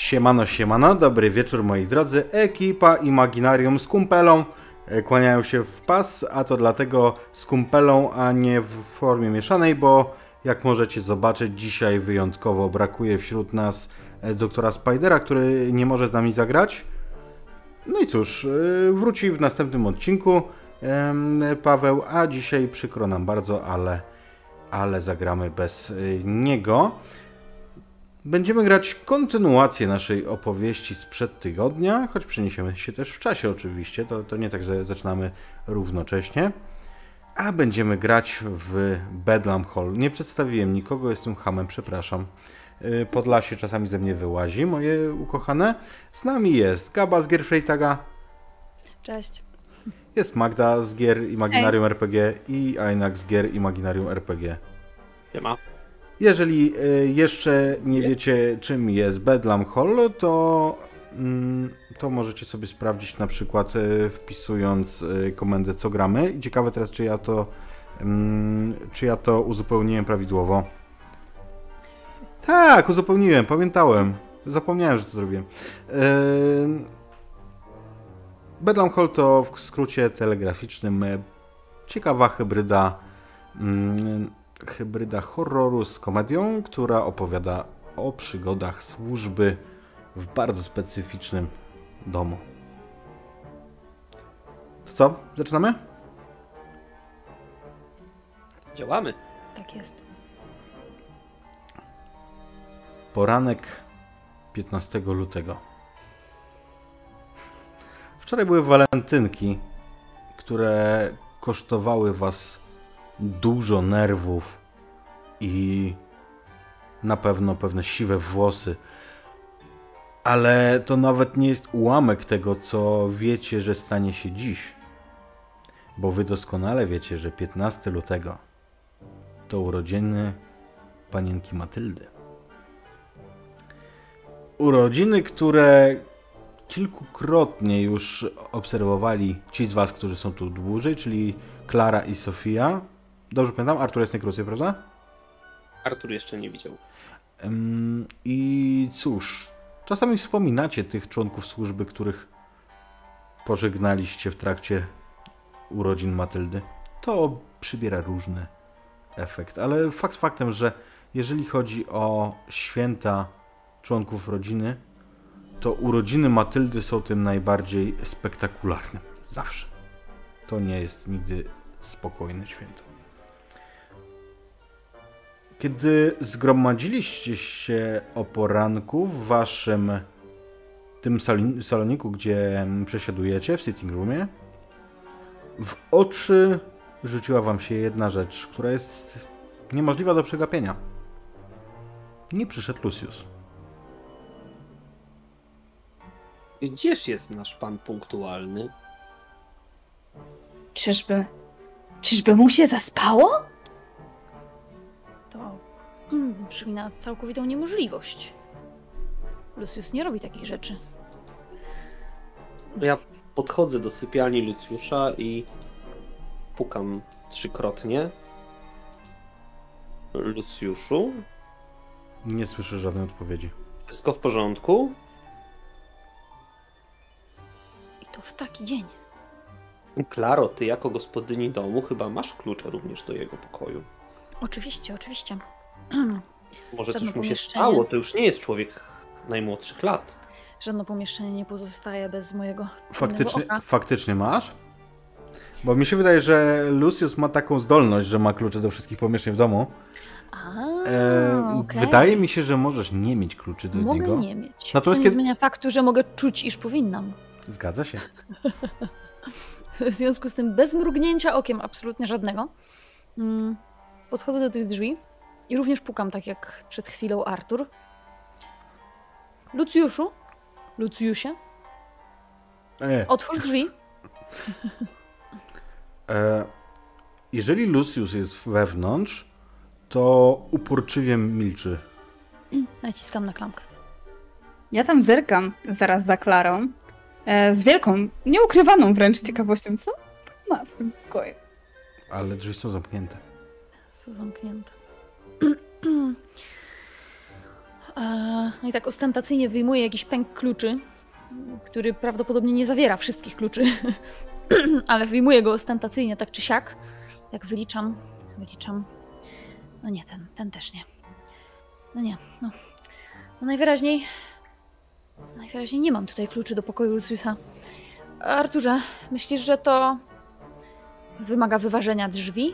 Siemano, siemano, dobry wieczór moi drodzy. Ekipa Imaginarium z kumpelą kłaniają się w pas, a to dlatego z kumpelą, a nie w formie mieszanej, bo jak możecie zobaczyć, dzisiaj wyjątkowo brakuje wśród nas doktora Spidera, który nie może z nami zagrać. No i cóż, wróci w następnym odcinku Paweł, a dzisiaj przykro nam bardzo, ale zagramy bez niego. Będziemy grać kontynuację naszej opowieści sprzed tygodnia, choć przeniesiemy się też w czasie oczywiście, to nie tak, że zaczynamy równocześnie. A będziemy grać w Bedlam Hall. Nie przedstawiłem nikogo, jestem chamem, przepraszam. Podlasie czasami ze mnie wyłazi, moje ukochane. Z nami jest Gaba z gier Freytaga. Cześć. Jest Magda z gier Imaginarium RPG i Ainak z gier Imaginarium RPG. Siema. Jeżeli jeszcze nie wiecie, czym jest Bedlam Hall, to możecie sobie sprawdzić na przykład wpisując komendę co gramy. I ciekawe teraz, czy ja to uzupełniłem prawidłowo. Tak, uzupełniłem, pamiętałem. Zapomniałem, że to zrobiłem. Bedlam Hall to w skrócie telegraficznym ciekawa hybryda horroru z komedią, która opowiada o przygodach służby w bardzo specyficznym domu. To co? Zaczynamy? Działamy. Tak jest. Poranek 15 lutego. Wczoraj były walentynki, które kosztowały was dużo nerwów i na pewno pewne siwe włosy. Ale to nawet nie jest ułamek tego, co wiecie, że stanie się dziś. Bo wy doskonale wiecie, że 15 lutego to urodziny panienki Matyldy. Urodziny, które kilkukrotnie już obserwowali ci z was, którzy są tu dłużej, czyli Klara i Sofia. Dobrze pamiętam? Artur jest najkrócej, prawda? Artur jeszcze nie widział. I cóż, czasami wspominacie tych członków służby, których pożegnaliście w trakcie urodzin Matyldy. To przybiera różny efekt, ale fakt faktem, że jeżeli chodzi o święta członków rodziny, to urodziny Matyldy są tym najbardziej spektakularnym. Zawsze. To nie jest nigdy spokojne święto. Kiedy zgromadziliście się o poranku w waszym tym saloniku, gdzie przesiadujecie, w sitting roomie, w oczy rzuciła wam się jedna rzecz, która jest niemożliwa do przegapienia. Nie przyszedł Lucius. Gdzież jest nasz pan punktualny? Czyżby mu się zaspało? To brzmi na całkowitą niemożliwość. Lucius nie robi takich rzeczy. Ja podchodzę do sypialni Lucjusza i pukam 3-krotnie. Lucjuszu? Nie słyszę żadnej odpowiedzi. Wszystko w porządku? I to w taki dzień. Klaro, ty jako gospodyni domu chyba masz klucze również do jego pokoju. Oczywiście, oczywiście. Może Żadne coś mu się pomieszczenie. stało, to już nie jest człowiek najmłodszych lat. Żadne pomieszczenie nie pozostaje bez mojego oka. Faktycznie masz? Bo mi się wydaje, że Lucius ma taką zdolność, że ma klucze do wszystkich pomieszczeń w domu. Okay. Wydaje mi się, że możesz nie mieć kluczy do niego. Mogę nie mieć. Natomiast co nie zmienia faktu, że mogę czuć, iż powinnam. Zgadza się. W związku z tym bez mrugnięcia okiem, absolutnie żadnego, podchodzę do tych drzwi i również pukam, tak jak przed chwilą Artur. Lucjuszu? Lucjusie? Otwórz drzwi. Jeżeli Lucius jest wewnątrz, to uporczywie milczy. Naciskam na klamkę. Ja tam zerkam zaraz za Klarą. Z wielką, nieukrywaną wręcz ciekawością, co ma w tym pokoju. Ale drzwi są zamknięte. Są zamknięte. No i tak ostentacyjnie wyjmuje jakiś pęk kluczy, który prawdopodobnie nie zawiera wszystkich kluczy, ale wyjmuję go ostentacyjnie, tak czy siak. Jak wyliczam. No nie, ten też nie. No nie, no. No najwyraźniej nie mam tutaj kluczy do pokoju Luciusa. Arturze, myślisz, że to wymaga wyważenia drzwi?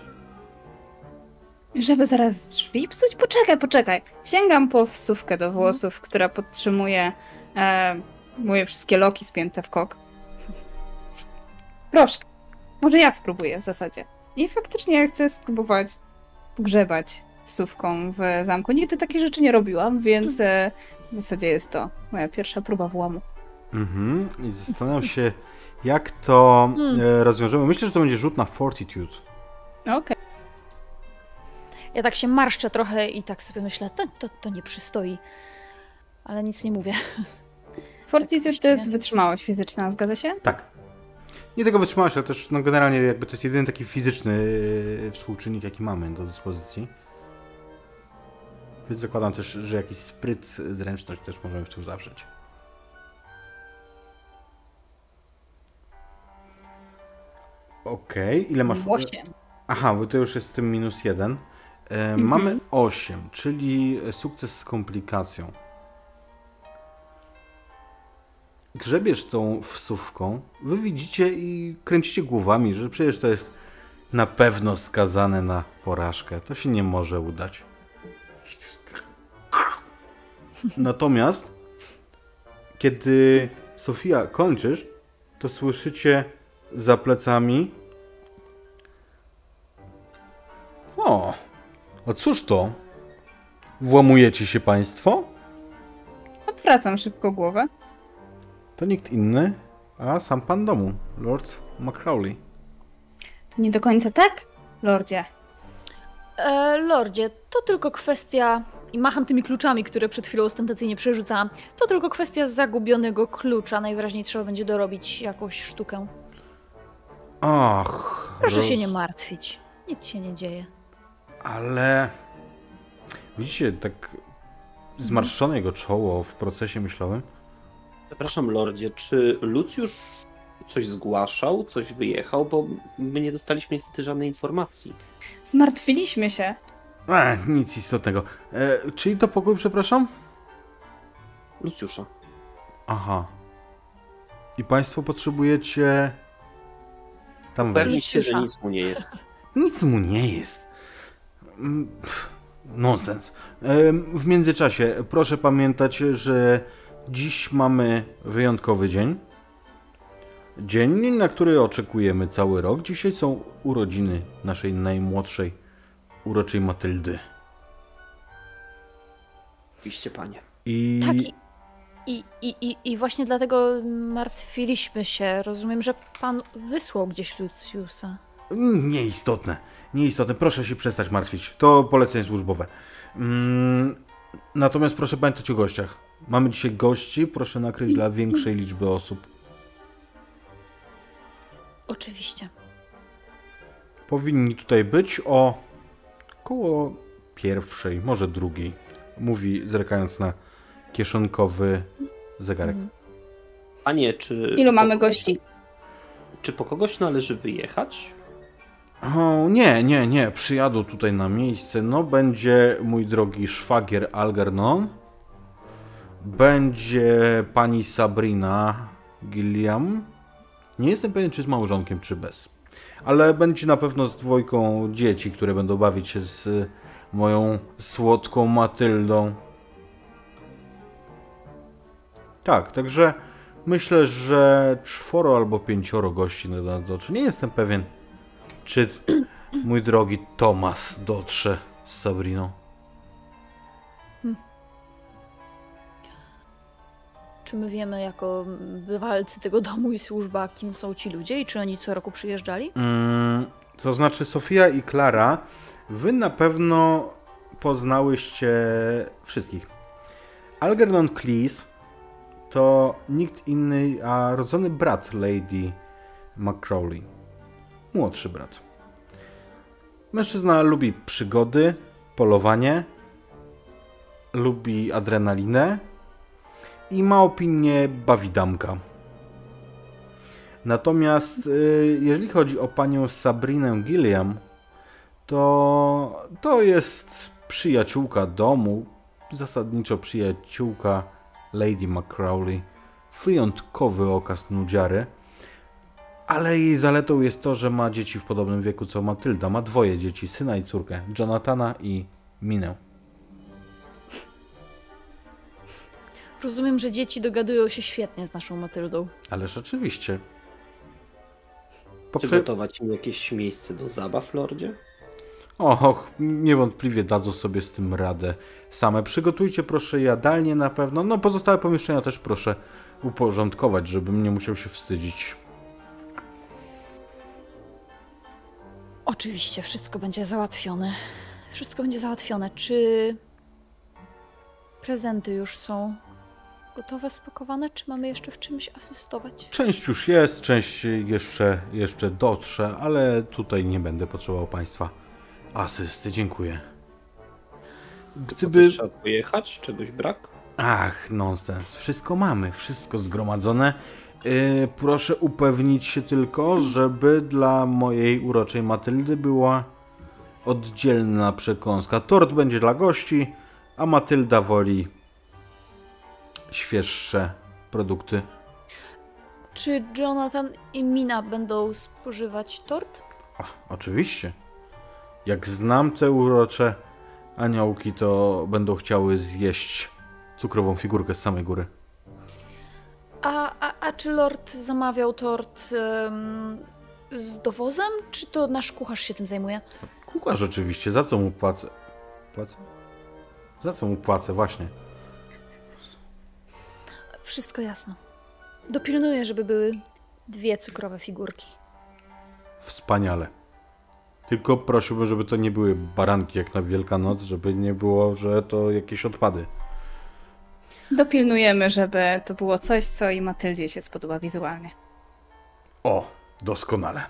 Żeby zaraz drzwi psuć? Poczekaj. Sięgam po wsówkę do włosów, która podtrzymuje moje wszystkie loki spięte w kok. Proszę, może ja spróbuję w zasadzie. I faktycznie chcę spróbować pogrzebać wsówką w zamku. Nigdy takich rzeczy nie robiłam, więc w zasadzie jest to moja pierwsza próba włamu. I zastanawiam się, jak to rozwiążemy. Myślę, że to będzie rzut na Fortitude. Okej. Ja tak się marszczę trochę i tak sobie myślę, to nie przystoi. Ale nic nie mówię. Fortitude to jest wytrzymałość fizyczna, zgadza się? Tak. Nie tylko wytrzymałość, ale też no, generalnie jakby to jest jedyny taki fizyczny współczynnik, jaki mamy do dyspozycji. Więc zakładam też, że jakiś spryt, zręczność też możemy w tym zawrzeć. Okej, ile masz? 8. Aha, bo to już jest z tym -1. Mamy 8, czyli sukces z komplikacją. Grzebiesz tą wsówką, wy widzicie i kręcicie głowami, że przecież to jest na pewno skazane na porażkę. To się nie może udać. Natomiast, kiedy Sofia kończysz, to słyszycie za plecami: O, a cóż to? Włamujecie się państwo? Odwracam szybko głowę. To nikt inny, a sam pan domu, Lord McCrowley. To nie do końca tak, lordzie. Lordzie, to tylko kwestia... I macham tymi kluczami, które przed chwilą ostentacyjnie przerzucałam. To tylko kwestia zagubionego klucza. Najwyraźniej trzeba będzie dorobić jakąś sztukę. Ach... Proszę się nie martwić. Nic się nie dzieje. Ale... Widzicie, tak zmarszczone jego czoło w procesie myślowym? Przepraszam, lordzie, czy Lucjusz coś zgłaszał, coś wyjechał? Bo my nie dostaliśmy niestety żadnej informacji. Zmartwiliśmy się. Nic istotnego. Czyli to pokój, przepraszam? Lucjusza. Aha. I państwo potrzebujecie... Tam Pewnie wejść? się, że nic mu nie jest. Nic mu nie jest. Nonsens. W międzyczasie proszę pamiętać, że dziś mamy wyjątkowy dzień. Dzień, na który oczekujemy cały rok. Dzisiaj są urodziny naszej najmłodszej, uroczej Matyldy. Oczywiście, panie. Tak, i właśnie dlatego martwiliśmy się. Rozumiem, że pan wysłał gdzieś Luciusa. Nieistotne. Nieistotne. Proszę się przestać martwić. To polecenie służbowe. Natomiast proszę pamiętać o gościach. Mamy dzisiaj gości. Proszę nakryć dla większej liczby osób. Oczywiście. Powinni tutaj być o koło 1:00, może 2:00. Mówi, zerkając na kieszonkowy zegarek. Panie, czy... Ilu mamy gości? Czy po kogoś należy wyjechać? O, nie. Przyjadą tutaj na miejsce. No, będzie mój drogi szwagier Algernon. Będzie pani Sabrina Gilliam. Nie jestem pewien, czy z małżonkiem, czy bez. Ale będzie na pewno z 2 dzieci, które będą bawić się z moją słodką Matyldą. Tak, także myślę, że 4 albo 5 gości do nas dotrze. Nie jestem pewien, czy mój drogi Tomas dotrze z Sabriną. Czy my wiemy, jako bywalcy tego domu i służba, kim są ci ludzie i czy oni co roku przyjeżdżali? To znaczy, Sofia i Klara, wy na pewno poznałyście wszystkich. Algernon Cleese to nikt inny, a rodzony brat Lady McCrowley. Młodszy brat. Mężczyzna lubi przygody, polowanie, lubi adrenalinę i ma opinię bawidamka. Natomiast jeżeli chodzi o panią Sabrinę Gilliam, to jest przyjaciółka domu, zasadniczo przyjaciółka Lady McCrowley, wyjątkowy okaz nudziary, ale jej zaletą jest to, że ma dzieci w podobnym wieku co Matylda. Ma 2 dzieci, syna i córkę, Jonathana i Minę. Rozumiem, że dzieci dogadują się świetnie z naszą Matyldą. Ależ oczywiście. Przygotować im jakieś miejsce do zabaw, lordzie? Och, niewątpliwie dadzą sobie z tym radę. Same przygotujcie proszę jadalnię na pewno. No pozostałe pomieszczenia też proszę uporządkować, żebym nie musiał się wstydzić. Oczywiście, wszystko będzie załatwione. Wszystko będzie załatwione. Czy prezenty już są gotowe, spakowane, czy mamy jeszcze w czymś asystować? Część już jest, część jeszcze dotrze, ale tutaj nie będę potrzebował Państwa asysty. Dziękuję. Gdyby... Trzeba pojechać? Czegoś brak? Ach, nonsens. Wszystko mamy, wszystko zgromadzone. Proszę upewnić się tylko, żeby dla mojej uroczej Matyldy była oddzielna przekąska. Tort będzie dla gości, a Matylda woli świeższe produkty. Czy Jonathan i Mina będą spożywać tort? Oczywiście. Jak znam te urocze aniołki, to będą chciały zjeść cukrową figurkę z samej góry. A czy Lord zamawiał tort z dowozem, czy to nasz kucharz się tym zajmuje? Kucharz oczywiście. Za co mu płacę? Za co mu płacę? Właśnie. Wszystko jasne. Dopilnuję, żeby były 2 cukrowe figurki. Wspaniale. Tylko prosiłbym, żeby to nie były baranki jak na Wielkanoc, żeby nie było, że to jakieś odpady. Dopilnujemy, żeby to było coś, co i Matyldzie się spodoba wizualnie. O, doskonale.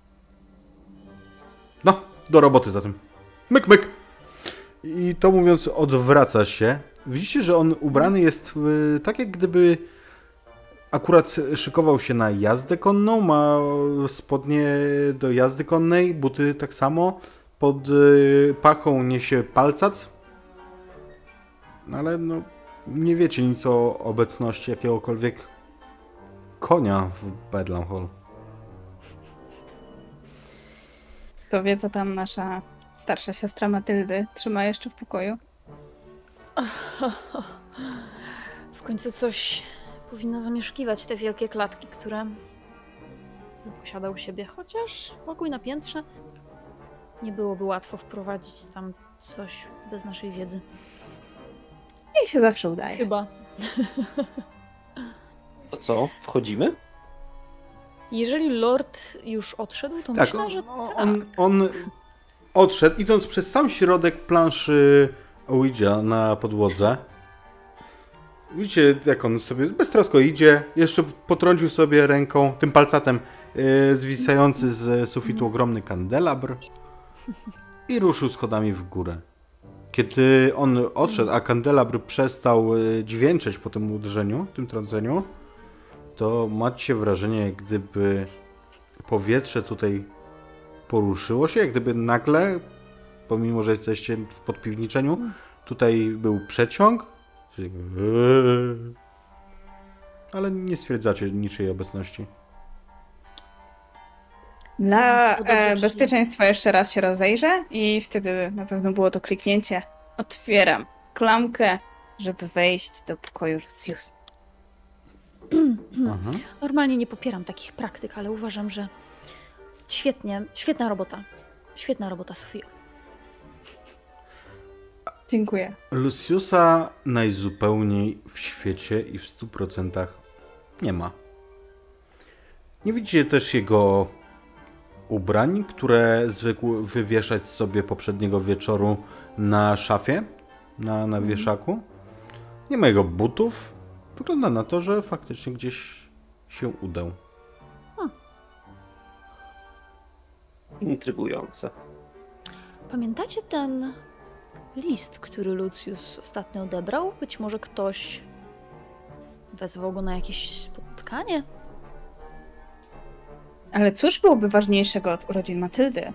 No, do roboty zatem. Myk, myk. I to mówiąc, odwraca się. Widzicie, że on ubrany jest tak, jak gdyby akurat szykował się na jazdę konną. Ma spodnie do jazdy konnej, buty tak samo. Pod pachą niesie palcat. Ale no, nie wiecie nic o obecności jakiegokolwiek konia w Bedlam Hall. Kto wie, co tam nasza starsza siostra Matyldy trzyma jeszcze w pokoju? W końcu coś powinno zamieszkiwać te wielkie klatki, które posiada u siebie. Chociaż pokój na piętrze nie byłoby łatwo wprowadzić tam coś bez naszej wiedzy. Jej się zawsze udaje. Chyba. To co? Wchodzimy? Jeżeli Lord już odszedł, to tak, myślę, że on odszedł, idąc przez sam środek planszy Ouija na podłodze. Widzicie, jak on sobie beztrosko idzie, jeszcze potrącił sobie ręką, tym palcatem zwisający z sufitu ogromny kandelabr i ruszył schodami w górę. Kiedy on odszedł, a kandelabr przestał dźwięczeć po tym uderzeniu, tym trąceniu, to macie wrażenie, jak gdyby powietrze tutaj poruszyło się, jak gdyby nagle, pomimo że jesteście w podpiwniczeniu, tutaj był przeciąg, ale nie stwierdzacie niczyjej obecności. Dla bezpieczeństwa jeszcze raz się rozejrzę i wtedy na pewno było to kliknięcie. Otwieram klamkę, żeby wejść do pokoju Luciusa. Normalnie nie popieram takich praktyk, ale uważam, że świetna robota. Świetna robota, Sofio. Dziękuję. Luciusa najzupełniej w świecie i w 100% nie ma. Nie widzicie też jego ubrań, które zwykł wywieszać sobie poprzedniego wieczoru na szafie, na wieszaku. Nie ma jego butów. Wygląda na to, że faktycznie gdzieś się udał. Intrygujące. Pamiętacie ten list, który Lucius ostatnio odebrał? Być może ktoś wezwał go na jakieś spotkanie. Ale cóż byłoby ważniejszego od urodzin Matyldy?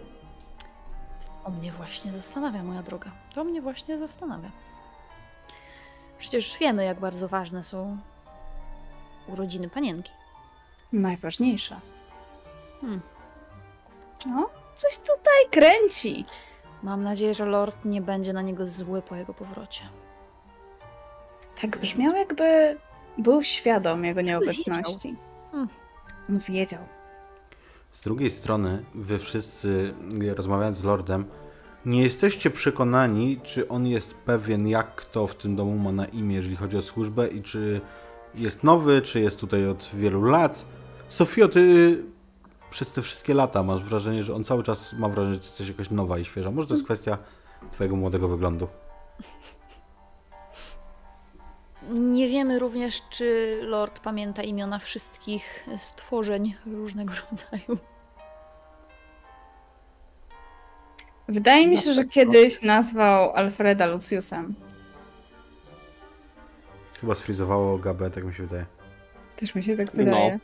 O mnie właśnie zastanawia, moja droga. To mnie właśnie zastanawia. Przecież wiemy, jak bardzo ważne są urodziny panienki. Najważniejsza. Hmm. No, coś tutaj kręci. Mam nadzieję, że Lord nie będzie na niego zły po jego powrocie. Tak brzmiał, jakby był świadom jego nieobecności. Wiedział. On wiedział. Z drugiej strony, wy wszyscy, rozmawiając z Lordem, nie jesteście przekonani, czy on jest pewien, jak kto w tym domu ma na imię, jeżeli chodzi o służbę i czy jest nowy, czy jest tutaj od wielu lat. Sofio, ty przez te wszystkie lata masz wrażenie, że on cały czas ma wrażenie, że ty jesteś jakaś nowa i świeża. Może to jest kwestia twojego młodego wyglądu. Nie wiemy również, czy Lord pamięta imiona wszystkich stworzeń różnego rodzaju. Wydaje mi się, że kiedyś nazwał Alfreda Luciusem. Chyba sfrizowało Gabę, tak mi się wydaje. Też mi się tak wydaje.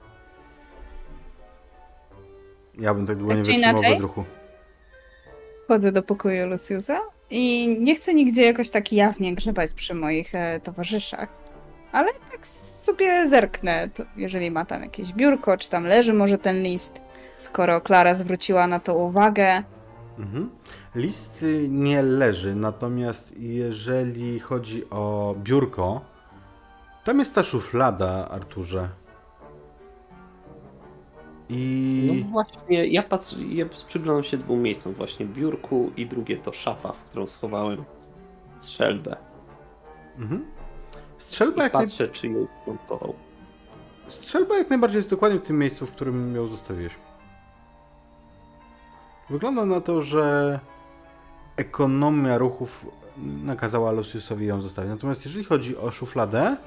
Ja bym tak długo nie Tak czy wytrzymał inaczej? bez ruchu. Wchodzę do pokoju Luciusa i nie chcę nigdzie jakoś tak jawnie grzebać przy moich towarzyszach. Ale tak sobie zerknę, to jeżeli ma tam jakieś biurko, czy tam leży może ten list, skoro Klara zwróciła na to uwagę. Mhm. List nie leży, natomiast jeżeli chodzi o biurko, tam jest ta szuflada, Arturze. I No właśnie, ja przyglądam się dwóm miejscom właśnie. Biurku i drugie to szafa, w którą schowałem strzelbę. Strzelba I jak, patrzę, czy ją montował. strzelba jak najbardziej jest dokładnie w tym miejscu, w którym ją zostawiłeś. Wygląda na to, że ekonomia ruchów nakazała Luciusowi ją zostawić. Natomiast jeżeli chodzi o szufladę,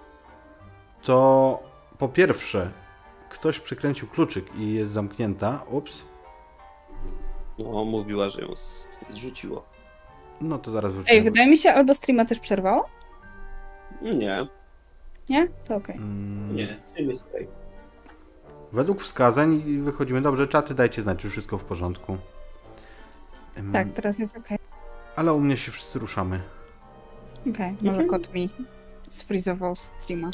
to po pierwsze ktoś przykręcił kluczyk i jest zamknięta. Ups. No, mówiła, że ją zrzuciło. No to zaraz wrócimy. Ej, wydaje mi się, albo streama też przerwało? Nie, Nie? To okej. nie, stream jest okej. Według wskazań wychodzimy dobrze. Czaty, dajcie znać, czy wszystko w porządku. Tak, teraz jest okej. Ale u mnie się wszyscy ruszamy. Okej, może kot mi sfrizował streama.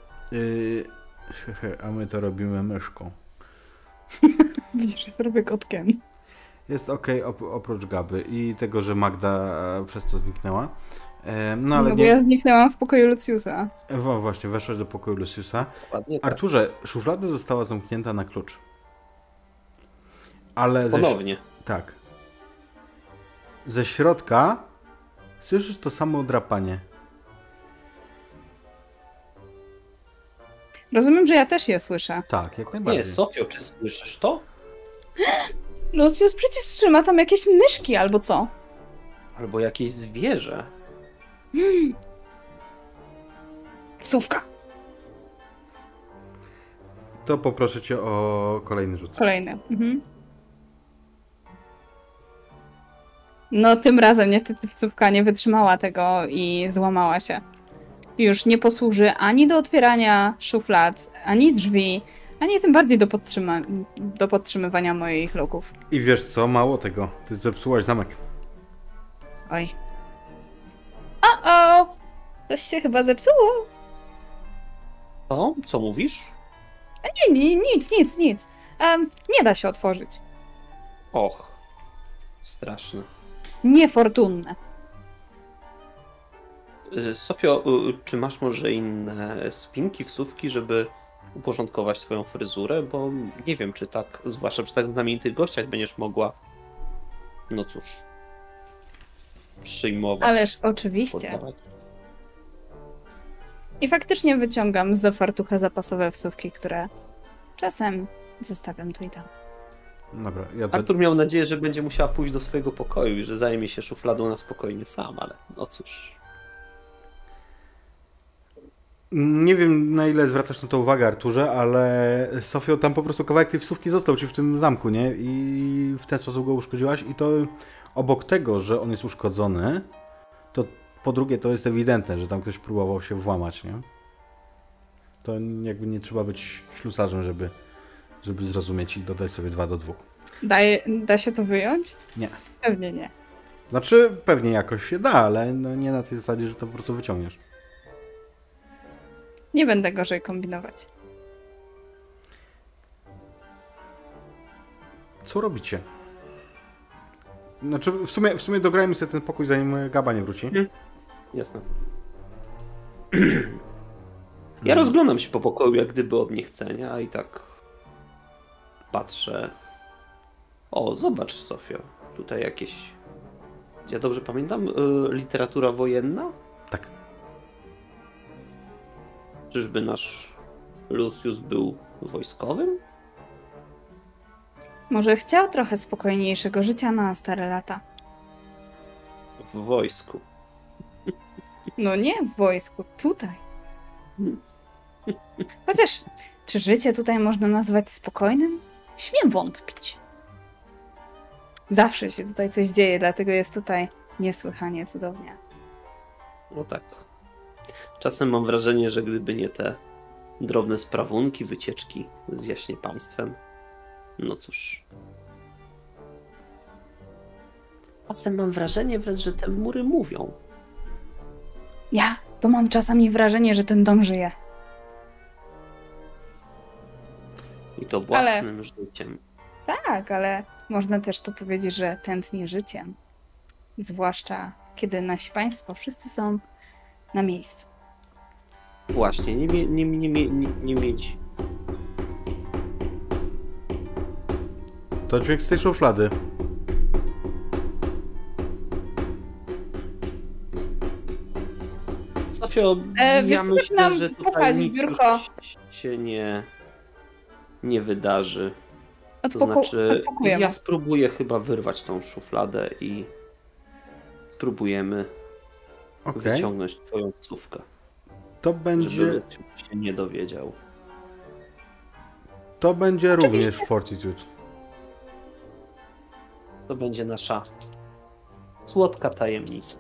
A my to robimy myszką. Widzisz, że to robię kotkiem. Jest okej, oprócz Gaby i tego, że Magda przez to zniknęła. No ale No bo nie... ja zniknęłam w pokoju Luciusa. Właśnie, weszłaś do pokoju Luciusa. Ładnie tak. Arturze, szuflada została zamknięta na klucz. Ale Ponownie. Tak. Ze środka słyszysz to samo drapanie. Rozumiem, że ja też je słyszę. Tak, jak najbardziej. Nie, Sofio, czy słyszysz to? Lucius przecież trzyma tam jakieś myszki albo co? Albo jakieś zwierzę. Psówka. To poproszę cię o kolejny rzut. Kolejny. No tym razem niestety psówka nie wytrzymała tego i złamała się. Już nie posłuży ani do otwierania szuflad, ani drzwi, ani tym bardziej do podtrzymywania moich loków. I wiesz co, mało tego, ty zepsułaś zamek. Oj. O! Coś się chyba zepsuło. O, co mówisz? Nie, nic. Nie da się otworzyć. Och, straszne. Niefortunne. Sofio, czy masz może inne spinki, wsówki, żeby uporządkować twoją fryzurę? Bo nie wiem, czy tak, zwłaszcza przy tak znamienitych gościach będziesz mogła, no cóż, przyjmować. Ależ oczywiście. poddawać. I faktycznie wyciągam z fartucha zapasowe wsówki, które czasem zostawiam tu i tam. Dobra, Artur miał nadzieję, że będzie musiała pójść do swojego pokoju i że zajmie się szufladą na spokojnie sam, ale no cóż. Nie wiem, na ile zwracasz na to uwagę, Arturze, ale Sofio, tam po prostu kawałek tej wsówki został ci w tym zamku, nie? I w ten sposób go uszkodziłaś. I to obok tego, że on jest uszkodzony, to po drugie to jest ewidentne, że tam ktoś próbował się włamać, nie? To jakby nie trzeba być ślusarzem, żeby zrozumieć i dodać sobie 2 do 2. Da się to wyjąć? Nie. Pewnie nie. Znaczy, pewnie jakoś się da, ale no nie na tej zasadzie, że to po prostu wyciągniesz. Nie będę gorzej kombinować. Co robicie? Znaczy, w sumie dograjmy sobie ten pokój, zanim Gaba nie wróci. Jasne. Ja rozglądam się po pokoju jak gdyby od niechcenia i tak patrzę. O, zobacz, Sofio. Tutaj jakieś... Ja dobrze pamiętam? Literatura wojenna? Tak. Czyżby nasz Lucius był wojskowym? Może chciał trochę spokojniejszego życia na stare lata. W wojsku. No nie w wojsku, tutaj. Chociaż, czy życie tutaj można nazwać spokojnym? Śmiem wątpić. Zawsze się tutaj coś dzieje, dlatego jest tutaj niesłychanie cudownie. No tak. Czasem mam wrażenie, że gdyby nie te drobne sprawunki, wycieczki z jaśnie państwem, no cóż. Czasem mam wrażenie wręcz, że te mury mówią. Ja to mam czasami wrażenie, że ten dom żyje. I to własnym życiem. Tak, ale można też to powiedzieć, że tętni życiem. Zwłaszcza kiedy nasi państwo wszyscy są na miejscu. Właśnie, nie mieć. To dźwięk z tej szuflady. Sofio, wiesz, ja co myślę, zaczynam że tutaj pukać w nic biurko. już się nie wydarzy. To Odpukujemy. znaczy, ja spróbuję chyba wyrwać tą szufladę i spróbujemy wyciągnąć twoją psówkę. To będzie... Żeby Lucius się nie dowiedział. To będzie również Fortitude. To będzie nasza słodka tajemnica.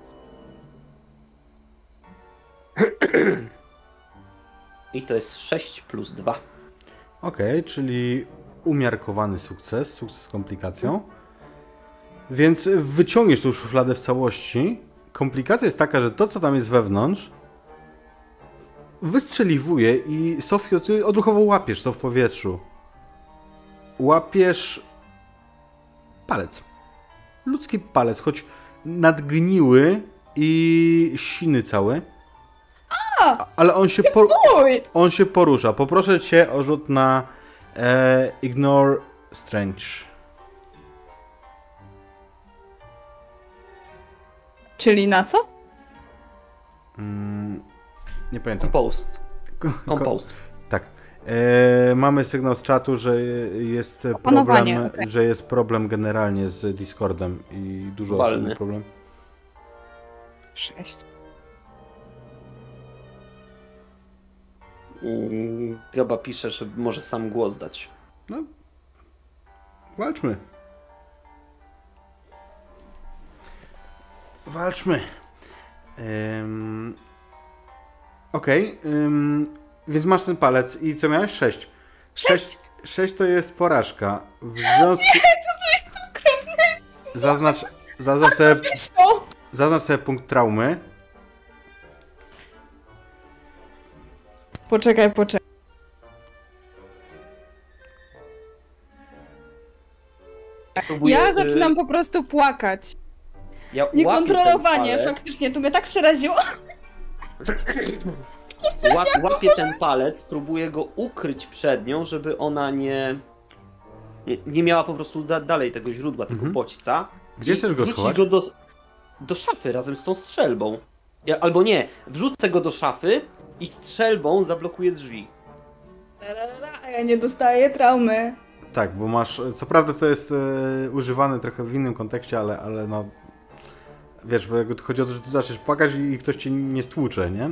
I to jest 6 plus 2. Okej, czyli umiarkowany sukces, sukces z komplikacją. Więc wyciągniesz tą szufladę w całości. Komplikacja jest taka, że to, co tam jest wewnątrz, wystrzeliwuje i Sofio, ty odruchowo łapiesz to w powietrzu. Łapiesz palec. Ludzki palec, choć nadgniły i siny cały. Ale on się porusza. Poproszę cię o rzut na Ignore Strange. Czyli na co? Nie pamiętam. Compost. Tak. Mamy sygnał z czatu, że jest problem generalnie z Discordem i dużo osób ma problem. 6. Gaba pisze, że może sam głos dać. No. Walczmy. Okej. Więc masz ten palec i co miałeś? 6. 6 to jest porażka. W związku... Nie, co to jest okropne? Zaznacz sobie punkt traumy. Poczekaj. Ja zaczynam po prostu płakać. Niekontrolowanie, faktycznie, to mnie tak przeraziło. Łapię ten palec, próbuję go ukryć przed nią, żeby ona nie miała po prostu dalej tego źródła, tego bodźca. Gdzie chcesz go schować? Go do szafy razem z tą strzelbą. Albo nie, wrzucę go do szafy i strzelbą zablokuję drzwi. A ja nie dostaję traumy. Tak, bo masz... Co prawda to jest używane trochę w innym kontekście, ale no... Wiesz, bo jakby chodzi o to, że ty zaczniesz płakać i ktoś cię nie stłucze, nie?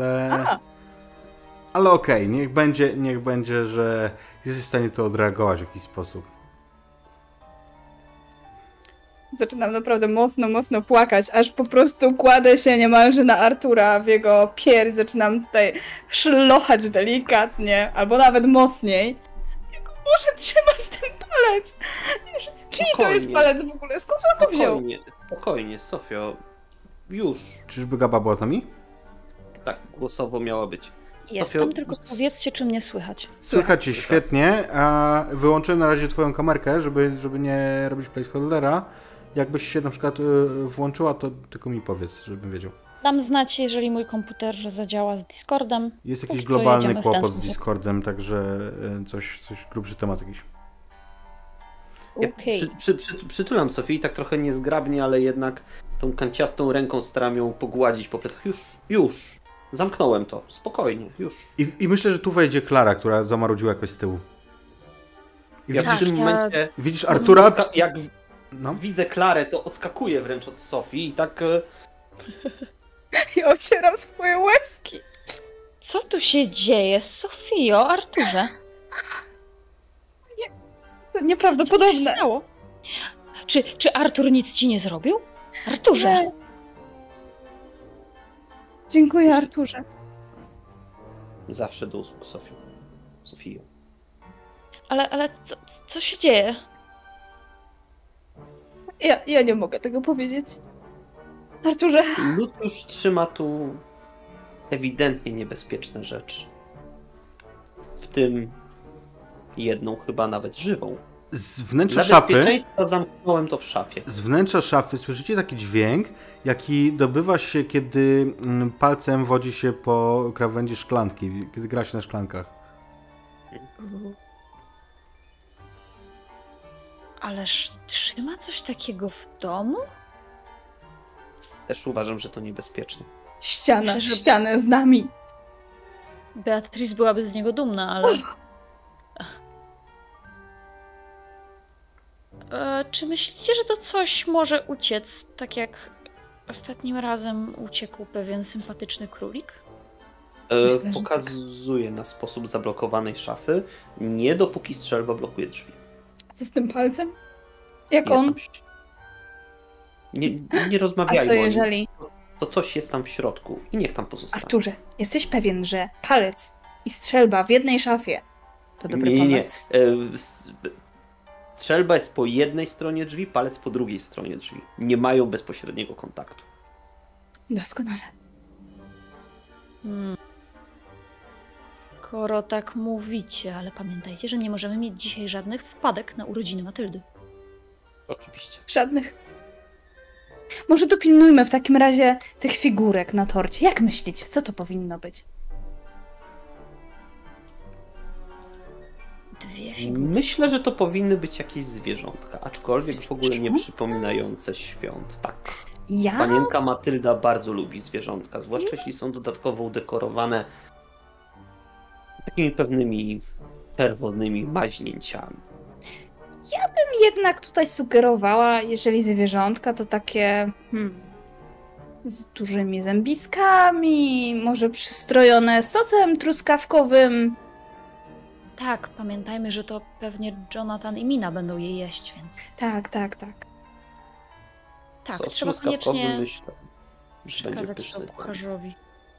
Ale okej, niech będzie, że jesteś w stanie to odreagować w jakiś sposób. Zaczynam naprawdę mocno płakać, aż po prostu kładę się niemalże na Artura w jego pierś, zaczynam tutaj szlochać delikatnie, albo nawet mocniej. Jak może trzymać ten palec? Czyj to jest palec w ogóle? Skąd on to wziął? Spokojnie, Sofio. Już. Czyżby Gaba była z nami? Tak, głosowo miała być. Jestem, Sofio, tylko powiedzcie, czy mnie słychać. Słychać cię świetnie, a wyłączyłem na razie twoją kamerkę, żeby nie robić placeholdera. Jakbyś się na przykład włączyła, to tylko mi powiedz, żebym wiedział. Dam znać, jeżeli mój komputer zadziała z Discordem. Jest jakiś Póki co globalny jedziemy w ten kłopot z sposób. Discordem, także coś grubszy temat jakiś. Ja Okej. przytulam Sofię i tak trochę niezgrabnie, ale jednak tą kanciastą ręką staram ją pogładzić po plecach. Już. Zamknąłem to. Spokojnie, już. I myślę, że tu wejdzie Klara, która zamarudziła jakoś z tyłu. I Ja w tym momencie... widzisz Artura? Jak No. widzę Klarę, to odskakuję wręcz od Sofii i tak... I ocieram swoje łezki. Co tu się dzieje? Sofio, Arturze? To Co się nieprawdopodobne. stało? Czy Artur nic ci nie zrobił? Arturze! Nie. Dziękuję, Arturze. Zawsze do usług, Sofio. Ale co się dzieje? Ja nie mogę tego powiedzieć. Arturze, Lud już trzyma tu ewidentnie niebezpieczne rzeczy. W tym jedną chyba nawet żywą. Z wnętrza Dla szafy. bezpieczeństwa zamknąłem to w szafie. Z wnętrza szafy słyszycie taki dźwięk, jaki dobywa się, kiedy palcem wodzi się po krawędzi szklanki, kiedy gra się na szklankach. Ależ trzyma coś takiego w domu? Też uważam, że to niebezpieczne. ściana, Myślę, że- ścianę z nami. Beatrice byłaby z niego dumna, ale... Czy myślicie, że to coś może uciec, tak jak ostatnim razem uciekł pewien sympatyczny królik? Myślę, że Pokazuje na sposób zablokowanej szafy, nie dopóki strzelba blokuje drzwi. Co z tym palcem? Jak Jest on? tam... Nie A rozmawiajmy co o nim. jeżeli... To coś jest tam w środku i niech tam pozostanie. Arturze, jesteś pewien, że palec i strzelba w jednej szafie to dobry Nie. pomysł? Strzelba jest po jednej stronie drzwi, palec po drugiej stronie drzwi. Nie mają bezpośredniego kontaktu. Doskonale. Skoro tak mówicie, ale pamiętajcie, że nie możemy mieć dzisiaj żadnych wpadek na urodziny Matyldy. Oczywiście. Żadnych. Może dopilnujmy w takim razie tych figurek na torcie. Jak myślicie, co to powinno być? Dwie figury. Myślę, że to powinny być jakieś zwierzątka, aczkolwiek w ogóle nie Zwierzątka? przypominające świąt. Tak. Ja? Panienka Matylda bardzo lubi zwierzątka, zwłaszcza jeśli są dodatkowo udekorowane takimi pewnymi czerwonymi maźnięciami. Jednak tutaj sugerowała, jeżeli zwierzątka, to takie z dużymi zębiskami, może przystrojone sosem truskawkowym. Tak, pamiętajmy, że to pewnie Jonathan i Mina będą je jeść, więc... Tak. Tak, Sos trzeba truskawkowy, koniecznie myślę, że będzie przekazać to pyszny. kucharzowi.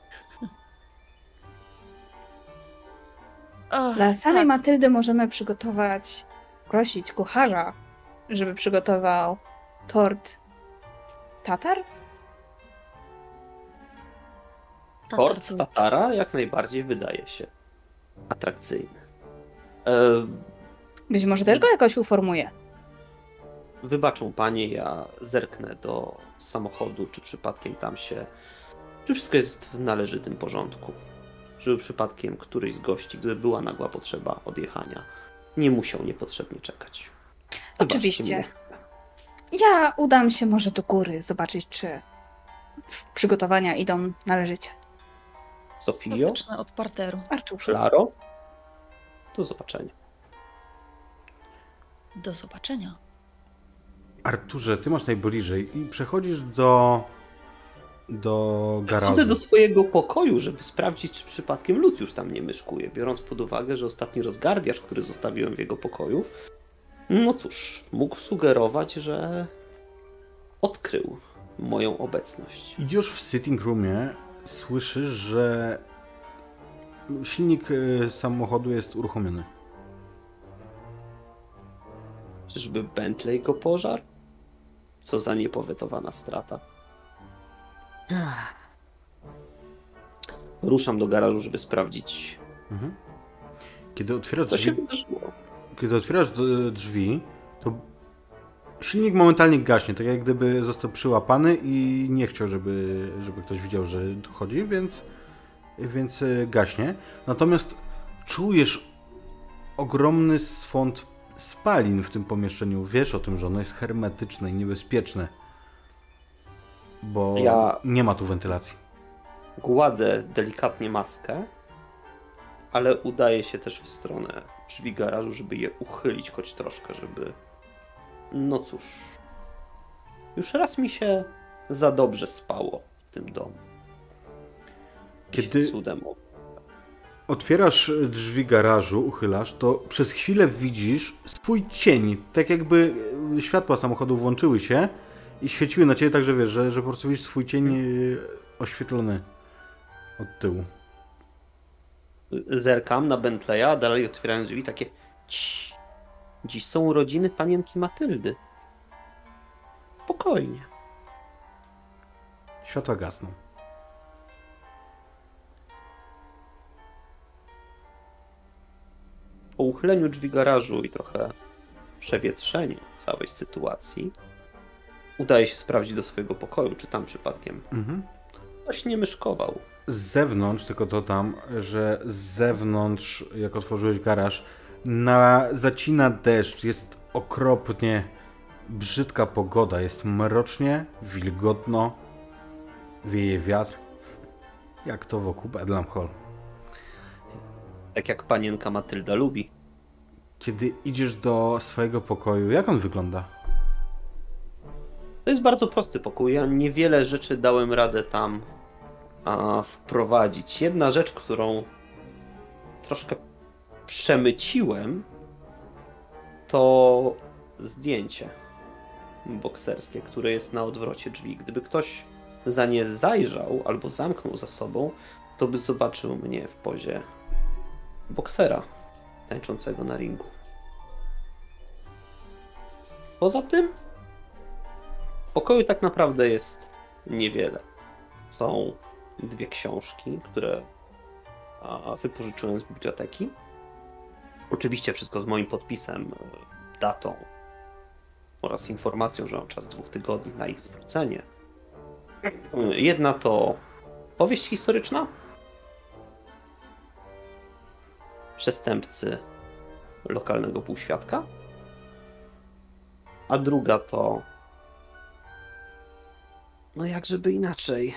Dla samej tak. Matyldy możemy prosić kucharza, żeby przygotował tort tatar? Port z Tatara jak najbardziej wydaje się atrakcyjny. Być może też go jakoś uformuje. Wybaczą panie, ja zerknę do samochodu, czy przypadkiem tam się... Czy wszystko jest w należytym porządku. Żeby przypadkiem któryś z gości, gdyby była nagła potrzeba odjechania, nie musiał niepotrzebnie czekać. Wybaczcie Oczywiście. mnie. Ja udam się może do góry, zobaczyć, czy przygotowania idą należycie. Sofio, Zacznę od parteru. Artur. Klaro, do zobaczenia. Do zobaczenia. Arturze, ty masz najbliżej i przechodzisz do garażu. Chodzę do swojego pokoju, żeby sprawdzić, czy przypadkiem lud już tam nie myszkuje, biorąc pod uwagę, że ostatni rozgardiasz, który zostawiłem w jego pokoju, no cóż, mógł sugerować, że odkrył moją obecność. Już w sitting roomie słyszysz, że silnik samochodu jest uruchomiony. Czyżby Bentley go pożarł? Co za niepowetowana strata. Ruszam do garażu, żeby sprawdzić, Mhm. Kiedy otwierasz co się drzwi, wydarzyło. kiedy otwierasz drzwi, to silnik momentalnie gaśnie, tak jak gdyby został przyłapany i nie chciał, żeby ktoś widział, że tu chodzi, więc gaśnie. Natomiast czujesz ogromny swąd spalin w tym pomieszczeniu. Wiesz o tym, że ono jest hermetyczne i niebezpieczne, bo nie ma tu wentylacji. Gładzę delikatnie maskę, ale udaje się też w stronę drzwi garażu, żeby je uchylić choć troszkę, żeby... No cóż... Już raz mi się za dobrze spało w tym domu. Kiedy Cudem. otwierasz drzwi garażu, uchylasz, to przez chwilę widzisz swój cień. Tak jakby światła samochodu włączyły się i świeciły na ciebie, tak że wiesz, że po prostu widzisz swój cień oświetlony od tyłu. Zerkam na Bentleya, dalej otwierając drzwi, takie... Cii, dziś są urodziny panienki Matyldy. Spokojnie. Światła gasną. Po uchyleniu drzwi garażu i trochę przewietrzeniu całej sytuacji, udaje się sprawdzić do swojego pokoju, czy tam przypadkiem ktoś nie myszkował. Z zewnątrz, tylko to tam, że z zewnątrz, jak otworzyłeś garaż, zacina deszcz, jest okropnie brzydka pogoda, jest mrocznie, wilgotno, wieje wiatr, jak to wokół Bedlam Hall. Tak jak panienka Matylda lubi. Kiedy idziesz do swojego pokoju, jak on wygląda? To jest bardzo prosty pokój. Ja niewiele rzeczy dałem radę tam wprowadzić. Jedna rzecz, którą troszkę przemyciłem, to zdjęcie bokserskie, które jest na odwrocie drzwi. Gdyby ktoś za nie zajrzał albo zamknął za sobą, to by zobaczył mnie w pozie boksera tańczącego na ringu. Poza tym w pokoju tak naprawdę jest niewiele. Są 2 książki, które wypożyczyłem z biblioteki. Oczywiście wszystko z moim podpisem, datą oraz informacją, że mam czas 2 tygodni na ich zwrócenie. Jedna to powieść historyczna. Przestępcy lokalnego półświadka. A druga to... No jak żeby inaczej.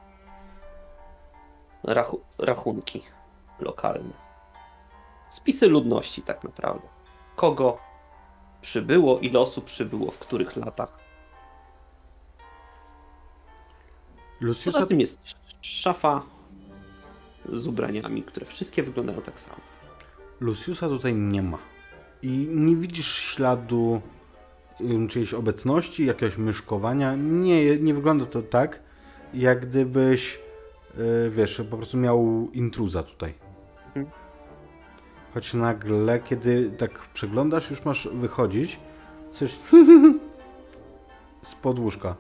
Rachunki lokalne. Spisy ludności tak naprawdę. Kogo przybyło, ile osób przybyło, w których latach. Poza tym jest szafa z ubraniami, które wszystkie wyglądają tak samo. Luciusa tutaj nie ma. I nie widzisz śladu czyjejś obecności, jakiegoś myszkowania. Nie wygląda to tak, jak gdybyś, wiesz, po prostu miał intruza tutaj. Choć nagle, kiedy tak przeglądasz, już masz wychodzić, coś spod łóżka.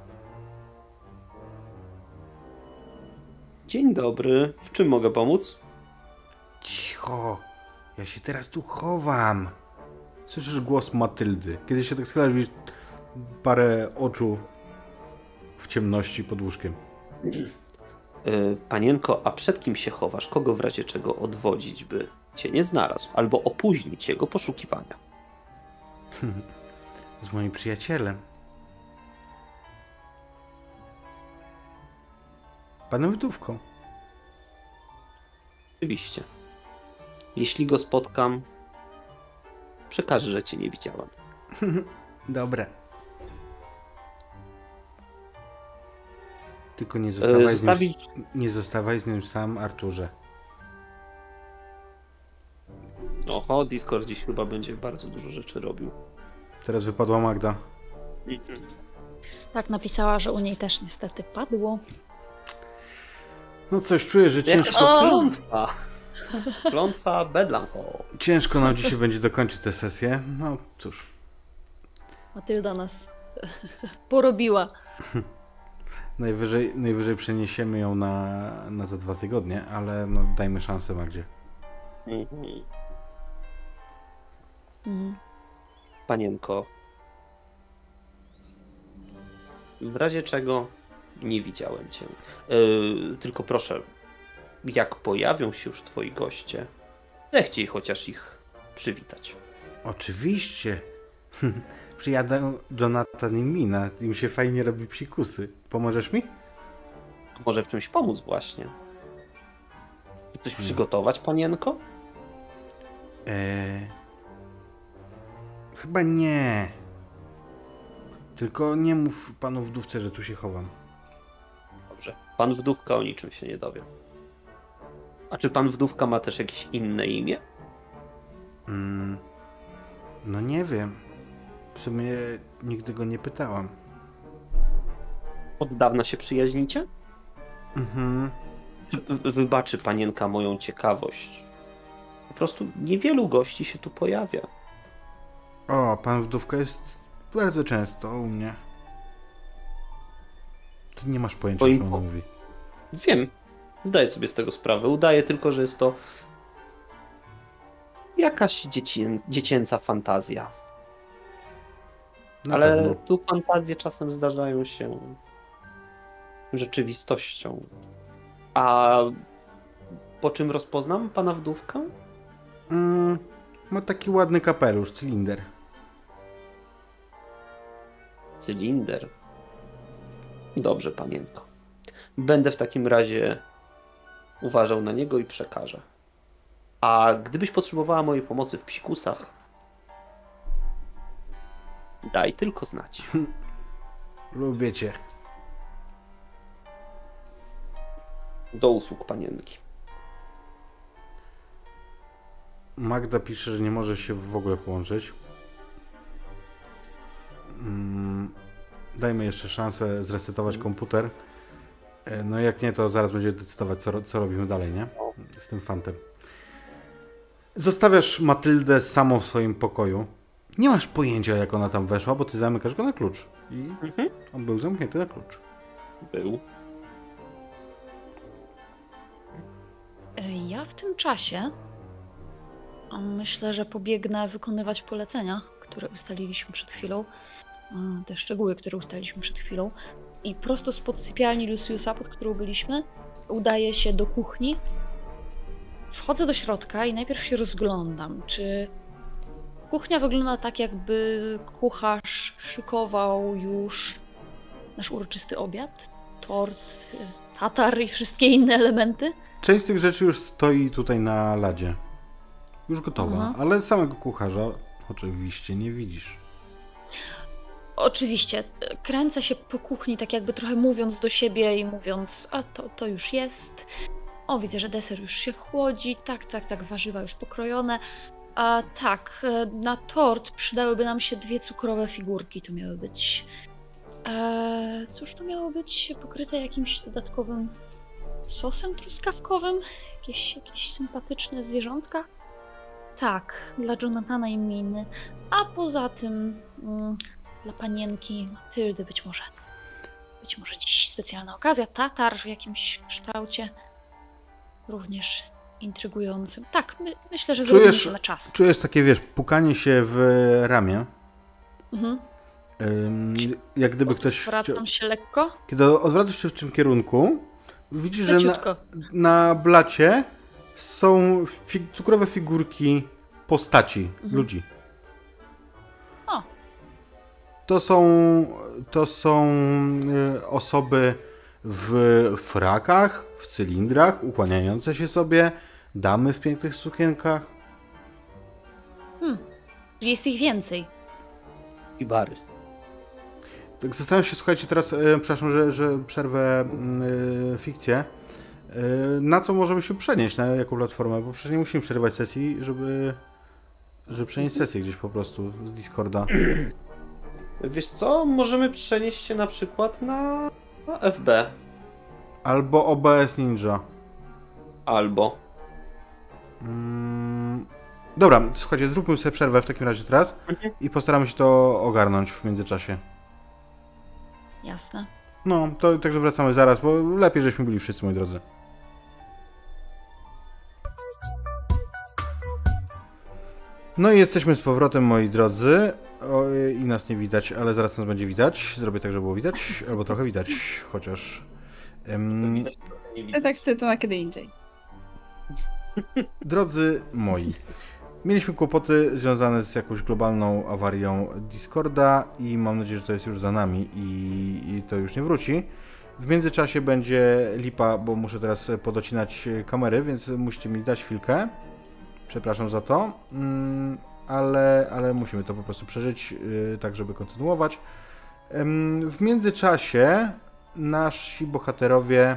Dzień dobry. W czym mogę pomóc? Cicho. Ja się teraz tu chowam. Słyszysz głos Matyldy. Kiedy się tak schylasz, widzisz parę oczu w ciemności pod łóżkiem. Panienko, a przed kim się chowasz? Kogo w razie czego odwodzić, by cię nie znalazł? Albo opóźnić jego poszukiwania? Z moim przyjacielem. Panem Wdówką. Oczywiście. Jeśli go spotkam, przekażę, że cię nie widziałam. Dobre. Tylko nie zostawaj z nim sam, Arturze. Oho, Discord dziś chyba będzie bardzo dużo rzeczy robił. Teraz wypadła Magda. Tak, napisała, że u niej też niestety padło. No coś czuję, że ciężko... To klątwa. Klątwa Bedlamho. Ciężko nam dzisiaj będzie dokończyć tę sesję. No cóż. Matylda nas porobiła. Najwyżej przeniesiemy ją na za 2 tygodnie, ale no, dajmy szansę Magdzie. Panienko, w razie czego nie widziałem cię. Tylko proszę, jak pojawią się już twoi goście, zechciej chociaż ich przywitać. Oczywiście. Przyjadą Jonathan i Mina. Im się fajnie robi psikusy. Pomożesz mi? Może w czymś pomóc właśnie. Coś przygotować, panienko? Chyba nie. Tylko nie mów panu wdówce, że tu się chowam. Dobrze. Pan wdówka o niczym się nie dowie. A czy pan wdówka ma też jakieś inne imię? No nie wiem. W sumie nigdy go nie pytałam. Od dawna się przyjaźnicie? Wybaczy panienka moją ciekawość. Po prostu niewielu gości się tu pojawia. O, pan wdówka jest bardzo często u mnie. Ty nie masz pojęcia, co ona mówi. Wiem. Zdaję sobie z tego sprawę. Udaję tylko, że jest to jakaś dziecięca fantazja. Ale pewno. tu fantazje czasem zdarzają się rzeczywistością. A po czym rozpoznam pana wdówkę? Ma taki ładny kapelusz, cylinder. Cylinder. Dobrze, panienko. Będę w takim razie uważał na niego i przekażę. A gdybyś potrzebowała mojej pomocy w psikusach, daj tylko znać. Lubię cię. Do usług, panienki. Magda pisze, że nie może się w ogóle połączyć. Dajmy jeszcze szansę zresetować komputer. No jak nie, to zaraz będzie decydować, co robimy dalej, nie? Z tym fantem. Zostawiasz Matyldę samą w swoim pokoju. Nie masz pojęcia, jak ona tam weszła, bo ty zamykasz go na klucz. I on był zamknięty na klucz. Był. Ja w tym czasie myślę, że pobiegnę wykonywać polecenia, które ustaliliśmy przed chwilą. Te szczegóły, które ustaliliśmy przed chwilą. I prosto spod sypialni Luciusa, pod którą byliśmy, udaję się do kuchni. Wchodzę do środka i najpierw się rozglądam, czy kuchnia wygląda tak, jakby kucharz szykował już nasz uroczysty obiad. Tort, tatar i wszystkie inne elementy. Część z tych rzeczy już stoi tutaj na ladzie. Już gotowa, ale samego kucharza oczywiście nie widzisz. Oczywiście, kręcę się po kuchni, tak jakby trochę mówiąc do siebie i mówiąc, a to już jest. O, widzę, że deser już się chłodzi, tak, warzywa już pokrojone. A tak, na tort przydałyby nam się 2 cukrowe figurki, to miały być... cóż to miało być? Pokryte jakimś dodatkowym sosem truskawkowym? Jakieś sympatyczne zwierzątka? Tak, dla Jonathana i Miny. A poza tym dla panienki Matyldy być może dziś specjalna okazja. Tatar w jakimś kształcie również intrygującym. Tak, myślę, że wyrobimy się na czas. Czujesz takie, wiesz, pukanie się w ramię. Jak gdyby ktoś... Odwracam się lekko. Kiedy odwracasz się w tym kierunku, widzisz, że na blacie są cukrowe figurki postaci ludzi. O. To są osoby w frakach, w cylindrach, ukłaniające się sobie, damy w pięknych sukienkach. Czyli jest ich więcej. I bary. Tak zastanawiam się, słuchajcie, teraz, przepraszam, że przerwę fikcję. Na co możemy się przenieść, na jaką platformę? Bo przecież nie musimy przerywać sesji, żeby przenieść sesję gdzieś po prostu z Discorda. Wiesz co, możemy przenieść się na przykład na FB. Albo OBS Ninja. Albo. Dobra, słuchajcie, zróbmy sobie przerwę w takim razie teraz i postaramy się to ogarnąć w międzyczasie. Jasne. No, to także wracamy zaraz, bo lepiej, żeśmy byli wszyscy, moi drodzy. No i jesteśmy z powrotem, moi drodzy. I nas nie widać, ale zaraz nas będzie widać. Zrobię tak, żeby było widać, albo trochę widać, chociaż... Ja tak chcę to na kiedy indziej. Drodzy moi, mieliśmy kłopoty związane z jakąś globalną awarią Discorda i mam nadzieję, że to jest już za nami i to już nie wróci. W międzyczasie będzie lipa, bo muszę teraz podocinać kamery, więc musicie mi dać chwilkę. Przepraszam za to, ale musimy to po prostu przeżyć, tak żeby kontynuować. W międzyczasie nasi bohaterowie...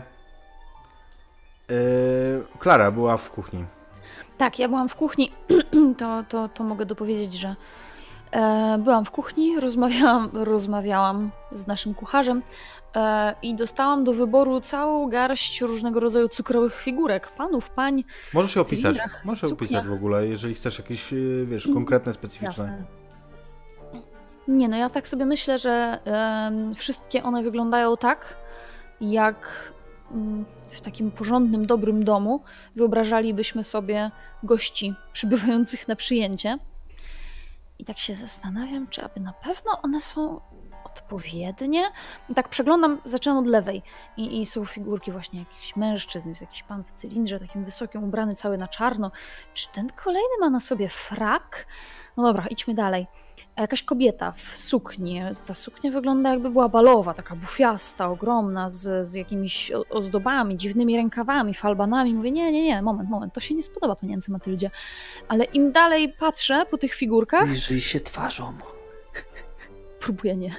Klara była w kuchni. Tak, ja byłam w kuchni. To mogę dopowiedzieć, że byłam w kuchni, rozmawiałam z naszym kucharzem i dostałam do wyboru całą garść różnego rodzaju cukrowych figurek. Panów, pań. Możesz się opisać. cylindrach, Możesz się opisać sukniach. w ogóle, jeżeli chcesz jakieś, wiesz, konkretne, specyficzne. Jasne. Nie, no ja tak sobie myślę, że wszystkie one wyglądają tak, jak w takim porządnym, dobrym domu wyobrażalibyśmy sobie gości przybywających na przyjęcie. I tak się zastanawiam, czy aby na pewno one są odpowiednie. I tak przeglądam, zaczynam od lewej i są figurki właśnie jakichś mężczyzn, jest jakiś pan w cylindrze takim wysokim, ubrany cały na czarno. Czy ten kolejny ma na sobie frak? No dobra, idźmy dalej. A jakaś kobieta w sukni. Ta suknia wygląda jakby była balowa, taka bufiasta, ogromna, z jakimiś ozdobami, dziwnymi rękawami, falbanami. Mówię, nie, moment, to się nie spodoba panience Matyldzie. Ale im dalej patrzę po tych figurkach... Bliżyj się twarzą. Próbuję nie.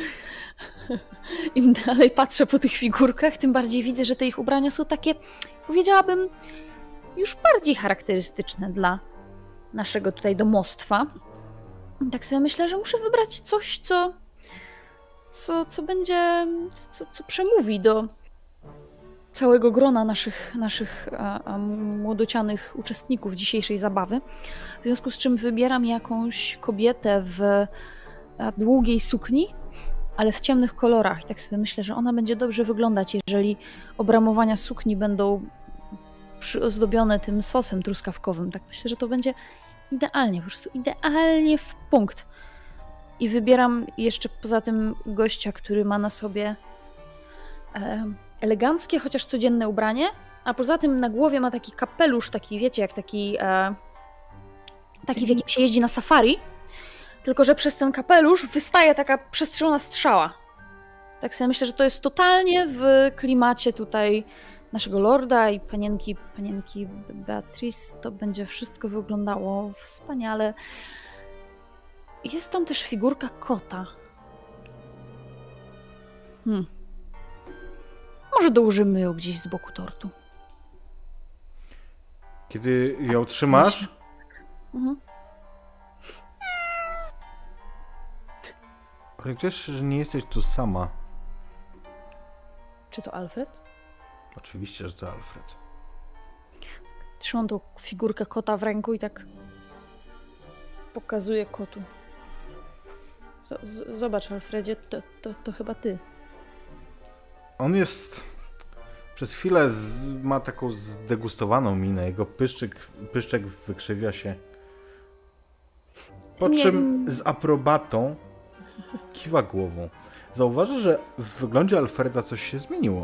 Im dalej patrzę po tych figurkach, tym bardziej widzę, że te ich ubrania są takie, powiedziałabym, już bardziej charakterystyczne dla naszego tutaj domostwa. I tak sobie myślę, że muszę wybrać coś, co będzie, co przemówi do całego grona naszych młodocianych uczestników dzisiejszej zabawy. W związku z czym wybieram jakąś kobietę w długiej sukni, ale w ciemnych kolorach. I tak sobie myślę, że ona będzie dobrze wyglądać, jeżeli obramowania sukni będą przyozdobione tym sosem truskawkowym. Tak myślę, że to będzie idealnie, po prostu idealnie w punkt. I wybieram jeszcze poza tym gościa, który ma na sobie eleganckie, chociaż codzienne ubranie, a poza tym na głowie ma taki kapelusz, taki wiecie, jak taki w jakim się jeździ na safari, tylko że przez ten kapelusz wystaje taka przestrzelona strzała. Tak sobie myślę, że to jest totalnie w klimacie tutaj naszego lorda i panienki Beatrice. To będzie wszystko wyglądało wspaniale. Jest tam też figurka kota. Może dołożymy ją gdzieś z boku tortu. Kiedy ją trzymasz... Orientujesz się, że nie jesteś tu sama. Czy to Alfred? Oczywiście, że to Alfred. Trzymam tą figurkę kota w ręku i tak pokazuję kotu. Zobacz, Alfredzie, to chyba ty. On jest... Przez chwilę ma taką zdegustowaną minę. Jego pyszczek wykrzywia się. Po czym z aprobatą kiwa głową. Zauważa, że w wyglądzie Alfreda coś się zmieniło.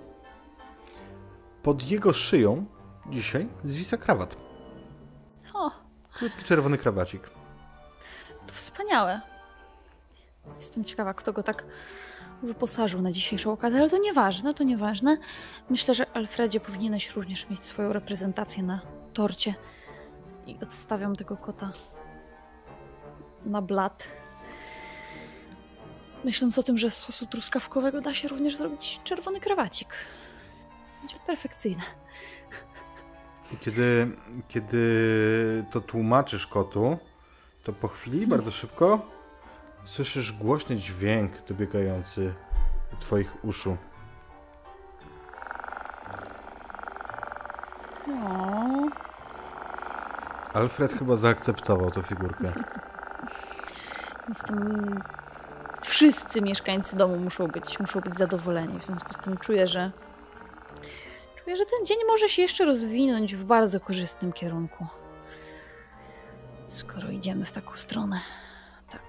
Pod jego szyją dzisiaj zwisa krawat. O, Krótki czerwony krawacik. to wspaniałe. Jestem ciekawa, kto go tak wyposażył na dzisiejszą okazję, ale to nieważne. Myślę, że Alfredzie powinieneś również mieć swoją reprezentację na torcie. I odstawiam tego kota na blat. Myśląc o tym, że z sosu truskawkowego da się również zrobić czerwony krawacik. Będzie perfekcyjne. Kiedy to tłumaczysz kotu, to po chwili bardzo szybko Słyszysz głośny dźwięk dobiegający do twoich uszu. O. Alfred chyba zaakceptował tę figurkę. Wszyscy mieszkańcy domu muszą być zadowoleni. W związku z tym czuję, że ten dzień może się jeszcze rozwinąć w bardzo korzystnym kierunku. Skoro idziemy w taką stronę. Tak.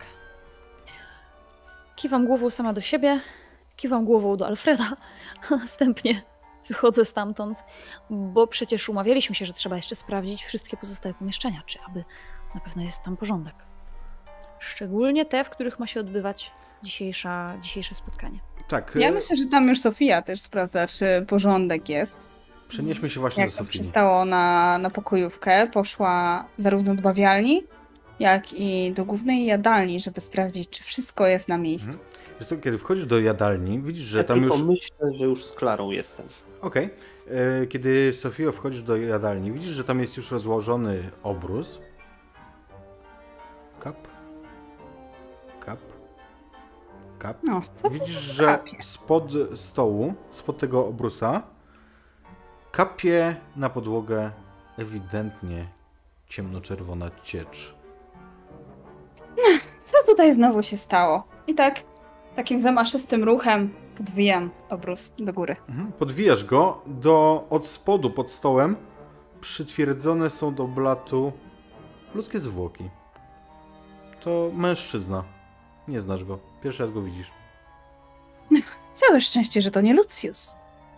Kiwam głową sama do siebie, kiwam głową do Alfreda, a następnie wychodzę stamtąd, bo przecież umawialiśmy się, że trzeba jeszcze sprawdzić wszystkie pozostałe pomieszczenia, czy aby na pewno jest tam porządek. Szczególnie te, w których ma się odbywać dzisiejsze spotkanie. Tak. Ja myślę, że tam już Sofia też sprawdza, czy porządek jest. Przenieśmy się właśnie Jak do to Sofii. przystało na pokojówkę, poszła zarówno do bawialni, jak i do głównej jadalni, żeby sprawdzić, czy wszystko jest na miejscu. Wiesz co, kiedy wchodzisz do jadalni, widzisz, że Ja tam tylko już... myślę, że już z Klarą jestem. Okej. Kiedy, Sofio, wchodzisz do jadalni, widzisz, że tam jest już rozłożony obrus. Kap. Kap. Kap. No, co to Widzisz, jest że kapie? spod stołu, spod tego obrusa, kapie na podłogę ewidentnie ciemnoczerwona ciecz. Co tutaj znowu się stało? I tak, takim zamaszystym ruchem podwijam obrus do góry. Podwijasz go, od spodu pod stołem przytwierdzone są do blatu ludzkie zwłoki. To mężczyzna. Nie znasz go. Pierwszy raz go widzisz. Całe szczęście, że to nie Lucius.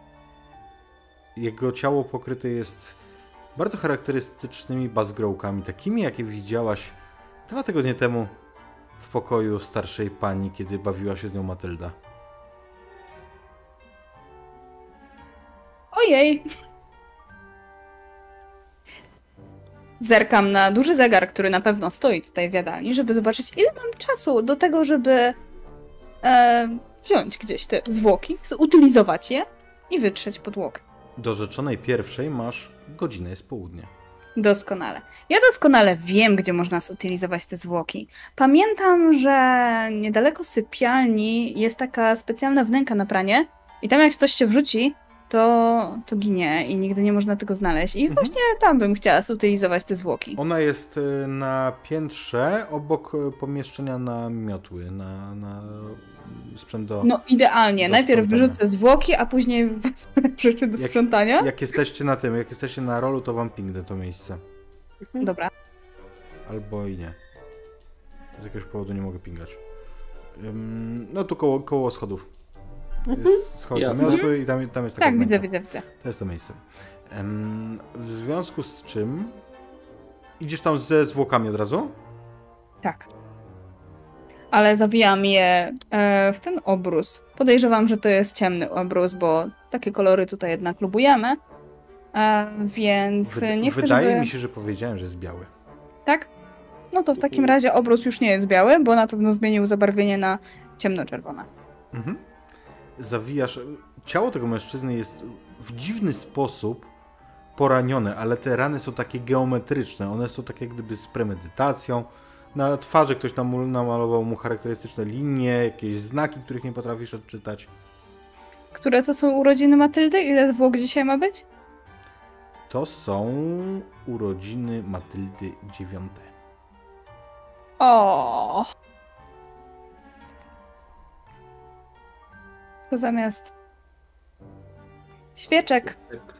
Jego ciało pokryte jest bardzo charakterystycznymi bazgrołkami, takimi jakie widziałaś 2 tygodnie temu w pokoju starszej pani, kiedy bawiła się z nią Matylda. Ojej! Zerkam na duży zegar, który na pewno stoi tutaj w jadalni, żeby zobaczyć, ile mam czasu do tego, żeby wziąć gdzieś te zwłoki, zutylizować je i wytrzeć podłogę. Do rzeczonej pierwszej masz godzinę, jest południe. Doskonale. Ja doskonale wiem, gdzie można zutylizować te zwłoki. Pamiętam, że niedaleko sypialni jest taka specjalna wnęka na pranie i tam jak coś się wrzuci, to ginie i nigdy nie można tego znaleźć. I właśnie tam bym chciała zutylizować te zwłoki. Ona jest na piętrze obok pomieszczenia na miotły, na sprzęt do... No idealnie. do Najpierw sprzątania. wyrzucę zwłoki, a później wezmę rzeczy do sprzątania. Jak jesteście na tym, jak jesteście na rolu, to wam pingnę to miejsce. Dobra. Albo i nie. Z jakiegoś powodu nie mogę pingać. No tu koło schodów. Jest schody Jasne. miotły i tam jest taka Tak, wnęka. widzę. To jest to miejsce. W związku z czym... Idziesz tam ze zwłokami od razu? Tak. Ale zawijam je w ten obrus. Podejrzewam, że to jest ciemny obrus, bo takie kolory tutaj jednak lubujemy. Więc nie chcę, Wydaje żeby... mi się, że powiedziałem, że jest biały. Tak? No to w takim razie obrus już nie jest biały, bo na pewno zmienił zabarwienie na ciemnoczerwone. Mhm. Zawijasz... Ciało tego mężczyzny jest w dziwny sposób poranione, ale te rany są takie geometryczne. One są takie jak gdyby z premedytacją. Na twarzy ktoś namalował mu charakterystyczne linie, jakieś znaki, których nie potrafisz odczytać. Które to są urodziny Matyldy? Ile zwłok dzisiaj ma być? To są urodziny Matyldy 9. O. To zamiast świeczek.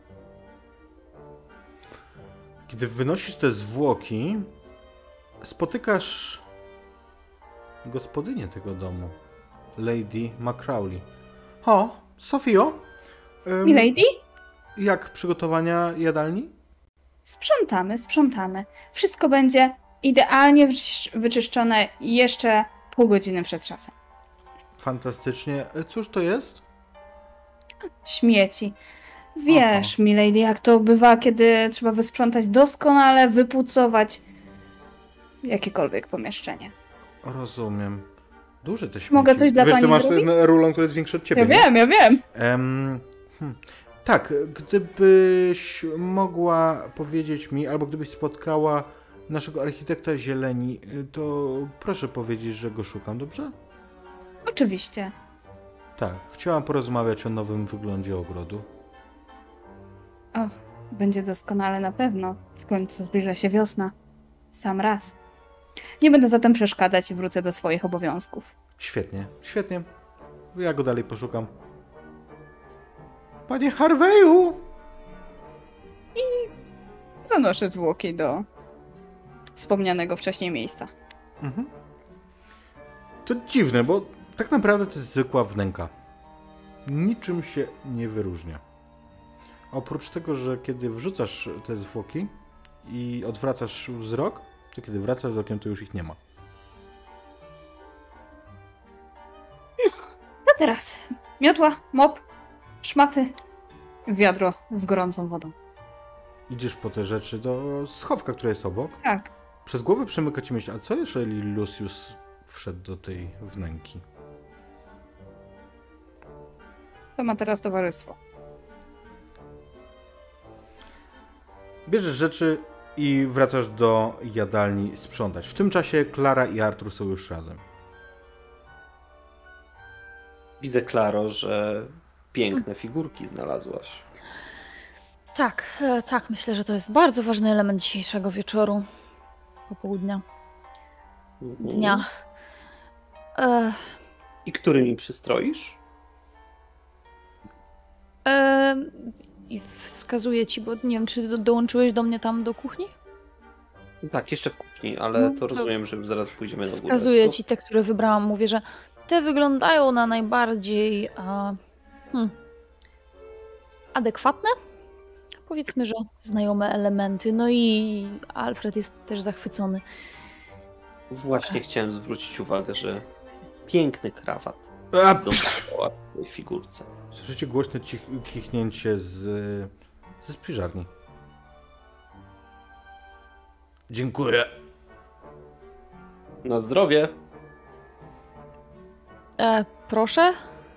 Kiedy wynosisz te zwłoki, spotykasz gospodynię tego domu, Lady McCrowley. O, Sofio? Milady? Jak przygotowania jadalni? Sprzątamy. Wszystko będzie idealnie wyczyszczone jeszcze pół godziny przed czasem. Fantastycznie. Cóż to jest? Śmieci. Wiesz, milady, jak to bywa, kiedy trzeba wysprzątać doskonale, wypucować jakiekolwiek pomieszczenie. Rozumiem. Duże te śmieci. Mogę coś dla Wiesz, pani ty masz zrobić? ten rulon, który jest większy od ciebie. Ja wiem. Tak, gdybyś mogła powiedzieć mi, albo gdybyś spotkała naszego architekta zieleni, to proszę powiedzieć, że go szukam, dobrze? Oczywiście. Tak, chciałam porozmawiać o nowym wyglądzie ogrodu. O, będzie doskonale na pewno. W końcu zbliża się wiosna. Sam raz. Nie będę zatem przeszkadzać i wrócę do swoich obowiązków. Świetnie, świetnie. Ja go dalej poszukam. Panie Harveyu! Zanoszę zwłoki do wspomnianego wcześniej miejsca. Mhm. To dziwne, bo tak naprawdę to jest zwykła wnęka. Niczym się nie wyróżnia. Oprócz tego, że kiedy wrzucasz te zwłoki i odwracasz wzrok, to kiedy wracasz wzrokiem, to już ich nie ma. Co teraz? Miotła, mop, szmaty, wiadro z gorącą wodą. Idziesz po te rzeczy do schowka, które jest obok. Tak. Przez głowę przemyka ci myśl, a co jeżeli Lucius wszedł do tej wnęki? To ma teraz towarzystwo. Bierzesz rzeczy i wracasz do jadalni sprzątać. W tym czasie Klara i Artur są już razem. Widzę, Klaro, że piękne figurki znalazłaś. Tak, tak, myślę, że to jest bardzo ważny element dzisiejszego wieczoru, popołudnia, dnia. I którymi przystroisz? I wskazuję ci, bo nie wiem, czy dołączyłeś do mnie tam do kuchni? Tak, jeszcze w kuchni, ale No, to rozumiem, że już zaraz pójdziemy na górę. Wskazuję ci te, które wybrałam. Mówię, że te wyglądają na najbardziej adekwatne. Powiedzmy, że znajome elementy. No i Alfred jest też zachwycony. Właśnie chciałem zwrócić uwagę, że piękny krawat dookoła tej figurce. Słyszycie głośne kichnięcie ze spiżarni. Dziękuję. Na zdrowie. Proszę?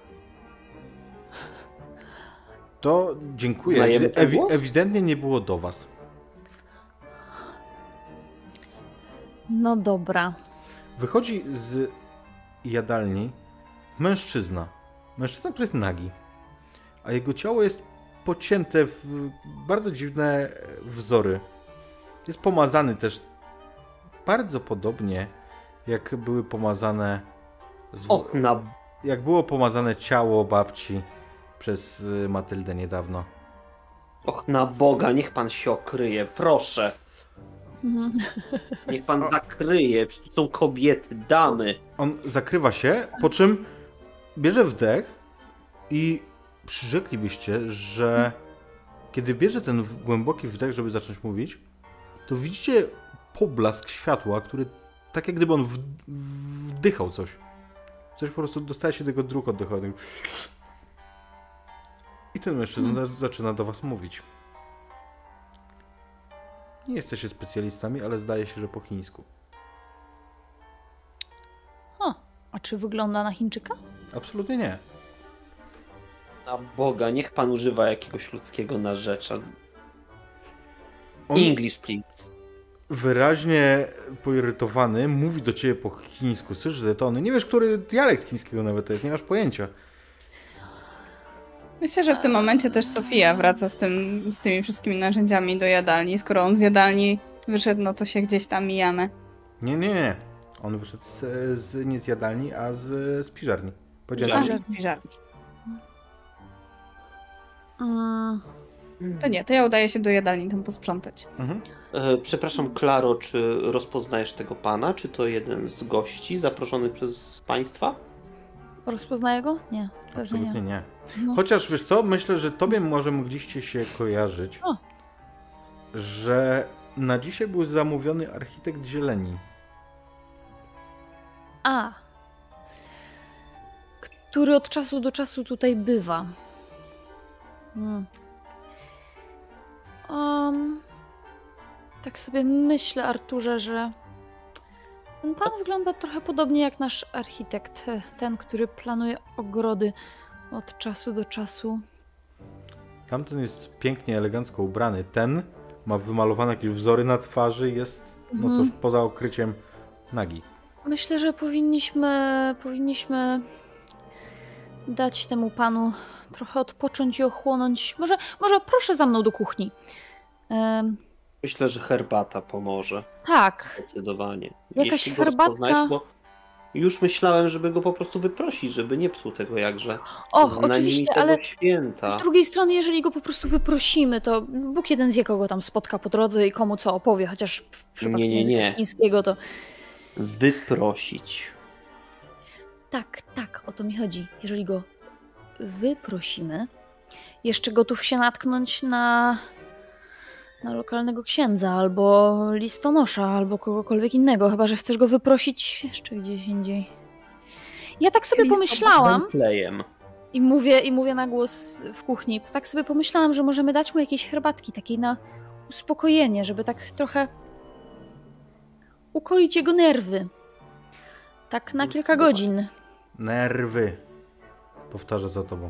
To dziękuję. Znajemy ten głos? Ewidentnie nie było do was. No dobra. Wychodzi z jadalni mężczyzna. Mężczyzna, który jest nagi. A jego ciało jest pocięte w bardzo dziwne wzory. Jest pomazany też bardzo podobnie, jak były pomazane... Jak było pomazane ciało babci przez Matyldę niedawno. Och, na Boga, niech pan się okryje, proszę. Niech pan zakryje, przecież tu są kobiety, damy. On zakrywa się, po czym bierze wdech i przyrzeklibyście, że kiedy bierze ten głęboki wdech, żeby zacząć mówić, to widzicie poblask światła, który tak jak gdyby on wdychał coś. Coś po prostu dostaje się tego dróg oddechowy. I ten mężczyzna zaczyna do was mówić. Nie jesteście specjalistami, ale zdaje się, że po chińsku. A czy wygląda na Chińczyka? Absolutnie nie. Na Boga, niech pan używa jakiegoś ludzkiego narzecza. On English, please. wyraźnie poirytowany mówi do ciebie po chińsku. Słyszysz te tony. Nie wiesz, który dialekt chińskiego nawet to jest. Nie masz pojęcia. Myślę, że w tym momencie też Sofia wraca z tymi wszystkimi narzędziami do jadalni. Skoro on z jadalni wyszedł, no to się gdzieś tam mijamy. Nie. On wyszedł nie z jadalni, a z piżarni. Z piżarni. To nie, to ja udaję się do jadalni tam posprzątać. Przepraszam, Klaro, czy rozpoznajesz tego pana? Czy to jeden z gości zaproszonych przez państwa? Rozpoznaję go? Nie, pewnie Absolutnie nie. No. Chociaż wiesz co, myślę, że tobie może mogliście się kojarzyć, że na dzisiaj był zamówiony architekt zieleni. Który od czasu do czasu tutaj bywa. Tak sobie myślę, Arturze, że ten pan wygląda trochę podobnie jak nasz architekt. Ten, który planuje ogrody od czasu do czasu. Tamten jest pięknie, elegancko ubrany. Ten ma wymalowane jakieś wzory na twarzy, jest no cóż, poza okryciem nagi. Myślę, że powinniśmy dać temu panu trochę odpocząć i ochłonąć. Może proszę za mną do kuchni. Myślę, że herbata pomoże. Tak. Zdecydowanie. Jakaś Jeśli go herbatka. rozpoznajesz, bo już myślałem, żeby go po prostu wyprosić, żeby nie psuł tego jakże Oczywiście, ale święta. z drugiej strony, jeżeli go po prostu wyprosimy, to Bóg jeden wie, kogo tam spotka po drodze i komu co opowie, chociaż w przypadku języka chińskiego to... Wyprosić. Tak, o to mi chodzi. Jeżeli go wyprosimy, jeszcze gotów się natknąć na lokalnego księdza, albo listonosza, albo kogokolwiek innego, chyba że chcesz go wyprosić jeszcze gdzieś indziej. Ja tak sobie pomyślałam i mówię na głos w kuchni, tak sobie pomyślałam, że możemy dać mu jakieś herbatki, takiej na uspokojenie, żeby tak trochę ukoić jego nerwy. Tak na kilka godzin. Nerwy. Powtarzę za tobą.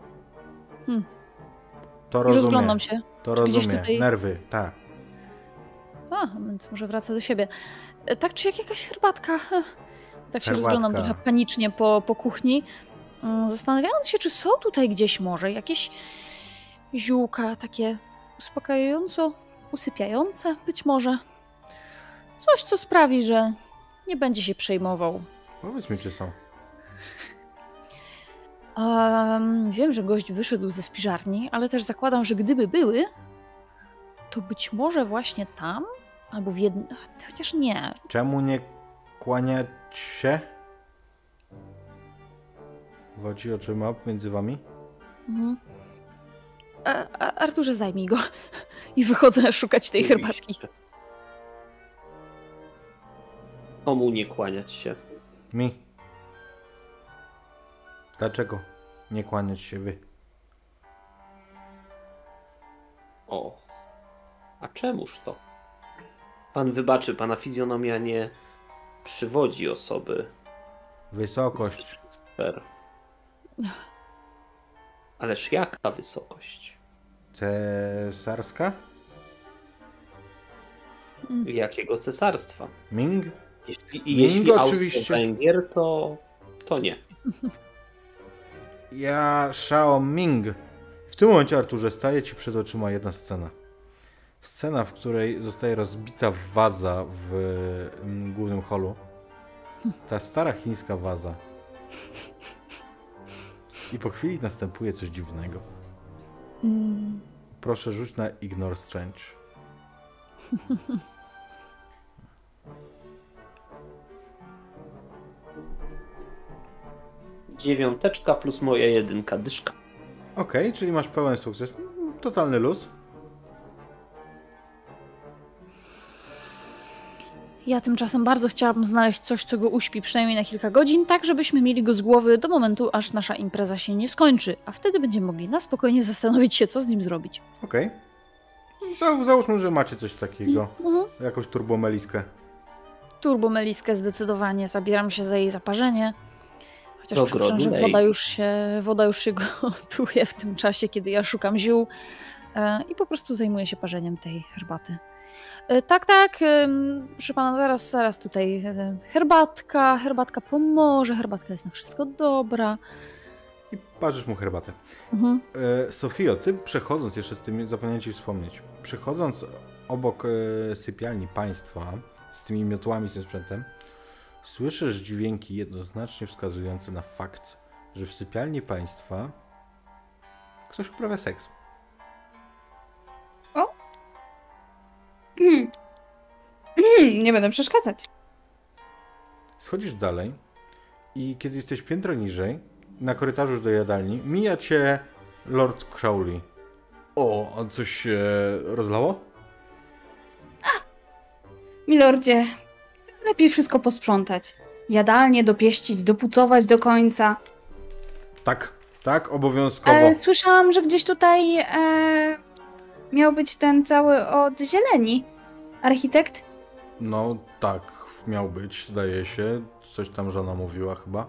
To I rozumiem. rozglądam się. To rozumiem. Tutaj... Nerwy, tak. A, więc może wraca do siebie. Tak czy jak jakaś herbatka. Tak się rozglądam trochę panicznie po kuchni, zastanawiając się, czy są tutaj gdzieś może jakieś ziółka takie uspokajająco, usypiające być może. Coś, co sprawi, że nie będzie się przejmował. Powiedz mi, czy są. Wiem, że gość wyszedł ze spiżarni, ale też zakładam, że gdyby były, to być może właśnie tam, albo w jednym... Chociaż nie. Czemu nie kłaniać się? Wodzi oczyma między wami? Arturze, zajmij go. I wychodzę szukać tej herbatki. Komu nie kłaniać się? Mi. Dlaczego nie kłaniać się wy? O. A czemuż to? Pan wybaczy, pana fizjonomia nie przywodzi osoby. Wysokość. Sfer. Ależ jaka wysokość? Cesarska? Jakiego cesarstwa? Ming? Jeśli oczywiście. Austro-Węgier, to nie. Ja Shao Ming. W tym momencie, Arturze, staje ci przed oczyma jedna scena. Scena, w której zostaje rozbita waza w głównym holu. Ta stara chińska waza. I po chwili następuje coś dziwnego. Proszę, rzuć na Ignore Strange. 9 plus moja 1 dyszka. Okej, czyli masz pełen sukces. Totalny luz. Ja tymczasem bardzo chciałabym znaleźć coś, co go uśpi przynajmniej na kilka godzin, tak żebyśmy mieli go z głowy do momentu, aż nasza impreza się nie skończy, a wtedy będziemy mogli na spokojnie zastanowić się, co z nim zrobić. Okej. Załóżmy, że macie coś takiego. Jakąś turbomeliskę. Turbomeliskę zdecydowanie. Zabieram się za jej zaparzenie. Chociaż przypuszczam, że woda już się gotuje w tym czasie, kiedy ja szukam ziół i po prostu zajmuję się parzeniem tej herbaty. Tak, proszę pana, zaraz tutaj herbatka pomoże, herbatka jest na wszystko dobra. I parzysz mu herbatę. Sofio, ty przechodząc, jeszcze z tym zapomniałem ci wspomnieć, przechodząc obok sypialni państwa z tymi miotłami, z tym sprzętem, słyszysz dźwięki jednoznacznie wskazujące na fakt, że w sypialni państwa ktoś uprawia seks. O! Nie będę przeszkadzać. Schodzisz dalej i kiedy jesteś piętro niżej, na korytarzu już do jadalni, mija cię Lord Crowley. O, a coś się rozlało? Milordzie, lepiej wszystko posprzątać. Jadalnię dopieścić, dopucować do końca. Tak, obowiązkowo. Słyszałam, że gdzieś tutaj miał być ten cały od zieleni. Architekt? No tak, miał być, zdaje się. Coś tam żona mówiła chyba.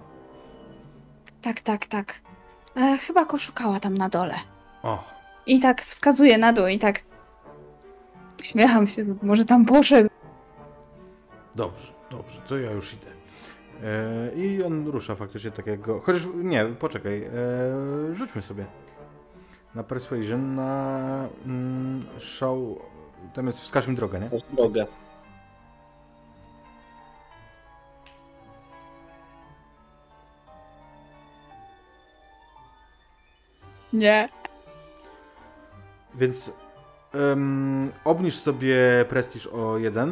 Tak. Chyba go szukała tam na dole. O. I tak wskazuje na dół i tak... Śmiecham się, może tam poszedł. Dobrze, to ja już idę. I on rusza faktycznie tak jak go... Chociaż nie, poczekaj. Rzućmy sobie. Na Persuasion, na show... Tam jest wskaż mi drogę, nie? Drogę. Nie. Więc obniż sobie prestiż o 1.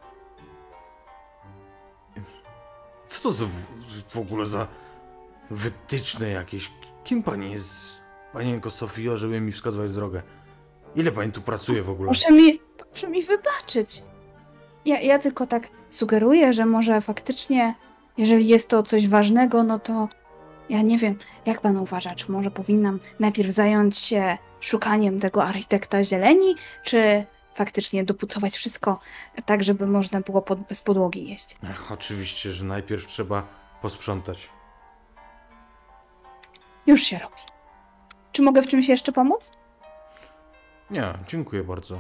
Co to w ogóle za wytyczne jakieś? Kim pani jest, panienko Sofio, żeby mi wskazywać drogę? Ile pani tu pracuje w ogóle? Proszę mi wybaczyć. Ja tylko tak sugeruję, że może faktycznie, jeżeli jest to coś ważnego, no to ja nie wiem, jak pan uważa, czy może powinnam najpierw zająć się szukaniem tego architekta zieleni, czy faktycznie dopucować wszystko tak, żeby można było z podłogi jeść? Oczywiście, że najpierw trzeba posprzątać. Już się robi. Czy mogę w czymś jeszcze pomóc? Nie, dziękuję bardzo.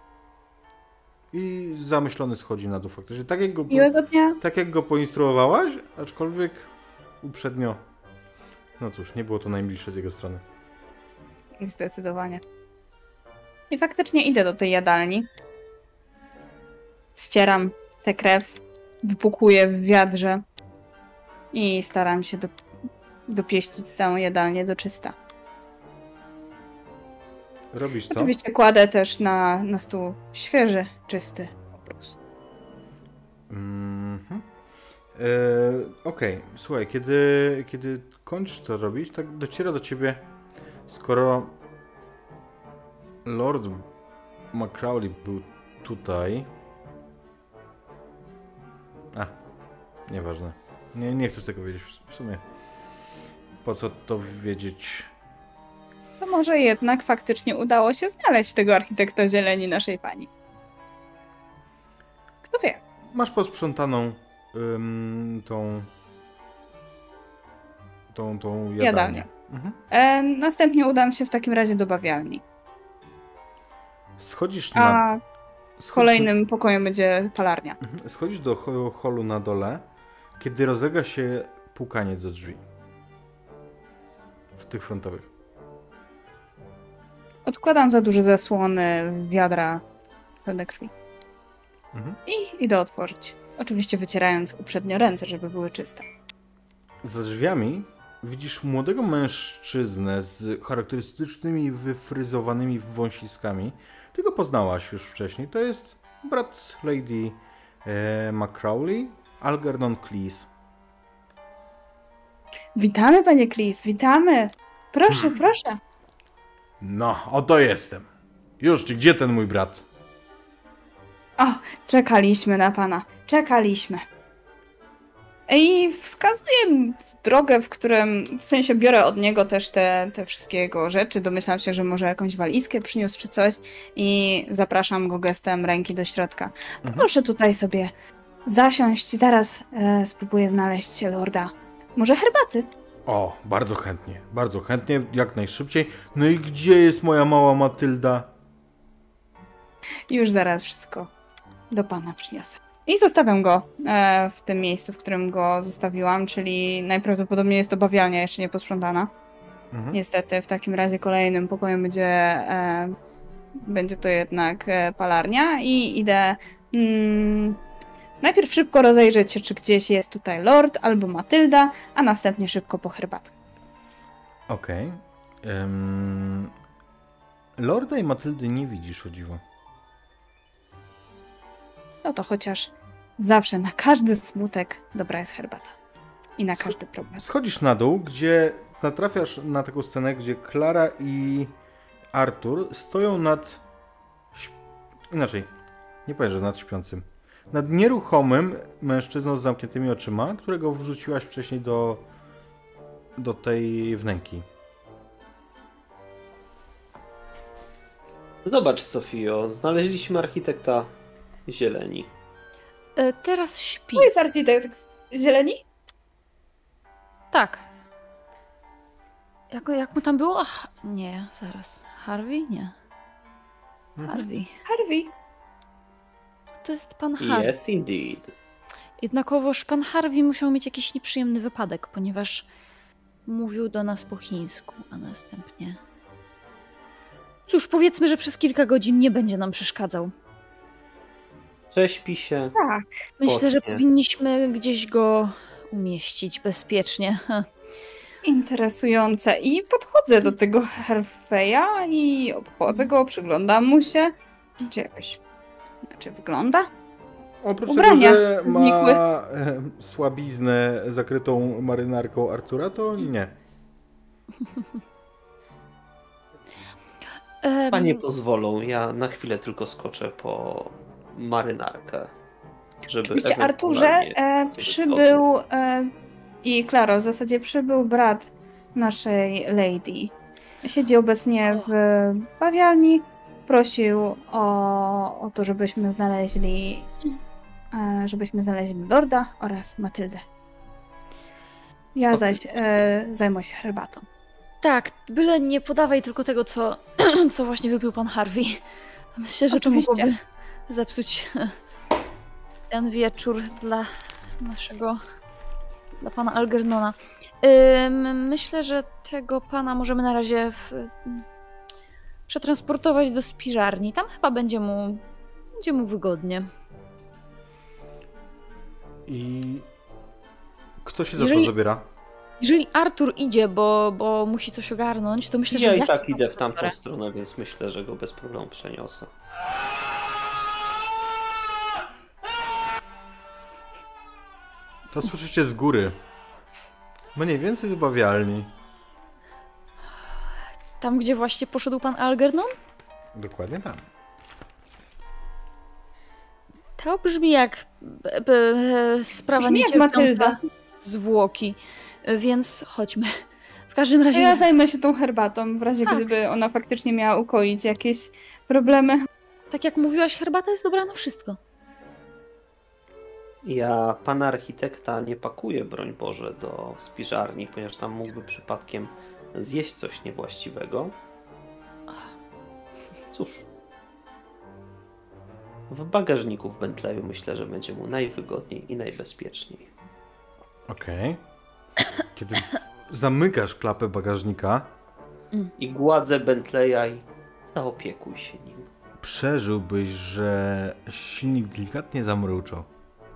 I zamyślony schodzi na dół faktycznie. Miłego dnia. Tak jak go poinstruowałaś, aczkolwiek uprzednio... No cóż, nie było to najmilsze z jego strony. Zdecydowanie. I faktycznie idę do tej jadalni. Ścieram tę krew, wypukłuję w wiadrze i staram się dopieścić całą jadalnię do czysta. Robisz to? Oczywiście kładę też na stół świeży, czysty obrus. Okej, słuchaj, kiedy kończysz to robić, tak dociera do ciebie, skoro Lord McCrowley był tutaj... Nieważne. Nie chcesz tego wiedzieć w sumie. Po co to wiedzieć? To może jednak faktycznie udało się znaleźć tego architekta zieleni naszej pani. Kto wie? Masz posprzątaną tą jadalnię. Następnie udam się w takim razie do bawialni. Schodzisz A w kolejnym pokoju będzie palarnia. Schodzisz do holu na dole, kiedy rozlega się pukanie do drzwi. W tych frontowych. Odkładam za duże zasłony wiadra pełne krwi. I idę otworzyć. Oczywiście wycierając uprzednio ręce, żeby były czyste. Za drzwiami widzisz młodego mężczyznę z charakterystycznymi, wyfryzowanymi wąsiskami. Ty go poznałaś już wcześniej. To jest brat Lady McCrowley, Algernon Cleese. Witamy, panie Cleese, witamy. Proszę, proszę. No, oto jestem. Już, gdzie ten mój brat? O, czekaliśmy na pana. Czekaliśmy. I wskazuję drogę, w sensie biorę od niego też te wszystkie jego rzeczy. Domyślam się, że może jakąś walizkę przyniósł czy coś i zapraszam go gestem ręki do środka. Proszę tutaj sobie zasiąść. Zaraz spróbuję znaleźć lorda. Może herbaty? O, bardzo chętnie, jak najszybciej. No i gdzie jest moja mała Matylda? Już zaraz wszystko do pana przyniosę. I zostawiam go w tym miejscu, w którym go zostawiłam, czyli najprawdopodobniej jest to bawialnia jeszcze nie posprzątana. Niestety w takim razie kolejnym pokojem będzie to jednak palarnia i idę najpierw szybko rozejrzeć się, czy gdzieś jest tutaj Lord albo Matylda, a następnie szybko po herbatę. Okej. Lorda i Matyldy nie widzisz, o dziwo. No to chociaż zawsze na każdy smutek dobra jest herbata. I na każdy problem. Schodzisz na dół, gdzie natrafiasz na taką scenę, gdzie Klara i Artur stoją nad... Inaczej, nie powiem, że nad śpiącym. Nad nieruchomym mężczyzną z zamkniętymi oczyma, którego wrzuciłaś wcześniej do tej wnęki. Zobacz, Sofio, znaleźliśmy architekta zieleni. Teraz śpi. To jest architekt zieleni? Tak. Jak mu tam było? Ach, nie, zaraz. Harvey? Nie. Harvey. Harvey. To jest pan Harvey. Yes, indeed. Jednakowoż pan Harvey musiał mieć jakiś nieprzyjemny wypadek, ponieważ mówił do nas po chińsku, a następnie... Cóż, powiedzmy, że przez kilka godzin nie będzie nam przeszkadzał. Prześpi się. Tak. Myślę, że Pocznie. powinniśmy gdzieś go umieścić bezpiecznie. Interesujące. I podchodzę do tego Harveya i obchodzę go, przyglądam mu się. Czy jakoś inaczej wygląda? Oprócz Ubrania tego, że znikły. ma słabiznę zakrytą marynarką Artura, to nie. Panie pozwolą, ja na chwilę tylko skoczę po marynarkę. Żeby Oczywiście, Arturze, ewentualnie coś przybył i Klaro, w zasadzie przybył brat naszej lady. Siedzi obecnie w bawialni. Prosił o to, żebyśmy znaleźli Lorda oraz Matyldę. Ja zaś zajmę się herbatą. Tak, byle nie podawaj tylko tego, co właśnie wypił pan Harvey. Myślę, że Oczywiście. to mogłoby zepsuć ten wieczór dla pana Algernona. Myślę, że tego pana możemy na razie przetransportować do spiżarni. Tam chyba będzie mu wygodnie. I kto się za to zabiera? Jeżeli Artur idzie, bo musi coś ogarnąć, to myślę, że Ja i się tak idę w tam tamtą stronę, więc myślę, że go bez problemu przeniosę. To słyszycie z góry. Mniej więcej z bawialni. Tam, gdzie właśnie poszedł pan Algernon? Dokładnie tam. To brzmi jak sprawa Brzmi jak niecierpiąca Matylda. zwłoki, więc chodźmy. W każdym razie... Ja zajmę się tą herbatą, w razie Tak. gdyby ona faktycznie miała ukoić jakieś problemy. Tak jak mówiłaś, herbata jest dobra na wszystko. Ja pana architekta nie pakuję, broń Boże, do spiżarni, ponieważ tam mógłby przypadkiem zjeść coś niewłaściwego. Cóż. W bagażniku w Bentleyu myślę, że będzie mu najwygodniej i najbezpieczniej. Okej. Kiedy zamykasz klapę bagażnika, I gładzę Bentleya i zaopiekuj się nim. przeżyłbyś, że silnik delikatnie zamruczał.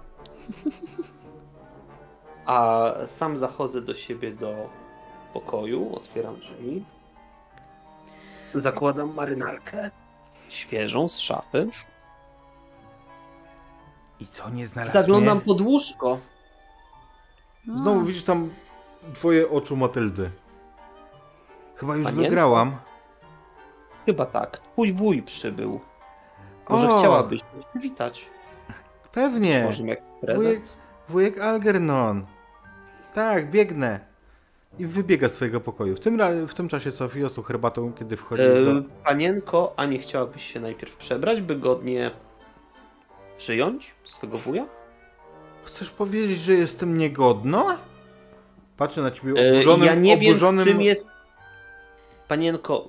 A sam zachodzę do siebie do pokoju, otwieram drzwi. Zakładam marynarkę świeżą z szafy. I co, nie znalazłeś? Zaglądam pod łóżko. Znowu widzisz tam twoje oczu Matyldy. Chyba już Panienko? wygrałam. Chyba tak. Twój wuj przybył. Może Och. chciałabyś się przywitać? Pewnie. Może jak prezent? Wujek Algernon. Tak, biegnę. I wybiega z twojego pokoju. W tym czasie Sofia z tą herbatą, kiedy wchodzi do... Panienko, a nie chciałabyś się najpierw przebrać, by godnie przyjąć swego wuja? Chcesz powiedzieć, że jestem niegodna? Patrzę na ciebie oburzonym... Ja nie wiem, oburzonym... czym jest... Panienko,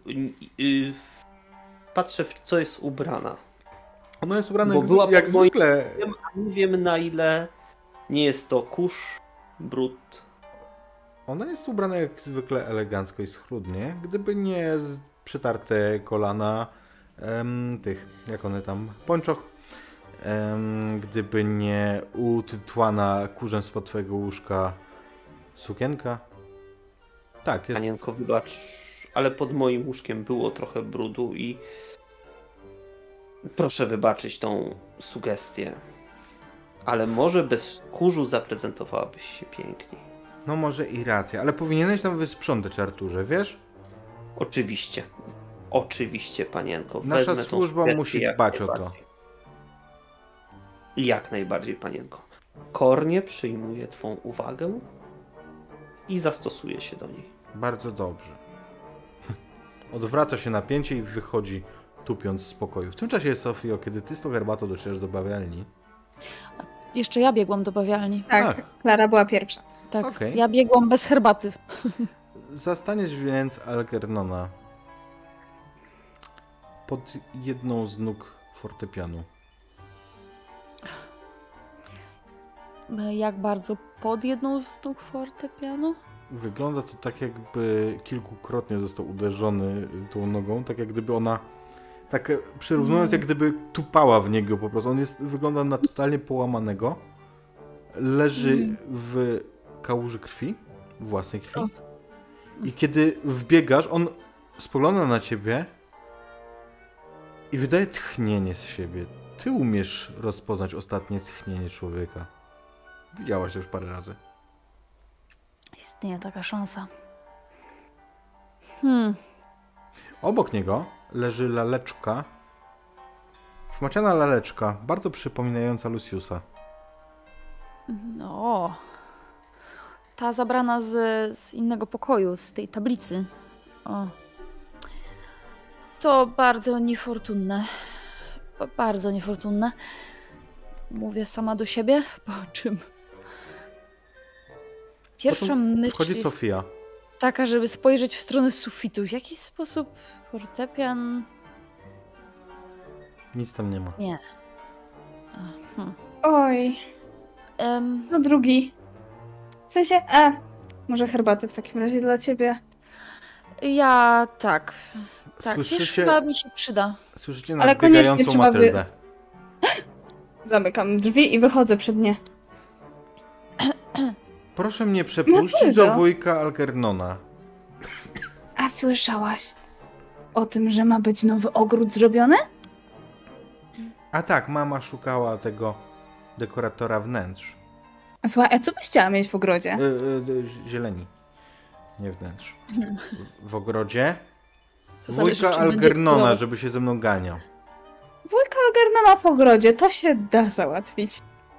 patrzę, w co jest ubrana. Ona jest ubrana Bo jak, była jak pod moim- zwykle. Nie wiem, na ile nie jest to kurz, brud. Ona jest ubrana jak zwykle elegancko i schludnie, gdyby nie przytarte kolana tych, jak one tam, pończoch. Gdyby nie utytłana kurzem spod twojego łóżka sukienka. Tak, jest... Panienko, wybacz, ale pod moim łóżkiem było trochę brudu i proszę wybaczyć tą sugestię. Ale może bez kurzu zaprezentowałabyś się piękniej. No może i racja, ale powinieneś tam wysprzątać, Arturze, wiesz? Oczywiście. Oczywiście, panienko. Nasza Wezmę tą służba sugestię musi jak dbać o to. najbardziej. Jak najbardziej, panienko. Kornie przyjmuje twą uwagę i zastosuje się do niej. Bardzo dobrze. Odwraca się napięcie i wychodzi, tupiąc z pokoju. W tym czasie, Sofio, kiedy ty z tą herbatą docierasz do bawialni... Jeszcze ja biegłam do bawialni. Tak, Klara była pierwsza. Tak, Okej. ja biegłam bez herbaty. Zastaniesz więc Algernona pod jedną z nóg fortepianu. Jak bardzo pod jedną z nóg fortepianu? Wygląda to tak, jakby kilkukrotnie został uderzony tą nogą, tak jak gdyby ona, tak przyrównując, jak gdyby tupała w niego po prostu. On wygląda na totalnie połamanego. Leży w kałuży krwi, własnej krwi. O. I kiedy wbiegasz, on spogląda na ciebie i wydaje tchnienie z siebie. Ty umiesz rozpoznać ostatnie tchnienie człowieka. Widziałaś to już parę razy. Istnieje taka szansa. Obok niego leży laleczka. Szmaciana laleczka, bardzo przypominająca Luciusa. No. Ta zabrana z innego pokoju, z tej tablicy. O. To bardzo niefortunne. Bardzo niefortunne. Mówię sama do siebie, po czym pierwsza myśl Wchodzi jest Sofia. taka, żeby spojrzeć w stronę sufitu. W jaki sposób fortepian... Nic tam nie ma. Nie. Oj, no drugi. W sensie, może herbaty w takim razie dla ciebie. Ja tak. Tak, Słyszycie- wiesz, chyba mi się przyda. Słyszycie Ale koniecznie nadbiegającą trzeba Matyldę. Zamykam drzwi i wychodzę przed nie. Proszę mnie przepuścić Matyldo. do wujka Algernona. A słyszałaś o tym, że ma być nowy ogród zrobiony? A tak, mama szukała tego dekoratora wnętrz. Słuchaj, a co byś chciała mieć w ogrodzie? Zieleni. Nie wnętrz. W ogrodzie To zależy, wujka czym będzie Algernona, kolorowo. żeby się ze mną ganiał. Wujka Algernona w ogrodzie, to się da załatwić.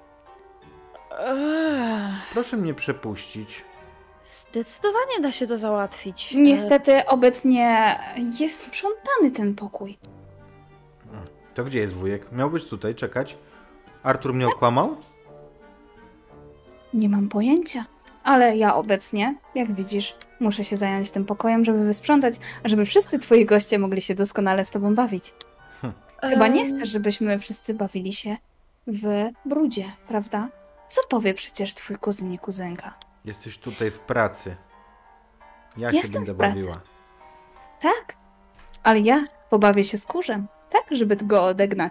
Proszę mnie przepuścić. Zdecydowanie da się to załatwić. Niestety obecnie jest sprzątany ten pokój. To gdzie jest wujek? Miał być tutaj, czekać. Artur mnie okłamał? Nie mam pojęcia. Ale ja obecnie, jak widzisz, muszę się zająć tym pokojem, żeby wysprzątać, a żeby wszyscy twoi goście mogli się doskonale z tobą bawić. Chyba nie chcesz, żebyśmy wszyscy bawili się w brudzie, prawda? Co powie przecież twój kuzyn i kuzynka? Jesteś tutaj w pracy. Ja Jestem się będę w pracy. bawiła. Tak, ale ja pobawię się z kurzem, tak, żeby go odegnać.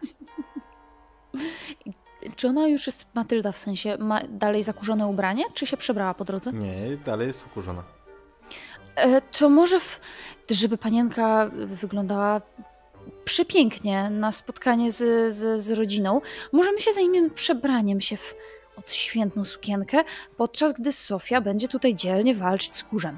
Czy ona już jest Matylda, w sensie ma dalej zakurzone ubranie, czy się przebrała po drodze? Nie, dalej jest ukurzona. To może, żeby panienka wyglądała przepięknie na spotkanie z rodziną, może my się zajmiemy przebraniem się w odświętną sukienkę, podczas gdy Sofia będzie tutaj dzielnie walczyć z kurzem.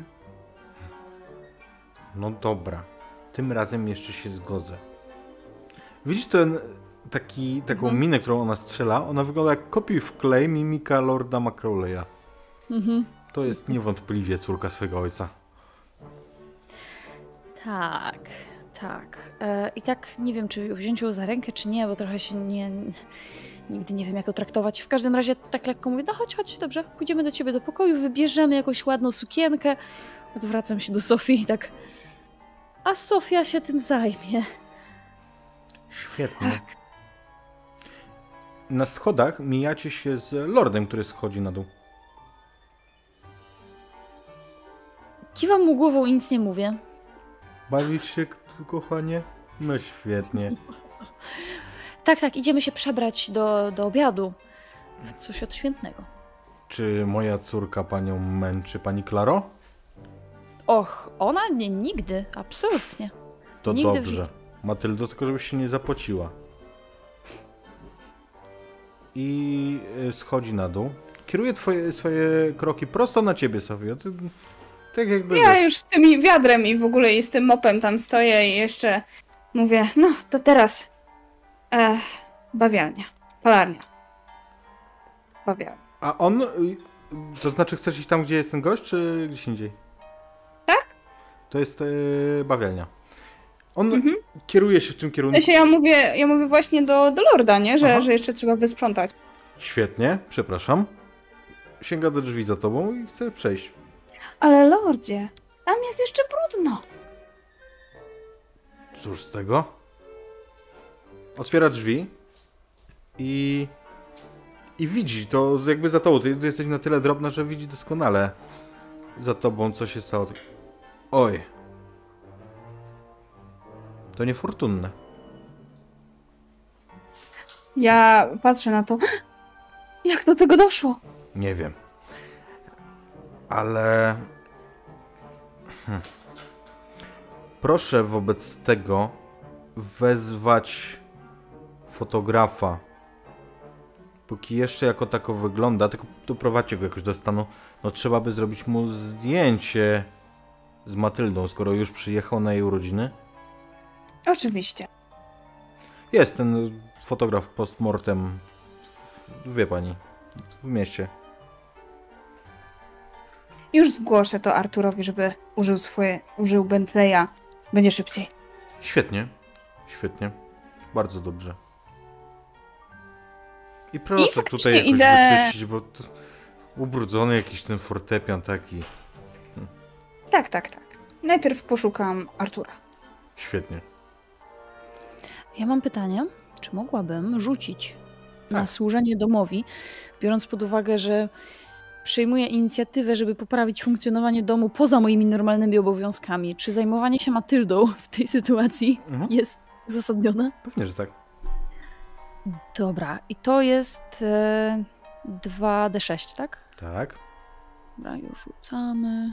No dobra. Tym razem jeszcze się zgodzę. Widzisz taką minę, którą ona strzela? Ona wygląda jak kopiuj w klej mimika Lorda Macrowleya. To jest niewątpliwie córka swojego ojca. Tak, tak. I tak nie wiem, czy wziąć ją za rękę, czy nie, bo trochę się nigdy nie wiem, jak ją traktować. W każdym razie tak lekko mówię, no chodź, dobrze, pójdziemy do ciebie do pokoju, wybierzemy jakąś ładną sukienkę. Odwracam się do Sofii i tak, a Sofia się tym zajmie. Świetnie. Na schodach mijacie się z Lordem, który schodzi na dół. Kiwam mu głową i nic nie mówię. Bawisz się, kochanie? No świetnie. Tak, idziemy się przebrać do obiadu. W coś odświętnego. Czy moja córka panią męczy, pani Klaro? Och, ona nie, nigdy, absolutnie. To Nigdy w dobrze. Matyldo, tylko żebyś się nie zapociła. I schodzi na dół. Kieruje swoje kroki prosto na ciebie, Sofia. Ty, tak jakby... Ja wiesz, już z tym wiadrem i w ogóle i z tym mopem tam stoję i jeszcze mówię, no to teraz bawialnia, palarnia. Bawialnia. A on... To znaczy chcesz iść tam, gdzie jest ten gość, czy gdzieś indziej? Tak? To jest bawialnia. On kieruje się w tym kierunku. Ja mówię właśnie do Lorda, nie? Że jeszcze trzeba wysprzątać. Świetnie, przepraszam. Sięga do drzwi za tobą i chce przejść. Ale Lordzie, tam jest jeszcze brudno. Cóż z tego? Otwiera drzwi i I widzi to jakby za tobą. Ty jesteś na tyle drobna, że widzi doskonale za tobą, co się stało. Oj. To niefortunne. Ja patrzę na to. Jak do tego doszło? Nie wiem. Ale... Proszę wobec tego wezwać fotografa. Póki jeszcze jako tako wygląda, tylko doprowadźcie go jakoś do stanu. No trzeba by zrobić mu zdjęcie z Matyldą, skoro już przyjechał na jej urodziny. Oczywiście. Jest ten fotograf postmortem, wie pani, w mieście. Już zgłoszę to Arturowi, żeby użył Bentleya. Będzie szybciej. Świetnie, świetnie, bardzo dobrze. I proszę tutaj jakoś wyczyścić, bo to ubrudzony jakiś ten fortepian taki. Tak. Najpierw poszukam Artura. Świetnie. Ja mam pytanie, czy mogłabym rzucić na służenie domowi, biorąc pod uwagę, że przejmuję inicjatywę, żeby poprawić funkcjonowanie domu poza moimi normalnymi obowiązkami. Czy zajmowanie się Matyldą w tej sytuacji jest uzasadnione? Pewnie, że tak. Dobra, i to jest 2d6, tak? Tak. Dobra, już rzucamy.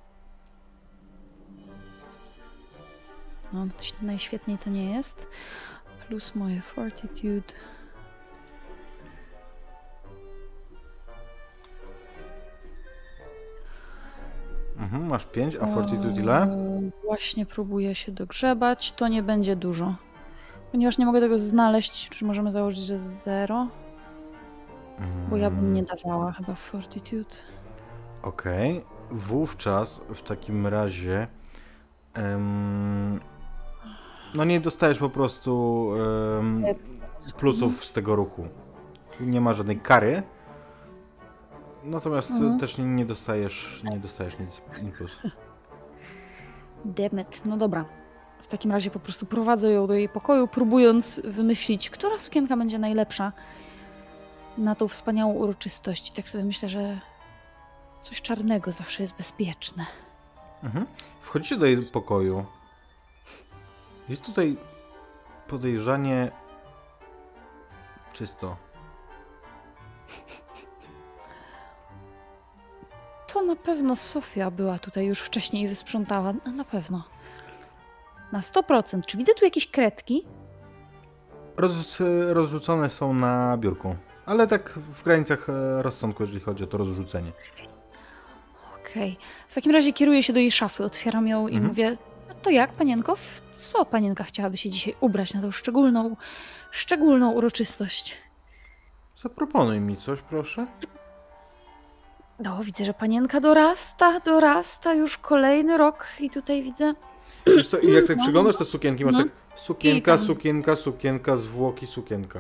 No, najświetniej to nie jest. Plus moje fortitude. Masz 5, a fortitude ile? Właśnie próbuję się dogrzebać. To nie będzie dużo. Ponieważ nie mogę tego znaleźć, czy możemy założyć, że 0? Bo ja bym nie dawała chyba fortitude. Okej. Wówczas w takim razie no nie dostajesz po prostu plusów z tego ruchu. Nie ma żadnej kary. Natomiast też nie dostajesz nic plus. Demet. No dobra. W takim razie po prostu prowadzę ją do jej pokoju, próbując wymyślić, która sukienka będzie najlepsza na tą wspaniałą uroczystość. I tak sobie myślę, że coś czarnego zawsze jest bezpieczne. Wchodzicie do jej pokoju. Jest tutaj podejrzanie czysto. To na pewno Sofia była tutaj już wcześniej i wysprzątała. Na pewno. Na 100%. Czy widzę tu jakieś kredki? Rozrzucone są na biurku. Ale tak w granicach rozsądku, jeżeli chodzi o to rozrzucenie. Okej. W takim razie kieruję się do jej szafy, otwieram ją i mówię, no to jak, panienko? W co panienka chciałaby się dzisiaj ubrać na tą szczególną uroczystość? Zaproponuj mi coś, proszę. No, widzę, że panienka dorasta już kolejny rok i tutaj widzę... Wiesz co, i jak tak przyglądasz te sukienki, masz tak sukienka, zwłoki, sukienka.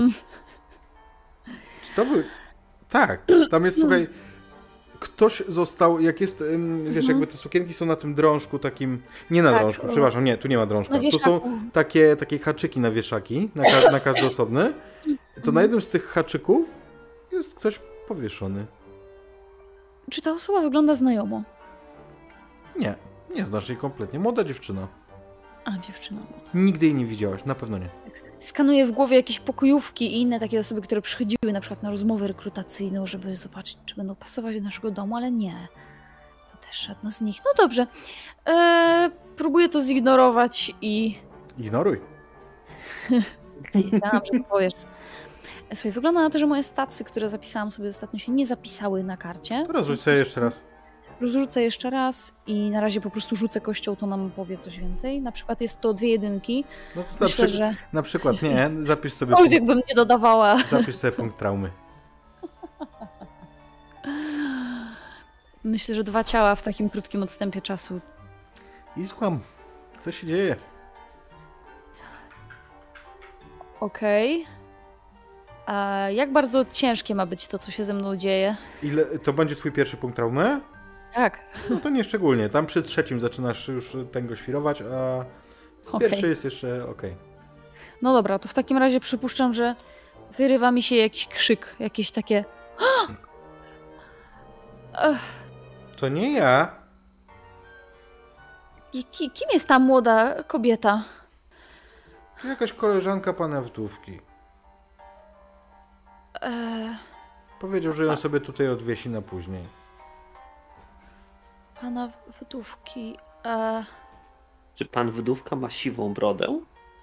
Czy to był... Tak, tam jest, słuchaj, ktoś został, jak jest, wiesz, jakby te sukienki są na tym drążku takim, nie na drążku, przepraszam, nie, tu nie ma drążka, tu są takie haczyki na wieszaki, na każdy osobny, to na jednym z tych haczyków jest ktoś powieszony. Czy ta osoba wygląda znajomo? Nie znasz jej kompletnie, młoda dziewczyna. A, dziewczyna młoda. Nigdy jej nie widziałaś, na pewno nie. Skanuję w głowie jakieś pokojówki i inne takie osoby, które przychodziły na przykład na rozmowę rekrutacyjną, żeby zobaczyć, czy będą pasować do naszego domu, ale nie. To też żadna z nich. No dobrze. Próbuję to zignorować i... Ignoruj. Wiedziałam, że to powiesz. Słuchaj, wygląda na to, że moje stacje, które zapisałam sobie ostatnio, się nie zapisały na karcie. To rozrzuć sobie jeszcze raz. Rozrzucę jeszcze raz i na razie po prostu rzucę kością, to nam powie coś więcej. Na przykład jest to 2 jedynki. No to Myślę, że... Na przykład nie, zapisz sobie punkt... bym nie dodawała. Zapisz sobie punkt traumy. Myślę, że 2 ciała w takim krótkim odstępie czasu. I słucham, co się dzieje? Okej. A jak bardzo ciężkie ma być to, co się ze mną dzieje? Ile to będzie twój pierwszy punkt traumy? Tak. No to nie szczególnie. Tam przy 3 zaczynasz już tego świrować, a pierwszy jest jeszcze okej. No dobra, to w takim razie przypuszczam, że wyrywa mi się jakiś krzyk, jakieś takie... To nie ja. Kim jest ta młoda kobieta? Jakaś koleżanka pana wdówki. Powiedział, że ją sobie tutaj odwiesi na później. Pana wdówki... Czy pan wdówka ma siwą brodę?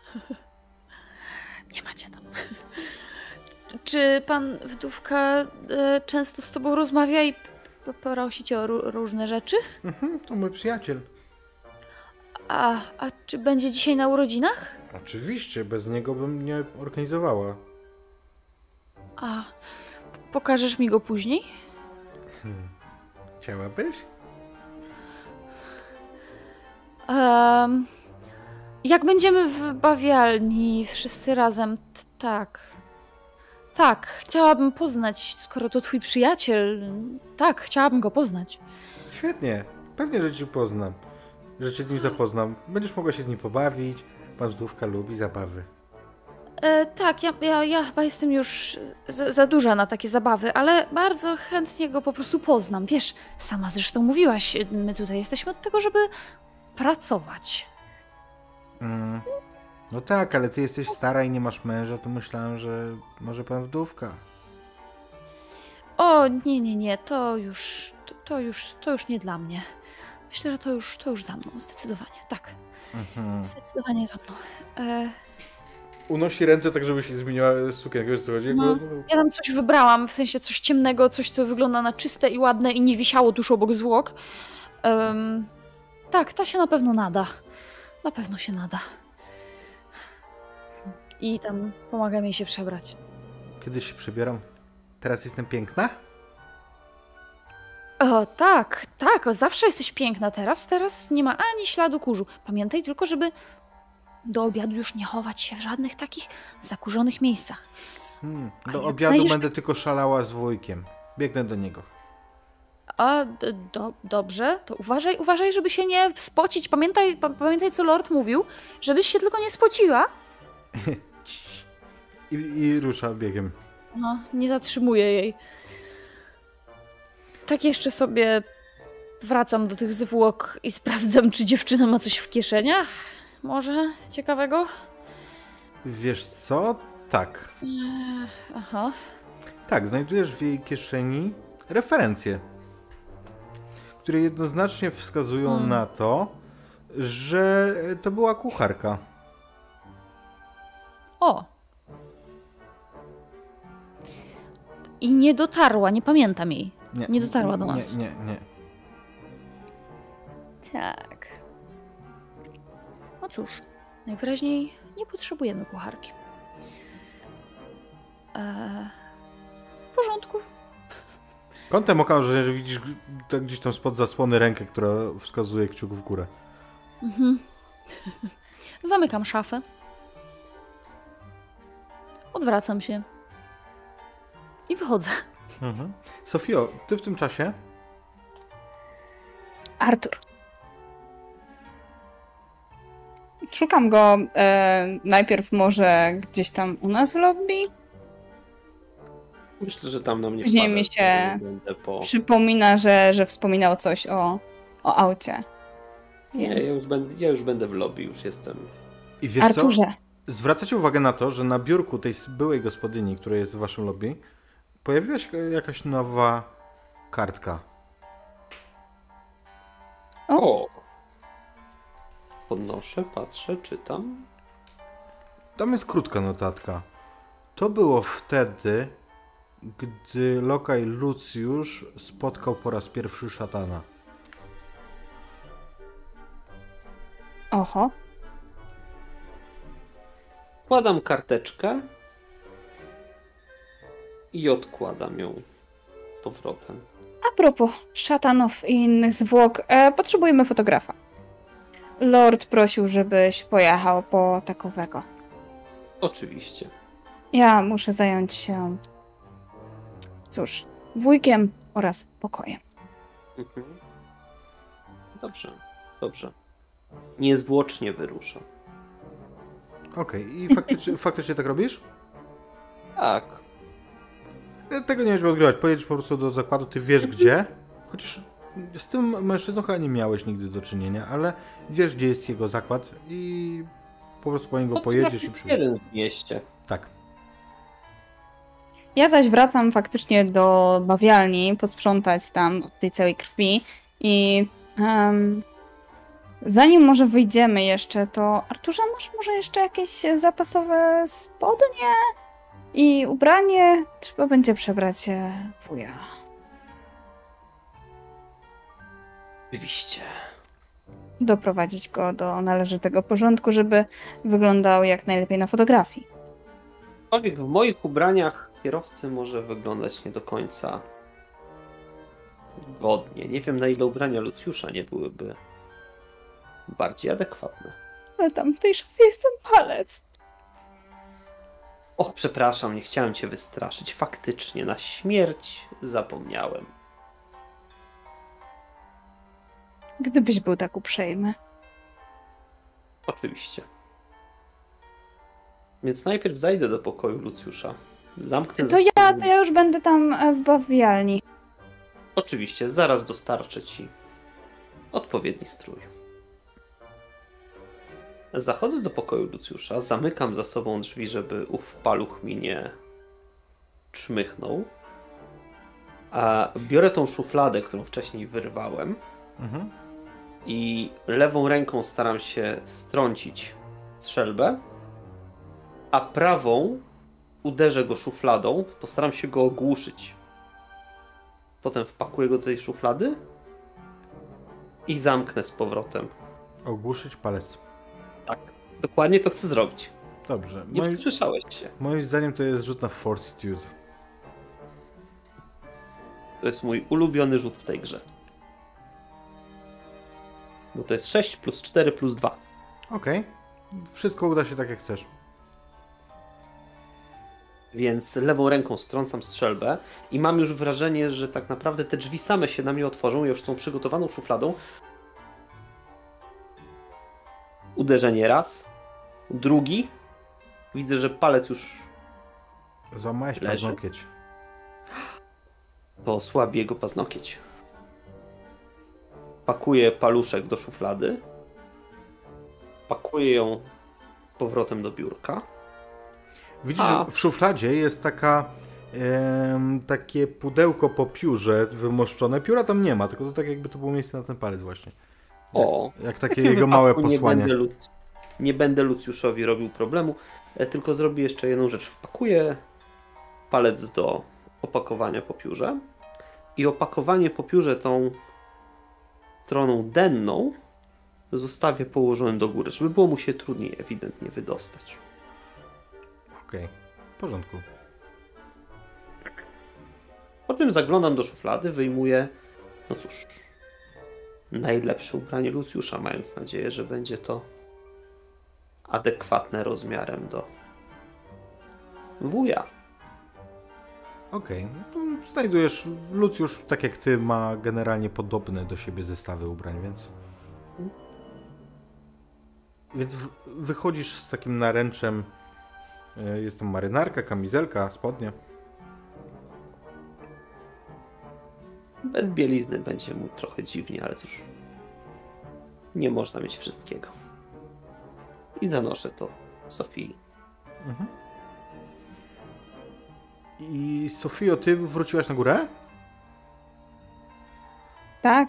Nie macie tam. Czy pan wdówka często z tobą rozmawia i prosicie o różne rzeczy? To mój przyjaciel. A czy będzie dzisiaj na urodzinach? Oczywiście, bez niego bym nie organizowała. A pokażesz mi go później? Chciałabyś? Jak będziemy w bawialni wszyscy razem, tak. Tak, chciałabym poznać, skoro to twój przyjaciel. Tak, chciałabym go poznać. Świetnie. Pewnie, że cię poznam. Że cię z nim zapoznam. Będziesz mogła się z nim pobawić. Pan wdówka lubi zabawy. Tak, ja chyba jestem już za duża na takie zabawy, ale bardzo chętnie go po prostu poznam. Wiesz, sama zresztą mówiłaś, my tutaj jesteśmy od tego, żeby pracować. No tak, ale ty jesteś stara i nie masz męża, to myślałem, że może pan wdówka. O, nie, to już nie dla mnie. Myślę, że to już za mną, zdecydowanie, tak. Zdecydowanie za mną. Unosi ręce tak, żeby się zmieniła sukienka, wiesz co chodzi? Ja tam coś wybrałam, w sensie coś ciemnego, coś co wygląda na czyste i ładne i nie wisiało tuż obok zwłok. Tak, ta się na pewno nada. Na pewno się nada. I tam pomagam jej się przebrać. Kiedyś się przebieram. Teraz jestem piękna? O, tak, zawsze jesteś piękna teraz nie ma ani śladu kurzu. Pamiętaj tylko, żeby do obiadu już nie chować się w żadnych takich zakurzonych miejscach. Do obiadu będę tylko szalała z wujkiem. Biegnę do niego. A, dobrze, to uważaj, żeby się nie spocić. Pamiętaj, co Lord mówił, żebyś się tylko nie spociła. I rusza biegiem. Nie zatrzymuję jej. Tak jeszcze sobie wracam do tych zwłok i sprawdzam, czy dziewczyna ma coś w kieszeniach. Może ciekawego? Wiesz co? Tak. Aha. Tak, znajdujesz w jej kieszeni referencje, które jednoznacznie wskazują na to, że to była kucharka. O! I nie dotarła, nie pamiętam jej. Nie dotarła do nas. Nie. Tak. No cóż, najwyraźniej nie potrzebujemy kucharki. W porządku. Kątem oka, że widzisz tak gdzieś tam spod zasłony rękę, która wskazuje kciuk w górę. Zamykam szafę. Odwracam się. I wychodzę. Sofio, ty w tym czasie? Artur. Szukam go najpierw może gdzieś tam u nas w lobby. Myślę, że tam nam nie Później wpada, mi się po... przypomina, że wspominał coś o aucie. Nie, ja już będę w lobby, już jestem. I wiesz Arturze. co? Zwracacie uwagę na to, że na biurku tej byłej gospodyni, która jest w waszym lobby, pojawiła się jakaś nowa kartka. O! Podnoszę, patrzę, czytam. Tam jest krótka notatka. To było wtedy, gdy lokaj Lucjusz spotkał po raz pierwszy szatana. Oho. Wkładam karteczkę i odkładam ją z powrotem. A propos szatanów i innych zwłok, potrzebujemy fotografa. Lord prosił, żebyś pojechał po takowego. Oczywiście. Ja muszę zająć się, cóż, wujkiem oraz pokojem. Dobrze. Niezwłocznie wyruszę. Okej, i faktycznie tak robisz? Tak. Tego nie będziemy odgrywać. Pojedziesz po prostu do zakładu, ty wiesz gdzie. Chociaż z tym mężczyzną chyba nie miałeś nigdy do czynienia, ale wiesz gdzie jest jego zakład i po prostu po niego pojedziesz i jest jeden w mieście. Tak. Ja zaś wracam faktycznie do bawialni, posprzątać tam od tej całej krwi i zanim może wyjdziemy jeszcze, to Arturze, masz może jeszcze jakieś zapasowe spodnie i ubranie? Trzeba będzie przebrać wuja. Oczywiście. Doprowadzić go do należytego porządku, żeby wyglądał jak najlepiej na fotografii. Aczkolwiek w moich ubraniach kierowcy może wyglądać nie do końca godnie. Nie wiem, na ile ubrania Lucjusza nie byłyby bardziej adekwatne. Ale tam w tej szafie jest ten palec. Och, przepraszam, nie chciałem cię wystraszyć. Faktycznie, na śmierć zapomniałem. Gdybyś był tak uprzejmy. Oczywiście. Więc najpierw zajdę do pokoju Lucjusza. Zamknę To ja już będę tam w bawialni. Oczywiście, zaraz dostarczę ci odpowiedni strój. Zachodzę do pokoju Lucjusza, zamykam za sobą drzwi, żeby ów paluch mi nie czmychnął. A biorę tą szufladę, którą wcześniej wyrwałem i lewą ręką staram się strącić strzelbę, a prawą uderzę go szufladą, postaram się go ogłuszyć. Potem wpakuję go do tej szuflady i zamknę z powrotem. Ogłuszyć palec. Tak, dokładnie to chcę zrobić. Dobrze. Nie słyszałeś się. Moim zdaniem to jest rzut na Fortitude. To jest mój ulubiony rzut w tej grze. Bo to jest 6 plus 4 plus 2. Okej. Wszystko uda się tak jak chcesz. Więc lewą ręką strącam strzelbę i mam już wrażenie, że tak naprawdę te drzwi same się na mnie otworzą, już są przygotowaną szufladą. Uderzenie raz, drugi. Widzę, że palec już Złamałeś leży. paznokieć. To osłabi jego paznokieć. Pakuję paluszek do szuflady. Pakuję ją z powrotem do biurka. Widzisz, że w szufladzie jest takie pudełko po piórze wymoszczone. Pióra tam nie ma, tylko to tak jakby to było miejsce na ten palec właśnie. Jak takie jego małe posłanie. Nie będę Lucjuszowi robił problemu, tylko zrobię jeszcze jedną rzecz. Wpakuję palec do opakowania po piórze i opakowanie po piórze tą stroną denną zostawię położonym do góry, żeby było mu się trudniej ewidentnie wydostać. Okej, w porządku. Po czym zaglądam do szuflady, wyjmuję, no cóż, najlepsze ubranie Lucjusza, mając nadzieję, że będzie to adekwatne rozmiarem do wuja. Okej. Znajdujesz, Lucjusz, tak jak ty, ma generalnie podobne do siebie zestawy ubrań, więc... Więc wychodzisz z takim naręczem. Jest tam marynarka, kamizelka, spodnie. Bez bielizny będzie mu trochę dziwnie, ale cóż, nie można mieć wszystkiego. I zanoszę to Sofii. I Sofio, ty wróciłaś na górę? Tak.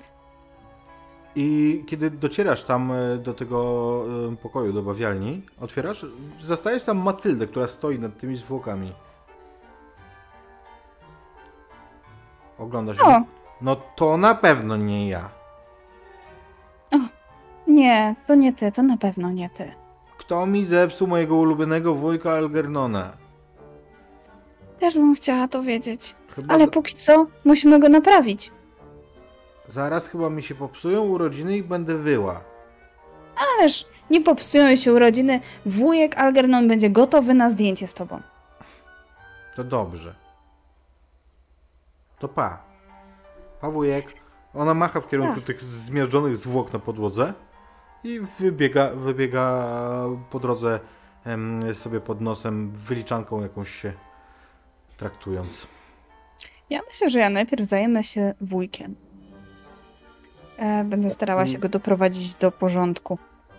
I kiedy docierasz tam do tego pokoju, do bawialni, otwierasz, zastajesz tam Matyldę, która stoi nad tymi zwłokami. Oglądasz ją? No to na pewno nie ja. O, nie, to nie ty, to na pewno nie ty. Kto mi zepsuł mojego ulubionego wujka Algernona? Też bym chciała to wiedzieć. Chyba Ale póki co musimy go naprawić. Zaraz chyba mi się popsują urodziny i będę wyła. Ależ nie popsują się urodziny. Wujek Algernon będzie gotowy na zdjęcie z tobą. To dobrze. To pa. Pa wujek. Ona macha w kierunku tych zmiażdżonych zwłok na podłodze i wybiega po drodze sobie pod nosem wyliczanką jakąś się traktując. Ja myślę, że ja najpierw zajmę się wujkiem. Będę starała się go doprowadzić do porządku.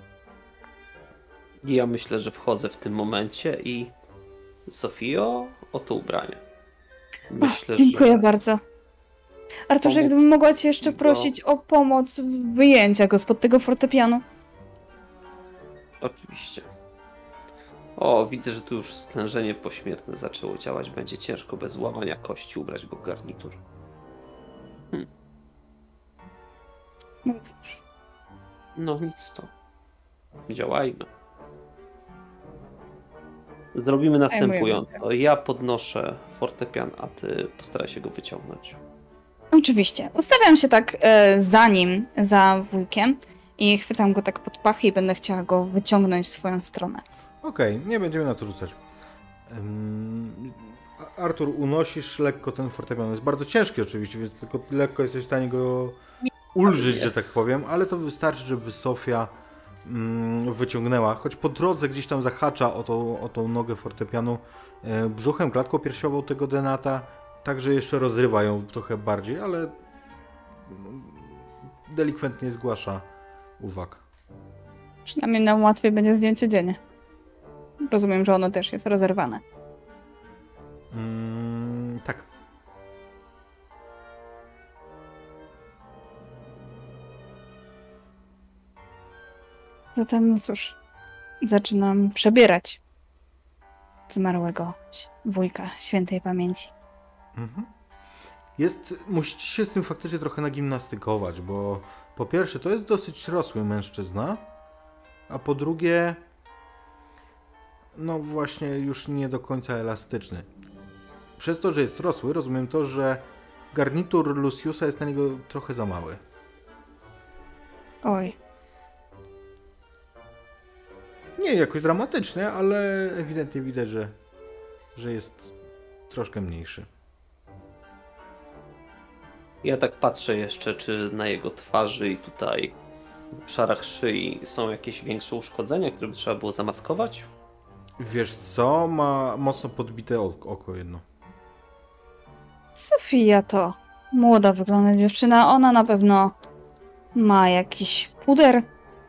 Ja myślę, że wchodzę w tym momencie i Sofio, oto ubranie. Myślę, Dziękuję że bardzo. Arturze, gdybym mogła cię jeszcze prosić o pomoc w wyjęcia go spod tego fortepianu. Oczywiście. O, widzę, że tu już stężenie pośmiertne zaczęło działać. Będzie ciężko bez łamania kości ubrać go w garnitur. Mówisz. No nic to. Działajmy. Zrobimy następująco. Ja podnoszę fortepian, a ty postaraj się go wyciągnąć. Oczywiście. Ustawiam się tak za nim, za wujkiem i chwytam go tak pod pachy i będę chciała go wyciągnąć w swoją stronę. Okej, nie będziemy na to rzucać. Artur, unosisz lekko ten fortepian. Jest bardzo ciężki oczywiście, więc tylko lekko jesteś w stanie go ulżyć, że tak powiem, ale to wystarczy, żeby Sofia wyciągnęła, choć po drodze gdzieś tam zahacza o tą nogę fortepianu brzuchem, klatką piersiową tego denata, także jeszcze rozrywa ją trochę bardziej, ale delikwentnie zgłasza uwag. Przynajmniej nam łatwiej będzie zdjąć odzienie. Rozumiem, że ono też jest rozerwane. Tak. Zatem, no cóż, zaczynam przebierać zmarłego wujka świętej pamięci. Mhm. Musicie się z tym faktycznie trochę nagimnastykować, bo po pierwsze to jest dosyć rosły mężczyzna, a po drugie no właśnie już nie do końca elastyczny. Przez to, że jest rosły, rozumiem to, że garnitur Luciusa jest na niego trochę za mały. Oj. Nie jakoś dramatycznie, ale ewidentnie widać, że jest troszkę mniejszy. Ja tak patrzę jeszcze, czy na jego twarzy i tutaj w obszarach szyi są jakieś większe uszkodzenia, które by trzeba było zamaskować? Wiesz co? Ma mocno podbite oko jedno. Sofia to młoda wygląda dziewczyna. Ona na pewno ma jakiś puder.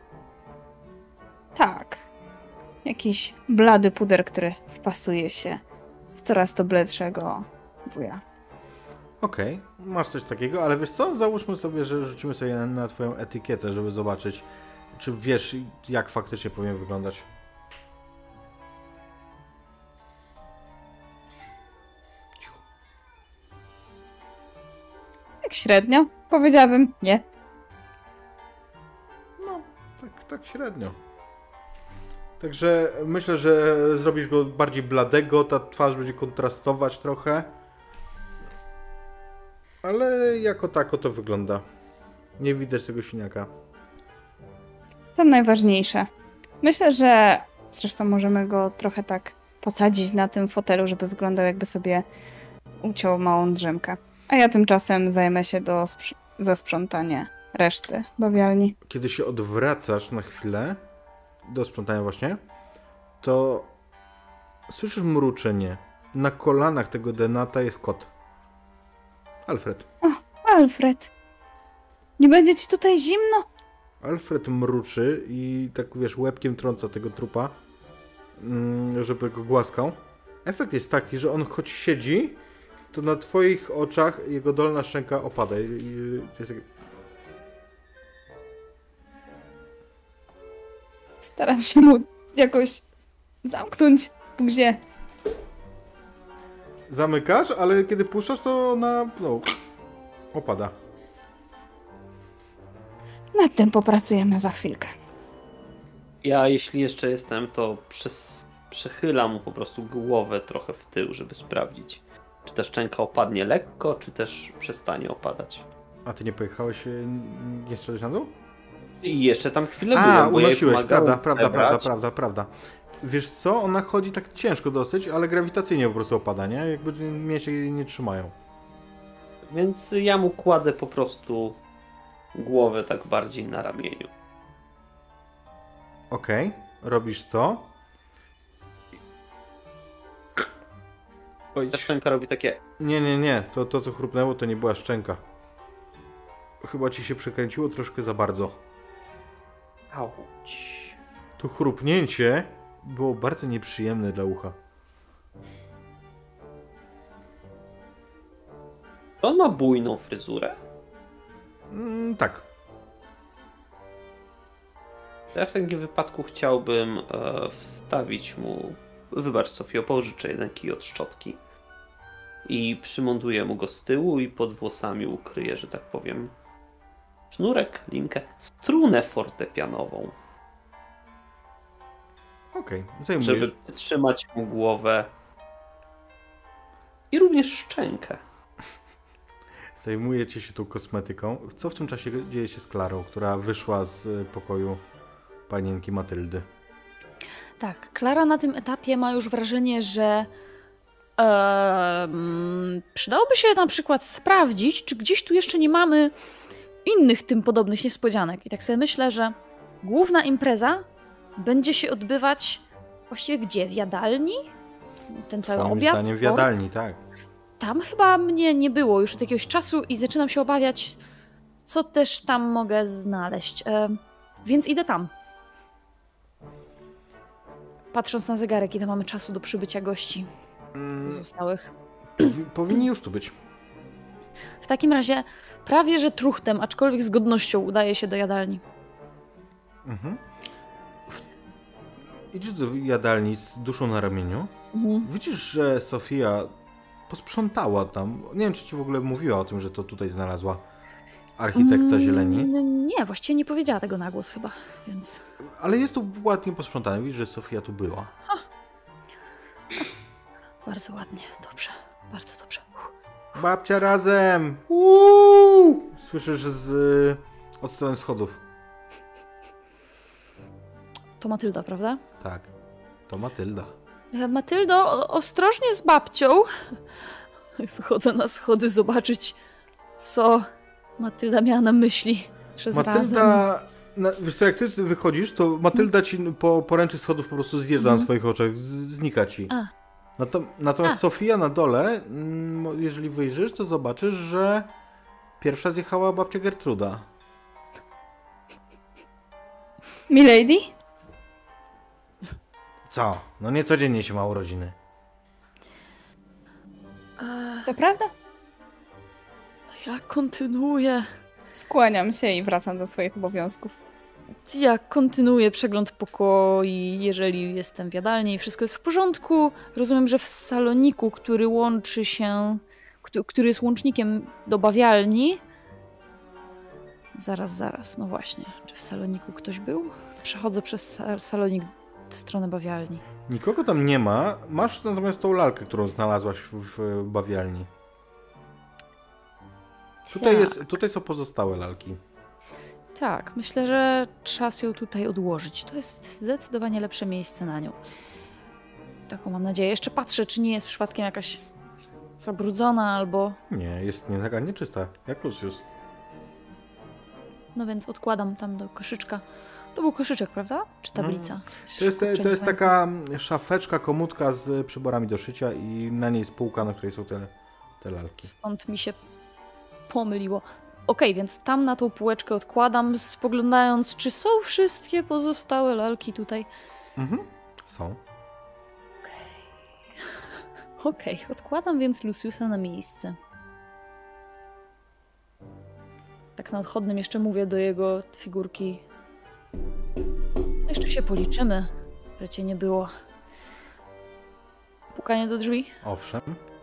Tak. Jakiś blady puder, który wpasuje się w coraz to bledszego wuja. Okej, masz coś takiego, ale wiesz co? Załóżmy sobie, że rzucimy sobie na twoją etykietę, żeby zobaczyć, czy wiesz, jak faktycznie powinien wyglądać. Tak średnio. Powiedziałabym nie. No, tak średnio. Także myślę, że zrobisz go bardziej bladego, ta twarz będzie kontrastować trochę. Ale jako tako to wygląda. Nie widać tego siniaka. To najważniejsze. Myślę, że zresztą możemy go trochę tak posadzić na tym fotelu, żeby wyglądał, jakby sobie uciął małą drzemkę. A ja tymczasem zajmę się za sprzątanie reszty bawialni. Kiedy się odwracasz na chwilę do sprzątania właśnie, to słyszysz mruczenie. Na kolanach tego denata jest kot. Alfred. O, Alfred! Nie będzie ci tutaj zimno? Alfred mruczy i tak wiesz, łebkiem trąca tego trupa, żeby go głaskał. Efekt jest taki, że on choć siedzi, to na twoich oczach jego dolna szczęka opada. I to jest takie... Staram się mu jakoś zamknąć buzię. Zamykasz, ale kiedy puszczasz, to ona opada. Nad tym popracujemy za chwilkę. Ja, jeśli jeszcze jestem, to przechylam mu po prostu głowę trochę w tył, żeby sprawdzić, czy ta szczęka opadnie lekko, czy też przestanie opadać. A ty nie pojechałeś, nie strzelić na dół? I jeszcze tam chwilę byłem, bo unosiłeś, jej prawda. Wiesz co, ona chodzi tak ciężko dosyć, ale grawitacyjnie po prostu opada, nie? Jakby mięśnie jej nie trzymają. Więc ja mu kładę po prostu głowę tak bardziej na ramieniu. Okej, robisz to. Oj. Ta szczęka robi takie... Nie. To co chrupnęło, to nie była szczęka. Chyba ci się przekręciło troszkę za bardzo. Auć. To chrupnięcie było bardzo nieprzyjemne dla ucha. On ma bujną fryzurę? Tak. Ja w takim wypadku chciałbym wstawić mu... Wybacz, Sofio, pożyczę jeden kij od szczotki. I przymontuję mu go z tyłu i pod włosami ukryję, że tak powiem, sznurek, linkę, strunę fortepianową. Okej, zajmujesz. Żeby przytrzymać mu głowę. I również szczękę. Zajmujecie się tą kosmetyką. Co w tym czasie dzieje się z Klarą, która wyszła z pokoju panienki Matyldy? Tak, Klara na tym etapie ma już wrażenie, że przydałoby się na przykład sprawdzić, czy gdzieś tu jeszcze nie mamy innych tym podobnych niespodzianek. I tak sobie myślę, że główna impreza będzie się odbywać właściwie gdzie? W jadalni? Ten cały Twoim obiad? zdaniem w sport? jadalni, tak. Tam chyba mnie nie było już od jakiegoś czasu i zaczynam się obawiać, co też tam mogę znaleźć. Więc idę tam. Patrząc na zegarek, ile mamy czasu do przybycia gości pozostałych. Powinni już tu być. W takim razie prawie że truchtem, aczkolwiek z godnością udaje się do jadalni. Mhm. Idziesz do jadalni z duszą na ramieniu. Widzisz, że Sofia posprzątała tam. Nie wiem, czy ci w ogóle mówiła o tym, że to tutaj znalazła architekta zieleni. Nie, właściwie nie powiedziała tego na głos chyba, więc... Ale jest tu ładnie posprzątane. Widzisz, że Sofia tu była. Bardzo ładnie, dobrze, bardzo dobrze. Babcia razem! Słyszysz od strony schodów. To Matylda, prawda? Tak, to Matylda. Matyldo, ostrożnie z babcią. Wychodzę na schody zobaczyć, co Matylda miała na myśli. Matylda, wiesz co, jak ty wychodzisz, to Matylda ci po poręczy schodów po prostu zjeżdża na twoich oczach, znika ci. Natomiast Sofia na dole, jeżeli wyjrzysz, to zobaczysz, że pierwsza zjechała babcia Gertruda. Milady? Co? No nie codziennie się ma urodziny. To prawda? Ja kontynuuję. Skłaniam się i wracam do swoich obowiązków. Ja kontynuuję przegląd pokoi, jeżeli jestem w jadalni i wszystko jest w porządku. Rozumiem, że w saloniku, który łączy się, który jest łącznikiem do bawialni. Zaraz, no właśnie. Czy w saloniku ktoś był? Przechodzę przez salonik w stronę bawialni. Nikogo tam nie ma. Masz natomiast tą lalkę, którą znalazłaś w bawialni. Tutaj są pozostałe lalki. Tak, myślę, że czas ją tutaj odłożyć. To jest zdecydowanie lepsze miejsce na nią. Taką mam nadzieję. Jeszcze patrzę, czy nie jest przypadkiem jakaś zabrudzona albo... Nie, jest taka nieczysta, jak Lucius. No więc odkładam tam do koszyczka. To był koszyczek, prawda? Czy tablica? To jest taka szafeczka, komódka z przyborami do szycia i na niej jest półka, na której są te lalki. Stąd mi się pomyliło. Okej, więc tam na tą półeczkę odkładam, spoglądając, czy są wszystkie pozostałe lalki tutaj. Są. Okej, odkładam więc Luciusa na miejsce. Tak na odchodnym jeszcze mówię do jego figurki. Jeszcze się policzymy, że cię nie było. Pukanie do drzwi? Owszem.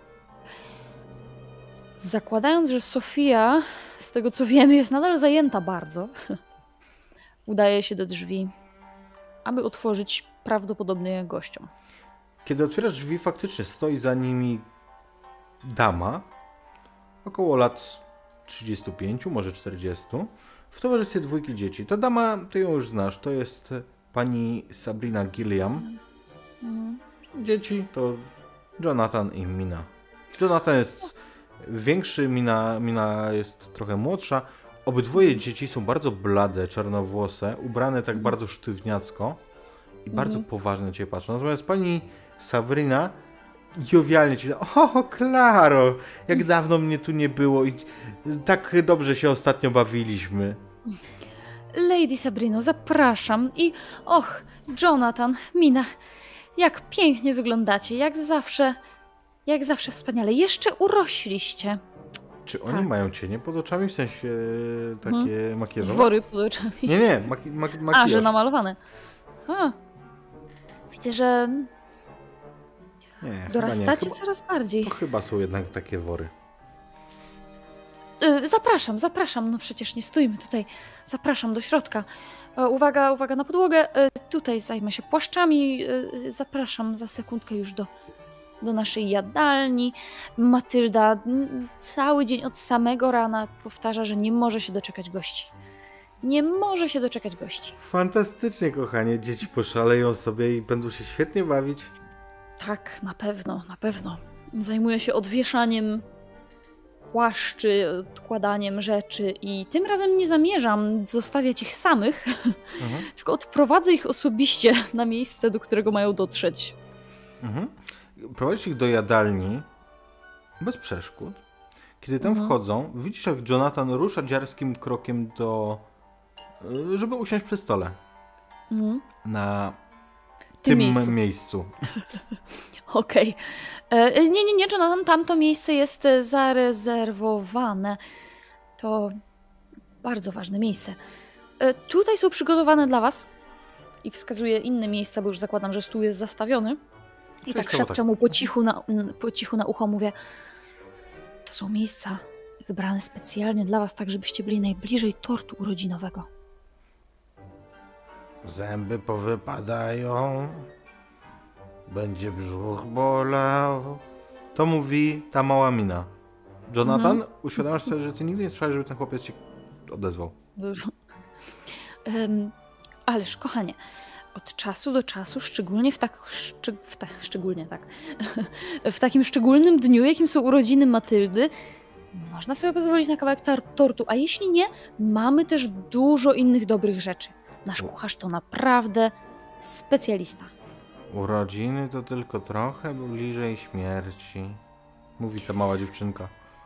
Zakładając, że Sofia, z tego co wiem, jest nadal zajęta bardzo, udaje się do drzwi, aby otworzyć prawdopodobnie gościom. Kiedy otwierasz drzwi, faktycznie stoi za nimi dama, około lat 35, może 40, w towarzystwie dwójki dzieci. Ta dama, ty ją już znasz, to jest pani Sabrina Gilliam. Dzieci to Jonathan i Mina. Jonathan jest większy, Mina jest trochę młodsza. Obydwoje dzieci są bardzo blade, czarnowłose, ubrane tak bardzo sztywniacko i bardzo poważnie cię patrzą. Natomiast pani Sabrina jowialnie ci o, Klaro, jak dawno mnie tu nie było i tak dobrze się ostatnio bawiliśmy. Lady Sabrino, zapraszam i Jonathan, Mina, jak pięknie wyglądacie, jak zawsze wspaniale. Jeszcze urośliście. Czy oni mają cienie pod oczami, w sensie takie makijażowe? Wory pod oczami. Nie, makijaż. A, że namalowane. Widzę, że nie, dorastacie coraz bardziej. To chyba są jednak takie wory. Zapraszam, no przecież nie stójmy tutaj. Zapraszam do środka. Uwaga na podłogę. Tutaj zajmę się płaszczami. Zapraszam za sekundkę już do naszej jadalni. Matylda cały dzień od samego rana powtarza, że nie może się doczekać gości. Nie może się doczekać gości. Fantastycznie, kochanie. Dzieci poszaleją sobie i będą się świetnie bawić. Tak, na pewno. Zajmuję się odwieszaniem płaszczy, odkładaniem rzeczy i tym razem nie zamierzam zostawiać ich samych, tylko odprowadzę ich osobiście na miejsce, do którego mają dotrzeć. Prowadzisz ich do jadalni bez przeszkód. Kiedy tam wchodzą, widzisz, jak Jonathan rusza dziarskim krokiem żeby usiąść przy stole. Na tym miejscu. Okej. Nie, Jonathan, tamto miejsce jest zarezerwowane. To bardzo ważne miejsce. Tutaj są przygotowane dla was. I wskazuję inne miejsca, bo już zakładam, że stół jest zastawiony. I tak szepczę mu po cichu na ucho, mówię: to są miejsca wybrane specjalnie dla was, tak żebyście byli najbliżej tortu urodzinowego. Zęby powypadają, będzie brzuch bolał. To mówi ta mała Mina. Jonathan, uświadamiasz sobie, że ty nigdy nie słyszałeś, żeby ten chłopiec się odezwał. Ależ, kochanie, od czasu do czasu, szczególnie w takim szczególnym dniu, jakim są urodziny Matyldy, można sobie pozwolić na kawałek tortu, a jeśli nie, mamy też dużo innych dobrych rzeczy. Nasz kucharz to naprawdę specjalista. Urodziny to tylko trochę bliżej śmierci, mówi ta mała dziewczynka.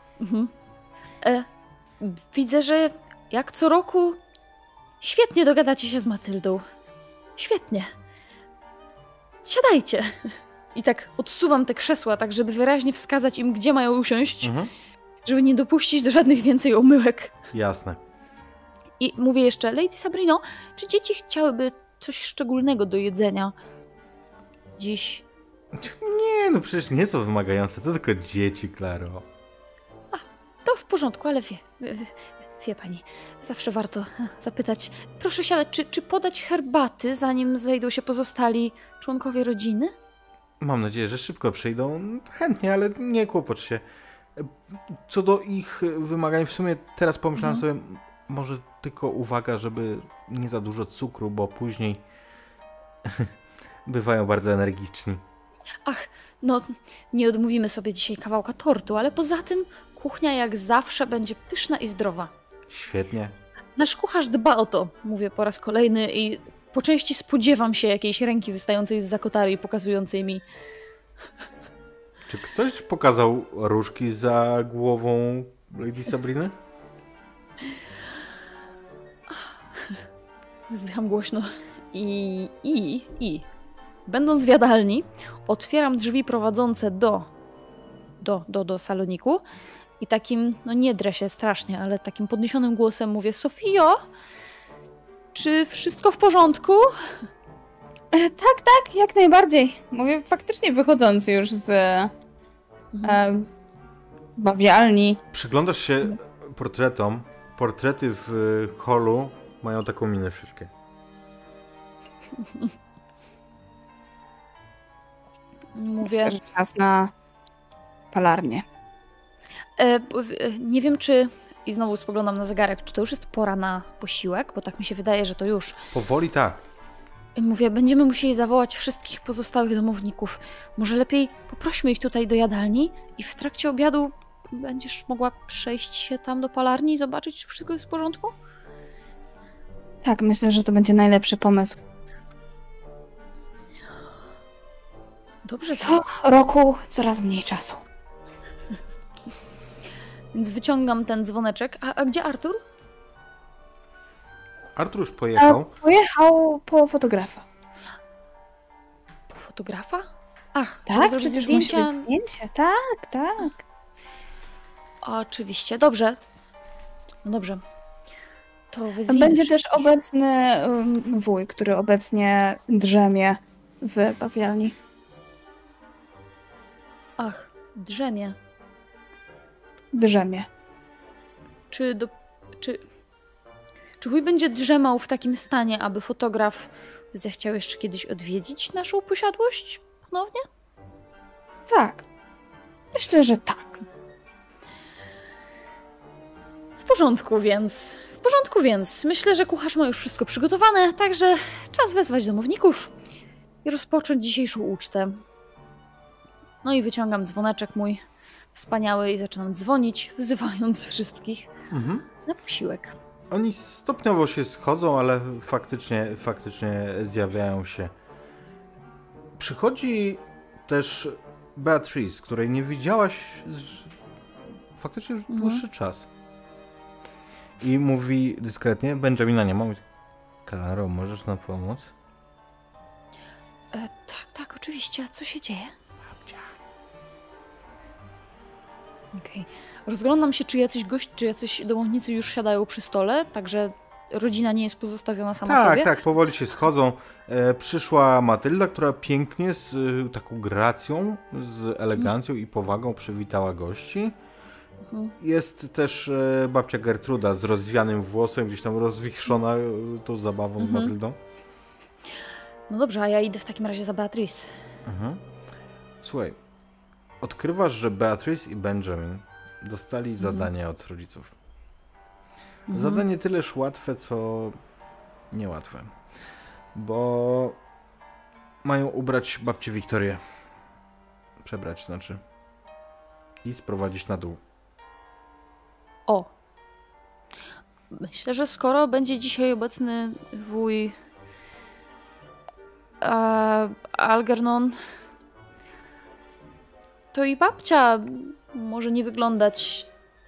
Widzę, że jak co roku świetnie dogadacie się z Matyldą. Świetnie. Siadajcie. I tak odsuwam te krzesła, tak żeby wyraźnie wskazać im, gdzie mają usiąść, żeby nie dopuścić do żadnych więcej omyłek. Jasne. I mówię jeszcze: Lady Sabrino, czy dzieci chciałyby coś szczególnego do jedzenia dziś? Nie, no przecież nie są wymagające, to tylko dzieci, Klaro. To w porządku, ale wie pani, zawsze warto zapytać. Proszę siadać, czy podać herbaty, zanim zejdą się pozostali członkowie rodziny? Mam nadzieję, że szybko przyjdą. Chętnie, ale nie kłopocz się. Co do ich wymagań, w sumie teraz pomyślałem sobie, może tylko uwaga, żeby nie za dużo cukru, bo później bywają bardzo energiczni. Ach, no nie odmówimy sobie dzisiaj kawałka tortu, ale poza tym kuchnia jak zawsze będzie pyszna i zdrowa. Świetnie. Nasz kucharz dba o to, mówię po raz kolejny, i po części spodziewam się jakiejś ręki wystającej z zakotary i pokazującej mi. Czy ktoś pokazał różki za głową Lady Sabriny? Wzdycham głośno i będąc w jadalni, otwieram drzwi prowadzące do saloniku i takim, no nie drę się strasznie, ale takim podniesionym głosem mówię: Sofio, czy wszystko w porządku? Tak, jak najbardziej. Mówię faktycznie, wychodząc już z bawialni. Przyglądasz się portretom. Portrety w holu mają taką minę wszystkie. Mówię, że czas na palarnię. Nie wiem, czy... I znowu spoglądam na zegarek, czy to już jest pora na posiłek, bo tak mi się wydaje, że to już. Powoli tak. Mówię, będziemy musieli zawołać wszystkich pozostałych domowników. Może lepiej poprośmy ich tutaj do jadalni i w trakcie obiadu będziesz mogła przejść się tam do palarni i zobaczyć, czy wszystko jest w porządku? Tak, myślę, że to będzie najlepszy pomysł. Dobrze. Co roku coraz mniej czasu. Więc wyciągam ten dzwoneczek. A gdzie Artur? Artur już pojechał. Pojechał po fotografa. Po fotografa? Ach, Tak, żeby zrobić przecież zdjęcia. musi być zdjęcie. Tak, tak. Oczywiście, dobrze. No dobrze. To wezwijmy Będzie też wszystkich. obecny wuj, który obecnie drzemie w bawialni. Ach, drzemie. Drzemie. Czy wuj będzie drzemał w takim stanie, aby fotograf zechciał jeszcze kiedyś odwiedzić naszą posiadłość ponownie? Tak. Myślę, że tak. W porządku więc. Myślę, że kucharz ma już wszystko przygotowane, także czas wezwać domowników i rozpocząć dzisiejszą ucztę. No i wyciągam dzwoneczek mój wspaniały i zaczynam dzwonić, wzywając wszystkich na posiłek. Oni stopniowo się schodzą, ale faktycznie zjawiają się. Przychodzi też Beatrice, której nie widziałaś faktycznie już dłuższy czas. I mówi dyskretnie, Benjamina nie ma. Mówi, Klaro, możesz nam pomóc? Tak, oczywiście. A co się dzieje? Babcia. Okej. Rozglądam się, czy jacyś goście, czy jacyś domownicy już siadają przy stole, także rodzina nie jest pozostawiona sama sobie. Tak, powoli się schodzą. Przyszła Matylda, która pięknie, z taką gracją, z elegancją i powagą przywitała gości. Jest też babcia Gertruda z rozwianym włosem, gdzieś tam rozwichrzona tą zabawą z Matyldą. No dobrze, a ja idę w takim razie za Beatrice. Słuchaj, odkrywasz, że Beatrice i Benjamin dostali zadanie od rodziców. Zadanie tyleż łatwe, co niełatwe. Bo mają ubrać babcię Wiktorię. Przebrać znaczy. I sprowadzić na dół. O! Myślę, że skoro będzie dzisiaj obecny wuj Algernon, to i babcia może nie wyglądać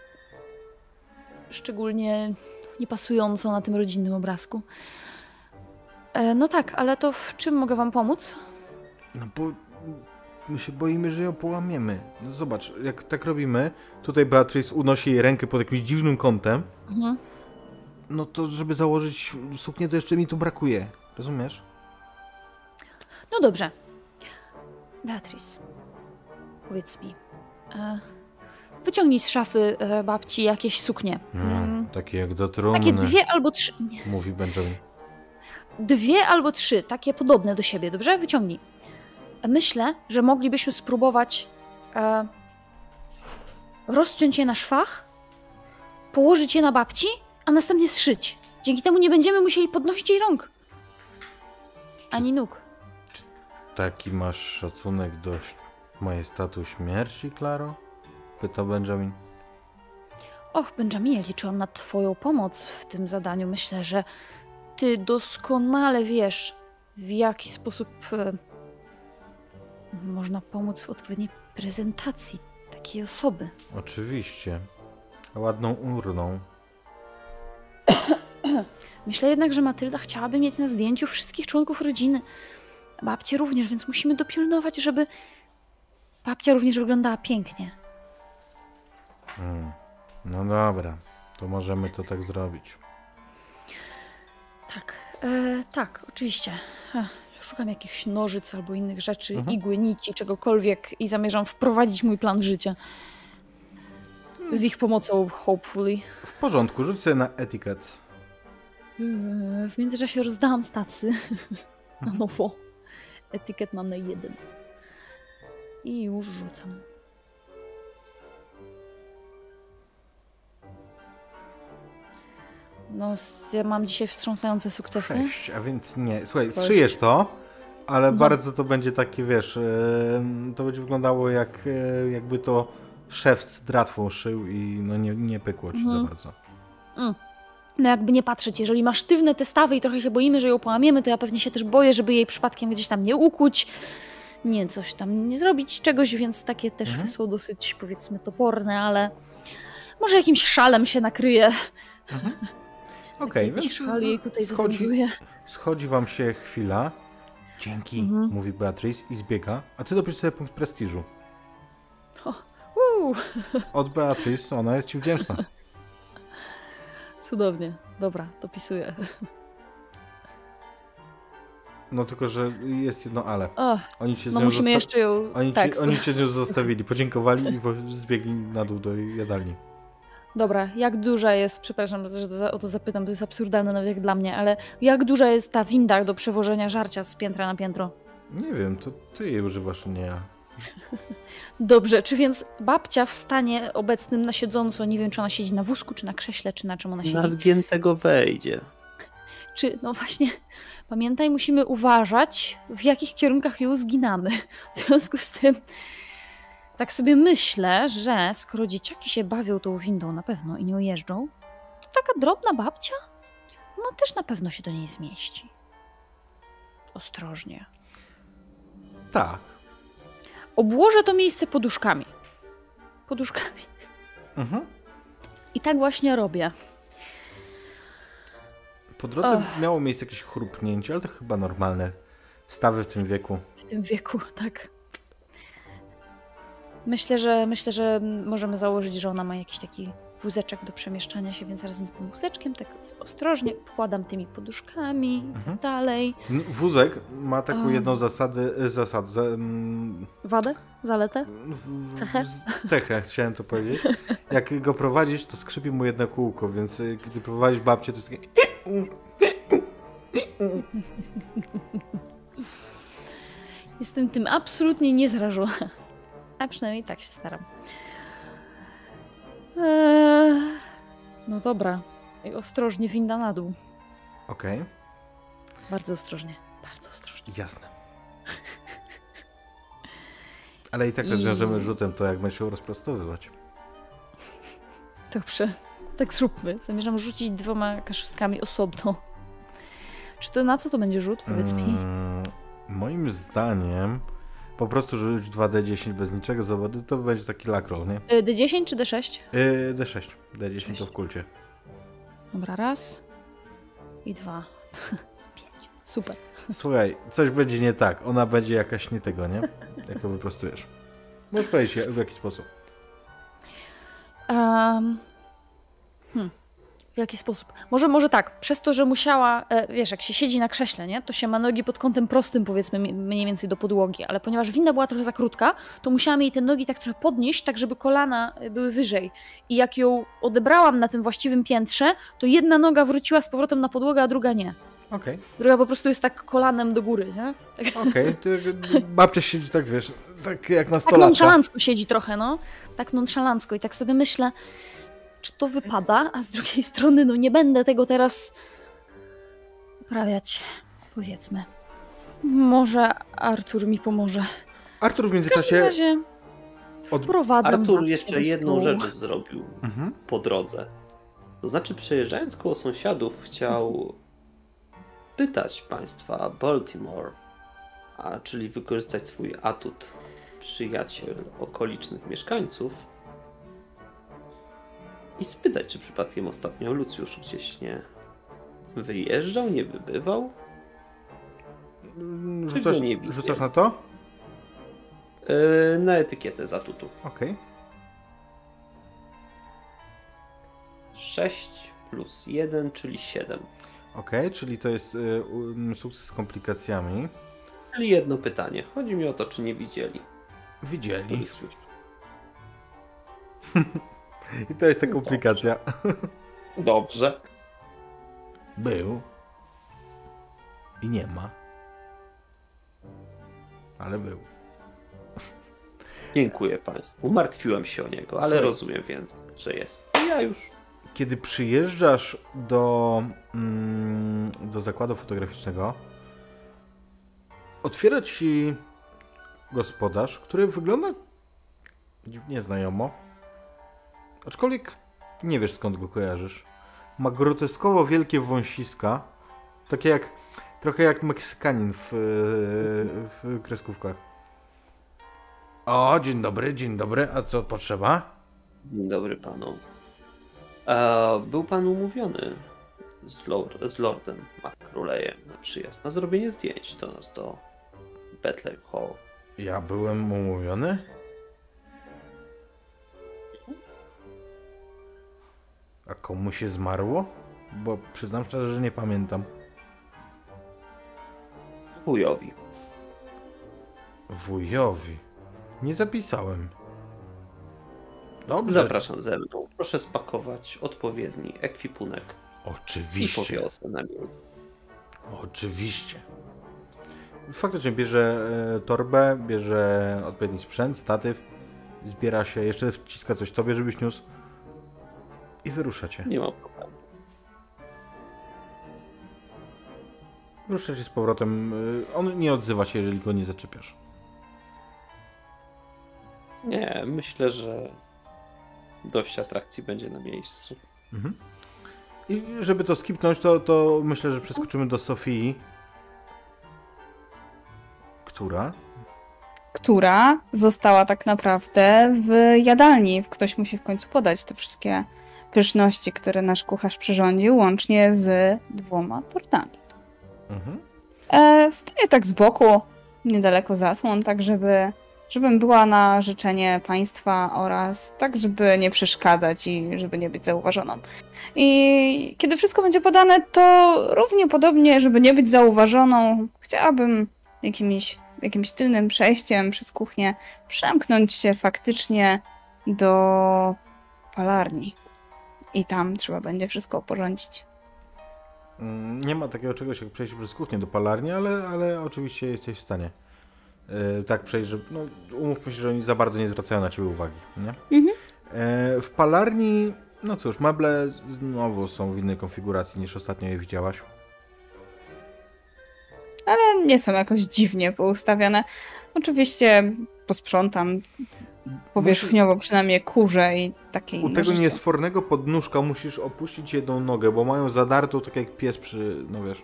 szczególnie niepasująco na tym rodzinnym obrazku. No tak, ale to w czym mogę wam pomóc? No bo my się boimy, że ją połamiemy. No zobacz, jak tak robimy, tutaj Beatrice unosi jej rękę pod jakimś dziwnym kątem, no to żeby założyć suknię, to jeszcze mi tu brakuje. Rozumiesz? No dobrze. Beatrice, powiedz mi, wyciągnij z szafy babci jakieś suknie. Takie jak do trumny. Takie 2 albo 3. Mówi Benjamin. 2 albo 3, takie podobne do siebie, dobrze? Wyciągnij. Myślę, że moglibyśmy spróbować rozciąć je na szwach, położyć je na babci, a następnie zszyć. Dzięki temu nie będziemy musieli podnosić jej rąk. Ani nóg. Czy taki masz szacunek do majestatu śmierci, Klaro? Pyta Benjamin. Och, Benjaminie, liczyłam na twoją pomoc w tym zadaniu. Myślę, że ty doskonale wiesz, w jaki sposób można pomóc w odpowiedniej prezentacji takiej osoby. Oczywiście. Ładną urną. Myślę jednak, że Matylda chciałaby mieć na zdjęciu wszystkich członków rodziny. Babcię również, więc musimy dopilnować, żeby babcia również wyglądała pięknie. No dobra, to możemy to tak zrobić. Tak, oczywiście. Szukam jakichś nożyc albo innych rzeczy, igły, nici, czegokolwiek i zamierzam wprowadzić mój plan życia. Z ich pomocą, hopefully. W porządku, rzuć sobie na etykiet. W międzyczasie rozdałam stacy na nowo. Etykiet mam na 1. I już rzucam. No, ja mam dzisiaj wstrząsające sukcesy. 6, a więc nie. Słuchaj, zszyjesz to, ale bardzo to będzie takie, wiesz, to będzie wyglądało jakby to szewc dratwą szył i no nie pykło ci za bardzo. No jakby nie patrzeć, jeżeli ma sztywne te stawy i trochę się boimy, że ją połamiemy, to ja pewnie się też boję, żeby jej przypadkiem gdzieś tam nie ukuć. nie coś tam nie zrobić czegoś, więc takie też są dosyć, powiedzmy, toporne, ale może jakimś szalem się nakryje. Okej, więc szal jej tutaj zobowiązuje. Schodzi wam się chwila. Dzięki, mówi Beatrice i zbiega. A ty dopisz sobie punkt prestiżu. Od Beatrice, ona jest ci wdzięczna. Cudownie. Dobra, dopisuję. No tylko, że jest jedno ale. Oni cię z no nią musimy jeszcze ją... Oni cię z nią zostawili, podziękowali i zbiegli na dół do jadalni. Dobra, jak duża jest, przepraszam, że o to zapytam, to jest absurdalne nawet jak dla mnie, ale jak duża jest ta winda do przewożenia żarcia z piętra na piętro? Nie wiem, to ty jej używasz, nie ja. Dobrze, czy więc babcia w stanie obecnym na siedząco, nie wiem, czy ona siedzi na wózku, czy na krześle, czy na czym ona siedzi? Na zgiętego wejdzie. Czy, no właśnie, pamiętaj, musimy uważać, w jakich kierunkach ją zginamy. W związku z tym, tak sobie myślę, że skoro dzieciaki się bawią tą windą na pewno i nią jeżdżą, to taka drobna babcia, no też na pewno się do niej zmieści. Ostrożnie. Tak. Obłożę to miejsce poduszkami. Poduszkami. I tak właśnie robię. Po drodze miało miejsce jakieś chrupnięcie, ale to chyba normalne. Stawy w tym wieku. W tym wieku, tak. Myślę, że możemy założyć, że ona ma jakiś taki wózeczek do przemieszczania się, więc razem z tym wózeczkiem tak ostrożnie wkładam tymi poduszkami i tak dalej. Ten wózek ma taką jedną wadę? Zaletę? Cechę? Cechę, chciałem to powiedzieć. Jak go prowadzisz, to skrzypi mu jedno kółko, więc gdy prowadzisz babcię, to jest takie... Jestem tym absolutnie niezrażona. A przynajmniej tak się staram. No dobra. I ostrożnie winda na dół. Okej. Bardzo ostrożnie. Bardzo ostrożnie. Jasne. Ale i tak rozwiążemy rzutem to, jak będziesz ją rozprostowywać. Dobrze. Tak zróbmy. Zamierzam rzucić 2 kaszustkami osobno. Czy to na co to będzie rzut? Powiedz mi. Moim zdaniem po prostu rzuć 2D10 bez niczego zawodu, to będzie taki lakroll, nie? D10 czy D6? D6. D10 to w kulcie. Dobra, 1 i 2. 5. Super. Słuchaj, coś będzie nie tak. Ona będzie jakaś nie tego, nie? Jak ją wyprostujesz. Możesz powiedzieć w jaki sposób. W jaki sposób? Może tak, przez to, że musiała, wiesz, jak się siedzi na krześle, nie, to się ma nogi pod kątem prostym, powiedzmy, mniej więcej do podłogi, ale ponieważ winda była trochę za krótka, to musiałam jej te nogi tak trochę podnieść, tak żeby kolana były wyżej. I jak ją odebrałam na tym właściwym piętrze, to jedna noga wróciła z powrotem na podłogę, a druga nie. Okej. Druga po prostu jest tak kolanem do góry, nie? Tak. Okej, babcia siedzi tak, wiesz, tak jak na Tak stolatka. nonszalancko siedzi trochę, no. Tak nonszalancko i tak sobie myślę, czy to wypada, a z drugiej strony, no nie będę tego teraz uprawiać, powiedzmy. Może Artur mi pomoże. Artur w W międzyczasie... każdym razie wprowadzam Artur babcię jeszcze do jedną stołu. rzecz zrobił po drodze. To znaczy, przejeżdżając koło sąsiadów, chciał pytać państwa Baltimore, czyli wykorzystać swój atut przyjaciel okolicznych mieszkańców i spytać, czy przypadkiem ostatnio Lucjusz gdzieś nie wyjeżdżał, nie wybywał? Rzucasz na to? Na etykietę z atutu. Okej. 6 plus 1, czyli 7. Okej, czyli to jest sukces z komplikacjami. Czyli jedno pytanie. Chodzi mi o to, czy nie widzieli. Widzieli. I to jest ta komplikacja. Dobrze. Był. I nie ma. Ale był. Dziękuję państwu. Martwiłem się o niego, ale rozumiem więc, że jest. Ja już... Kiedy przyjeżdżasz do zakładu fotograficznego, otwiera ci gospodarz, który wygląda dziwnie znajomo. Aczkolwiek nie wiesz, skąd go kojarzysz. Ma groteskowo wielkie wąsiska, takie trochę jak Meksykanin w kreskówkach. O, dzień dobry. A co potrzeba? Dzień dobry panu. Był pan umówiony z Lordem McCrulejem na przyjazd, na zrobienie zdjęć do nas, do Bethlehem Hall. Ja byłem umówiony? A komu się zmarło? Bo przyznam szczerze, że nie pamiętam. Wujowi. Wujowi. Nie zapisałem. Dobrze. Zapraszam ze mną. Proszę spakować odpowiedni ekwipunek i Oczywiście. powiozę na miejsce. Oczywiście. Faktycznie bierze torbę, bierze odpowiedni sprzęt, statyw, zbiera się, jeszcze wciska coś tobie, żebyś niósł i wyruszacie. Nie ma problemu. Wyruszacie z powrotem. On nie odzywa się, jeżeli go nie zaczepiasz. Nie, myślę, że dość atrakcji będzie na miejscu. Mhm. I żeby to skipnąć, to myślę, że przeskoczymy do Sofii. Która została tak naprawdę w jadalni. Ktoś musi w końcu podać te wszystkie pyszności, które nasz kucharz przyrządził, łącznie z 2 tortami. Mhm. Stoję tak z boku, niedaleko zasłon, tak żebym była na życzenie państwa oraz tak, żeby nie przeszkadzać i żeby nie być zauważoną. I kiedy wszystko będzie podane, to równie podobnie, żeby nie być zauważoną, chciałabym jakimś tylnym przejściem przez kuchnię przemknąć się faktycznie do palarni. I tam trzeba będzie wszystko oporządzić. Nie ma takiego czegoś jak przejść przez kuchnię do palarni, ale oczywiście jesteś w stanie tak przejść, że no, umówmy się, że oni za bardzo nie zwracają na ciebie uwagi, nie? Mhm. W palarni, no cóż, meble znowu są w innej konfiguracji niż ostatnio je widziałaś. Ale nie są jakoś dziwnie poustawione. Oczywiście posprzątam powierzchniowo przynajmniej kurze i takie inne U tego rzeczy. niesfornego podnóżka musisz opuścić jedną nogę, bo mają zadartą tak jak pies przy, no wiesz.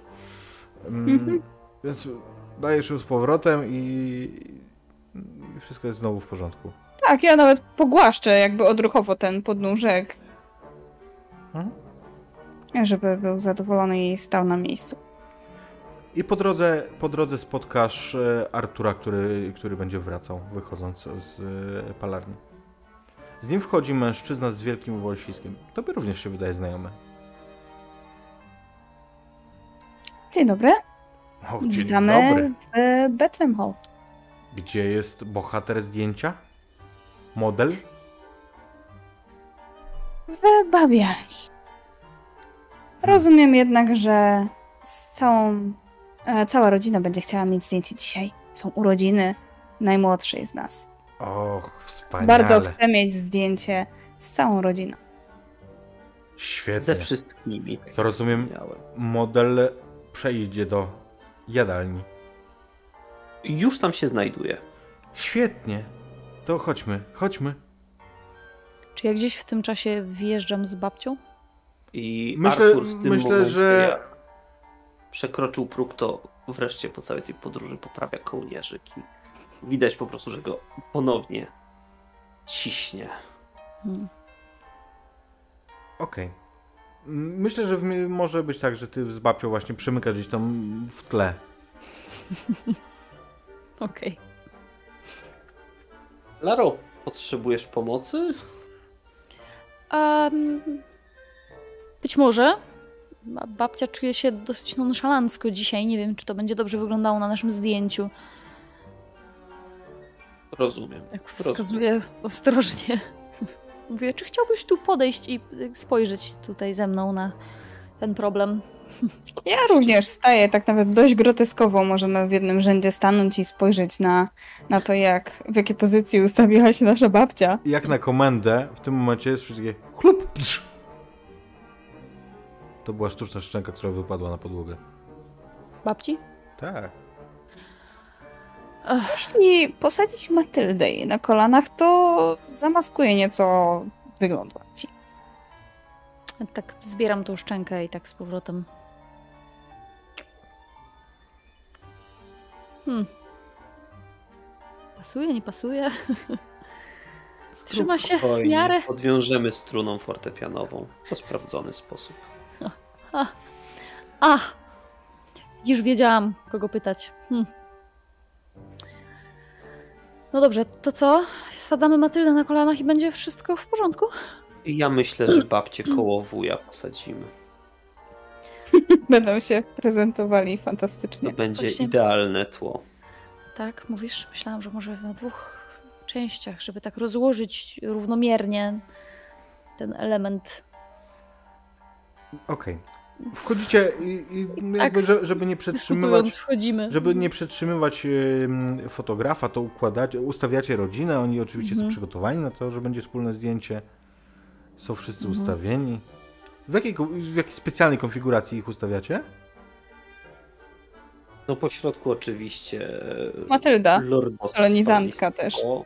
Więc dajesz ją z powrotem i wszystko jest znowu w porządku. Tak, ja nawet pogłaszczę jakby odruchowo ten podnóżek, żeby był zadowolony i stał na miejscu. I po drodze spotkasz Artura, który będzie wracał, wychodząc z palarni. Z nim wchodzi mężczyzna z wielkim wąsiskiem. Tobie również się wydaje znajomy. Dzień dobry. O, dzień Witamy dobry. w Bethlehem Hall. Gdzie jest bohater zdjęcia? Model? W bawialni. Rozumiem jednak, że cała rodzina będzie chciała mieć zdjęcie dzisiaj. Są urodziny najmłodszej z nas. Och, wspaniale. Bardzo chcę mieć zdjęcie z całą rodziną. Świetnie. Ze wszystkimi. tak To rozumiem, jak wspomniałem. model przejdzie do jadalni. Już tam się znajduje. Świetnie. To chodźmy. Czy ja gdzieś w tym czasie wyjeżdżam z babcią? I Myślę, Artur w tym momencie, że... jak przekroczył próg, to wreszcie po całej tej podróży poprawia kołnierzyk i widać po prostu, że go ponownie ciśnie. Okej. Myślę, że może być tak, że ty z babcią właśnie przemykasz gdzieś tam w tle. Okej. Laro, potrzebujesz pomocy? Być może. Babcia czuje się dosyć nonszalancko dzisiaj. Nie wiem, czy to będzie dobrze wyglądało na naszym zdjęciu. Rozumiem. Tak wskazuję ostrożnie. Mówię, czy chciałbyś tu podejść i spojrzeć tutaj ze mną na ten problem? Ja również staję tak nawet dość groteskowo. Możemy w jednym rzędzie stanąć i spojrzeć na to, w jakiej pozycji ustawiła się nasza babcia. Jak na komendę, w tym momencie jest wszystkie chlup, psz. To była sztuczna szczęka, która wypadła na podłogę. Babci? Tak. Jeśli posadzić Matyldę jej na kolanach, to zamaskuje nieco wygląd babci. Tak zbieram tą szczękę i tak z powrotem. Pasuje, nie pasuje? Trzyma się w Spokojnie, miarę. podwiążemy struną fortepianową. To sprawdzony sposób. Widzisz, wiedziałam, kogo pytać. No dobrze, to co? Sadzamy Matyldę na kolanach i będzie wszystko w porządku? I ja myślę, że babcię koło wuja posadzimy. Będą się prezentowali To fantastycznie. będzie Właśnie. idealne tło. Tak, mówisz? Myślałam, że może na 2 częściach, żeby tak rozłożyć równomiernie ten element. Okej. Wchodzicie i jakby, żeby nie przetrzymywać... Dyskutując wchodzimy. Żeby nie przetrzymywać fotografa, to ustawiacie rodzinę, oni oczywiście są przygotowani na to, że będzie wspólne zdjęcie. Są wszyscy ustawieni. W jakiej specjalnej konfiguracji ich ustawiacie? No po środku oczywiście Matylda, lordowskie solenizantka stanowisko.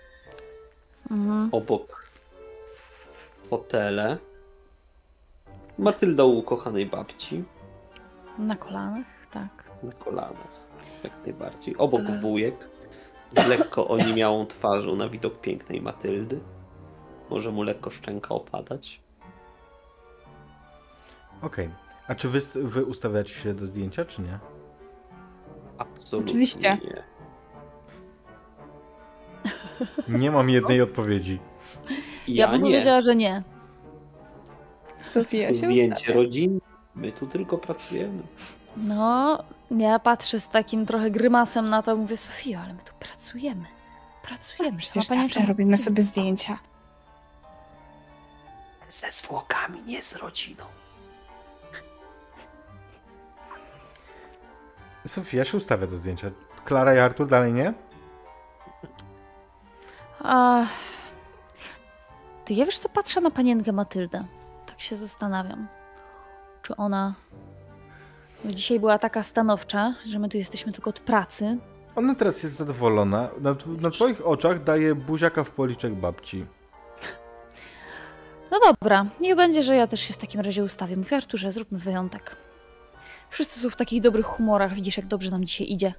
Obok fotele. Matylda u ukochanej babci. Na kolanach, tak. Na kolanach. Jak najbardziej. Obok wujek. Z lekko oniemiałą twarzą na widok pięknej Matyldy. Może mu lekko szczęka opadać. Okej. A czy wy ustawiacie się do zdjęcia, czy nie? Absolutnie Oczywiście. nie. Nie mam jednej odpowiedzi. Ja bym nie. powiedziała, że nie. Sofia się Zdjęcie ustawia. rodziny. My tu tylko pracujemy. No, ja patrzę z takim trochę grymasem na to, mówię, Sofio, ale my tu pracujemy. Pracujemy. Przecież Sama pani zawsze czemu- robimy sobie zdjęcia. Ze zwłokami, nie z rodziną. Sofia się ustawia do zdjęcia. Klara i Artur dalej nie? Ty ja wiesz co, patrzę na panienkę Matyldę. Tak się zastanawiam. Czy ona dzisiaj była taka stanowcza, że my tu jesteśmy tylko od pracy. Ona teraz jest zadowolona. Na twoich oczach daje buziaka w policzek babci. No dobra, niech będzie, że ja też się w takim razie ustawię. Mówię, Arturze, zróbmy wyjątek. Wszyscy są w takich dobrych humorach, widzisz jak dobrze nam dzisiaj idzie.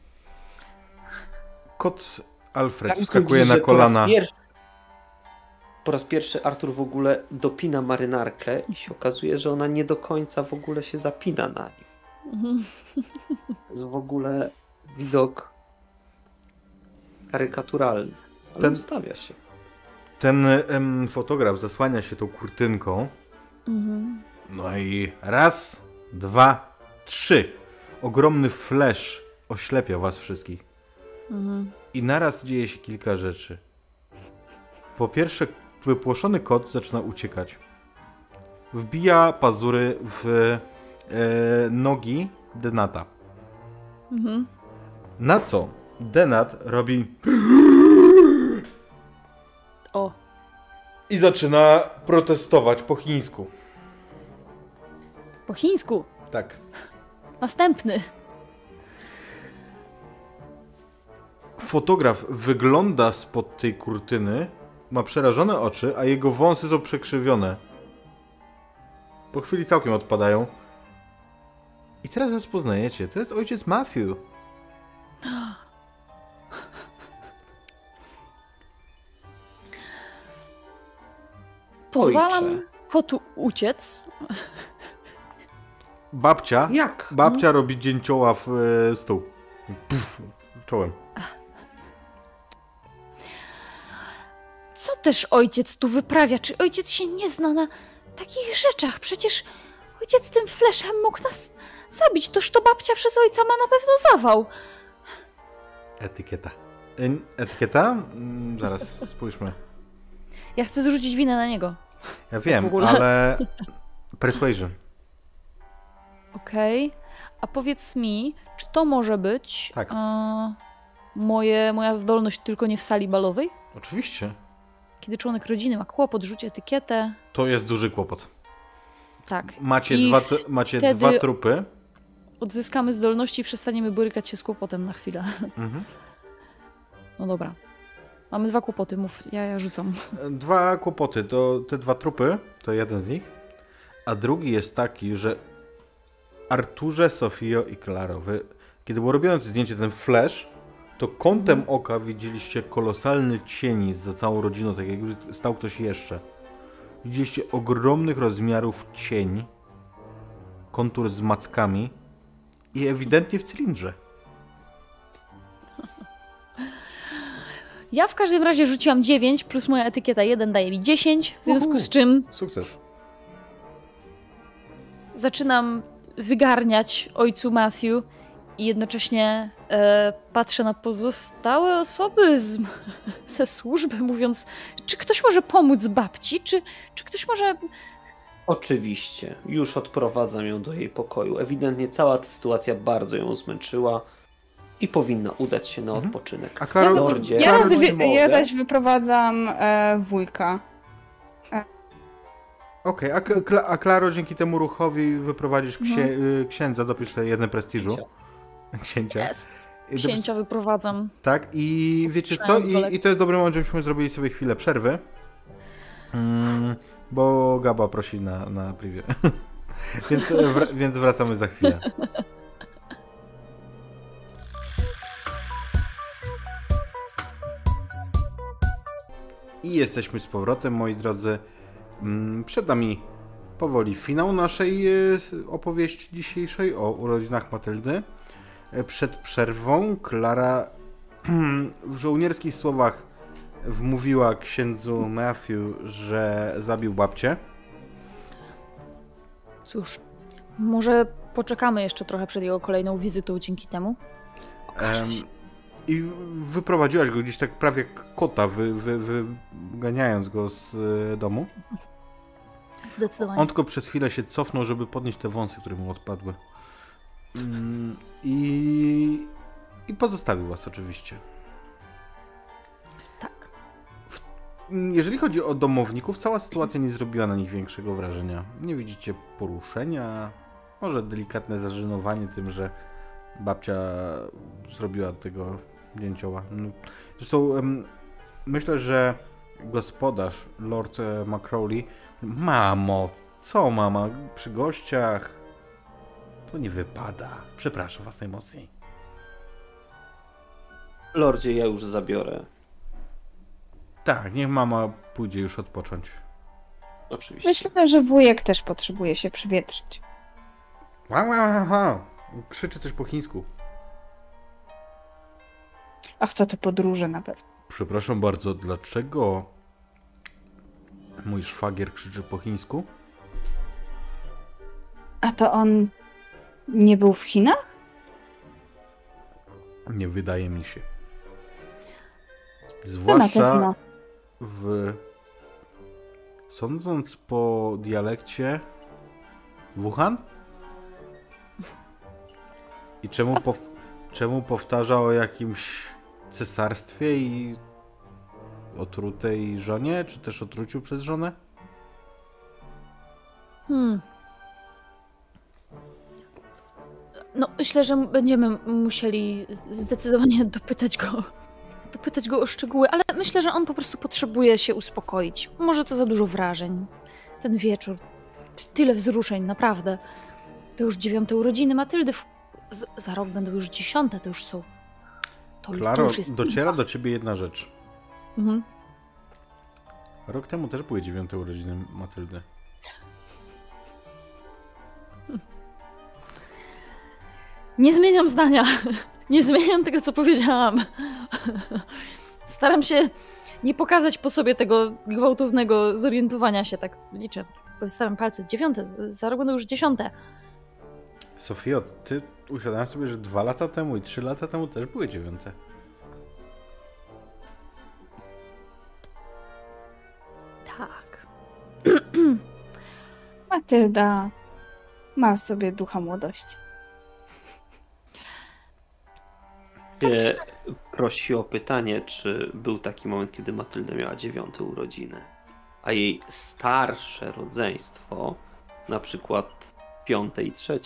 Kot Alfred Tak, wskakuje że na kolana. Po raz pierwszy Artur w ogóle dopina marynarkę i się okazuje, że ona nie do końca w ogóle się zapina na nim. To jest w ogóle widok karykaturalny. Ale ustawia się. Ten fotograf zasłania się tą kurtynką. No i raz, 2, 3. Ogromny flash oślepia was wszystkich. I naraz dzieje się kilka rzeczy. Po pierwsze, wypłoszony kot zaczyna uciekać. Wbija pazury w nogi Denata. Na co Denat robi O, i zaczyna protestować po chińsku. po chińsku. Tak. Następny. Fotograf wygląda spod tej kurtyny, ma przerażone oczy, a jego wąsy są przekrzywione. Po chwili całkiem odpadają. I teraz rozpoznajecie, to jest ojciec Matthew. Pozwalam Ojcze. kotu uciec. Babcia robi dzięcioła w stół. Puf, czołem. Co też ojciec tu wyprawia? Czy ojciec się nie zna na takich rzeczach? Przecież ojciec tym fleszem mógł nas zabić. Toż to babcia przez ojca ma na pewno zawał. Etykieta. Etykieta? Zaraz spójrzmy. Ja chcę zrzucić winę na niego. Ja W wiem, ogóle. ale... Persuasion. Okej. A powiedz mi, czy to może być Tak. moja zdolność tylko nie w sali balowej? Oczywiście. Kiedy członek rodziny ma kłopot, rzuci etykietę. To jest duży kłopot. Tak. Macie, I macie wtedy- 2 trupy. Odzyskamy zdolności i przestaniemy borykać się z kłopotem na chwilę. Mhm. No dobra. Mamy 2 kłopoty, mów. Ja rzucam. 2 kłopoty. To te 2 trupy, to jeden z nich. A drugi jest taki, że Arturze, Sofio i Klaro, kiedy było robione to zdjęcie, ten flash, to kątem oka widzieliście kolosalny cień za całą rodziną, tak jakby stał ktoś jeszcze. Widzieliście ogromnych rozmiarów cień, kontur z mackami i ewidentnie w cylindrze. Ja w każdym razie rzuciłam 9, plus moja etykieta 1 daje mi 10, w związku z czym Sukces. zaczynam wygarniać ojcu Matthew i jednocześnie patrzę na pozostałe osoby ze służby, mówiąc, czy ktoś może pomóc babci, czy ktoś może... Oczywiście, już odprowadzam ją do jej pokoju. Ewidentnie cała ta sytuacja bardzo ją zmęczyła i powinna udać się na odpoczynek. A Klaro, Ja zaś wyprowadzam wujka. Okej, a Klaro, dzięki temu ruchowi wyprowadzisz księdza, dopisz sobie 1 prestiżu. Księcia. Yes. Księcia wyprowadzam. Tak, i wiecie co? I to jest dobry moment, żebyśmy zrobili sobie chwilę przerwy. Bo Gaba prosi na privie. więc wracamy za chwilę. I jesteśmy z powrotem, moi drodzy. Przed nami powoli finał naszej opowieści dzisiejszej o urodzinach Matyldy. Przed przerwą Klara w żołnierskich słowach wmówiła księdzu Matthew, że zabił babcię. Cóż, może poczekamy jeszcze trochę przed jego kolejną wizytą dzięki temu. Okaże się. I wyprowadziłaś go gdzieś tak prawie jak kota, wyganiając go z domu. Zdecydowanie. On tylko przez chwilę się cofnął, żeby podnieść te wąsy, które mu odpadły. I pozostawił was oczywiście. Tak. Jeżeli chodzi o domowników, cała sytuacja nie zrobiła na nich większego wrażenia. Nie widzicie poruszenia, może delikatne zażenowanie tym, że babcia zrobiła tego dzięcioła. Zresztą myślę, że gospodarz, Lord McCrowley, mamo, co mama, przy gościach? To nie wypada. Przepraszam was najmocniej. Lordzie, ja już zabiorę. Tak, niech mama pójdzie już odpocząć. Oczywiście. Myślę, że wujek też potrzebuje się przywietrzyć. Krzyczy coś po chińsku. Ach, to te podróże na pewno. Przepraszam bardzo, dlaczego mój szwagier krzyczy po chińsku? A to on nie był w Chinach? Nie wydaje mi się. To na Zwłaszcza pewno. sądząc po dialekcie Wuhan? I czemu powtarza o jakimś cesarstwie i otrutej żonie, czy też otruciu przez żonę? No, myślę, że będziemy musieli zdecydowanie dopytać go o szczegóły, ale myślę, że on po prostu potrzebuje się uspokoić. Może to za dużo wrażeń. Ten wieczór, tyle wzruszeń, naprawdę. To już 9. urodziny Matyldy. Za rok będą już 10, to już są... Klaro, już jest dociera do ciebie jedna rzecz. Mhm. Rok temu też były 9. urodziny Matyldy. Nie zmieniam zdania. Nie zmieniam tego, co powiedziałam. Staram się nie pokazać po sobie tego gwałtownego zorientowania się. Tak liczę. Wystawiam palce. 9. Za rok będą już 10. Sofio, ty uświadamiasz sobie, że 2 lata temu i 3 lata temu też były 9. Tak. Matylda ma w sobie ducha młodości. Prosi o pytanie, czy był taki moment, kiedy Matylda miała 9. urodziny, a jej starsze rodzeństwo, na przykład 5. i 3.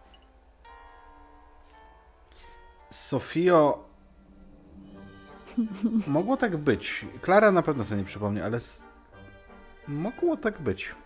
Sofio, mogło tak być. Klara na pewno sobie nie przypomni, ale mogło tak być.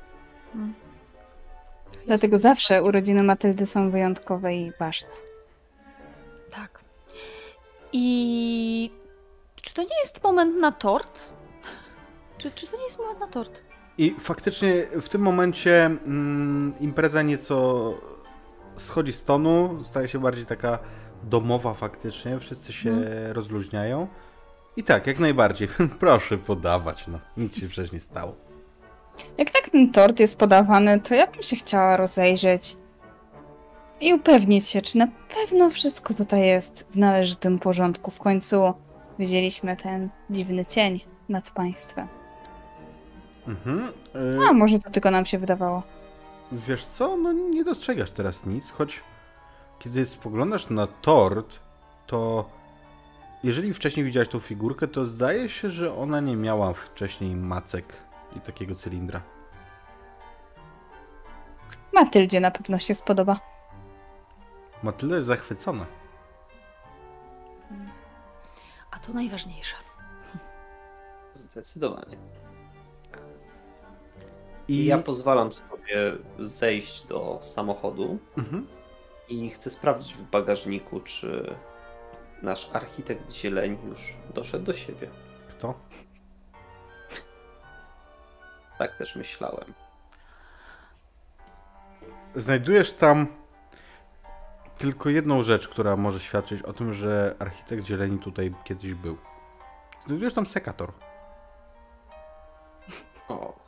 Dlatego zawsze urodziny Matyldy są wyjątkowe i ważne. Tak. I czy to nie jest moment na tort? Czy to nie jest moment na tort? I faktycznie w tym momencie impreza nieco schodzi z tonu, staje się bardziej taka domowa faktycznie, wszyscy się rozluźniają. I tak, jak najbardziej. Proszę podawać, no. Nic się przecież nie stało. Jak tak ten tort jest podawany, to ja bym się chciała rozejrzeć i upewnić się, czy na pewno wszystko tutaj jest w należytym porządku. W końcu widzieliśmy ten dziwny cień nad państwem. A może to tylko nam się wydawało. Wiesz co, no nie dostrzegasz teraz nic, choć kiedy spoglądasz na tort, to jeżeli wcześniej widziałeś tą figurkę, to zdaje się, że ona nie miała wcześniej macek i takiego cylindra. Matyldzie na pewno się spodoba. Matylda jest zachwycona. A to najważniejsze. Zdecydowanie. I Ja pozwalam sobie zejść do samochodu i chcę sprawdzić w bagażniku, czy nasz architekt zieleń już doszedł do siebie. Kto? Tak też myślałem. Znajdujesz tam tylko jedną rzecz, która może świadczyć o tym, że architekt zieleni tutaj kiedyś był. Znajdujesz tam sekator. Och.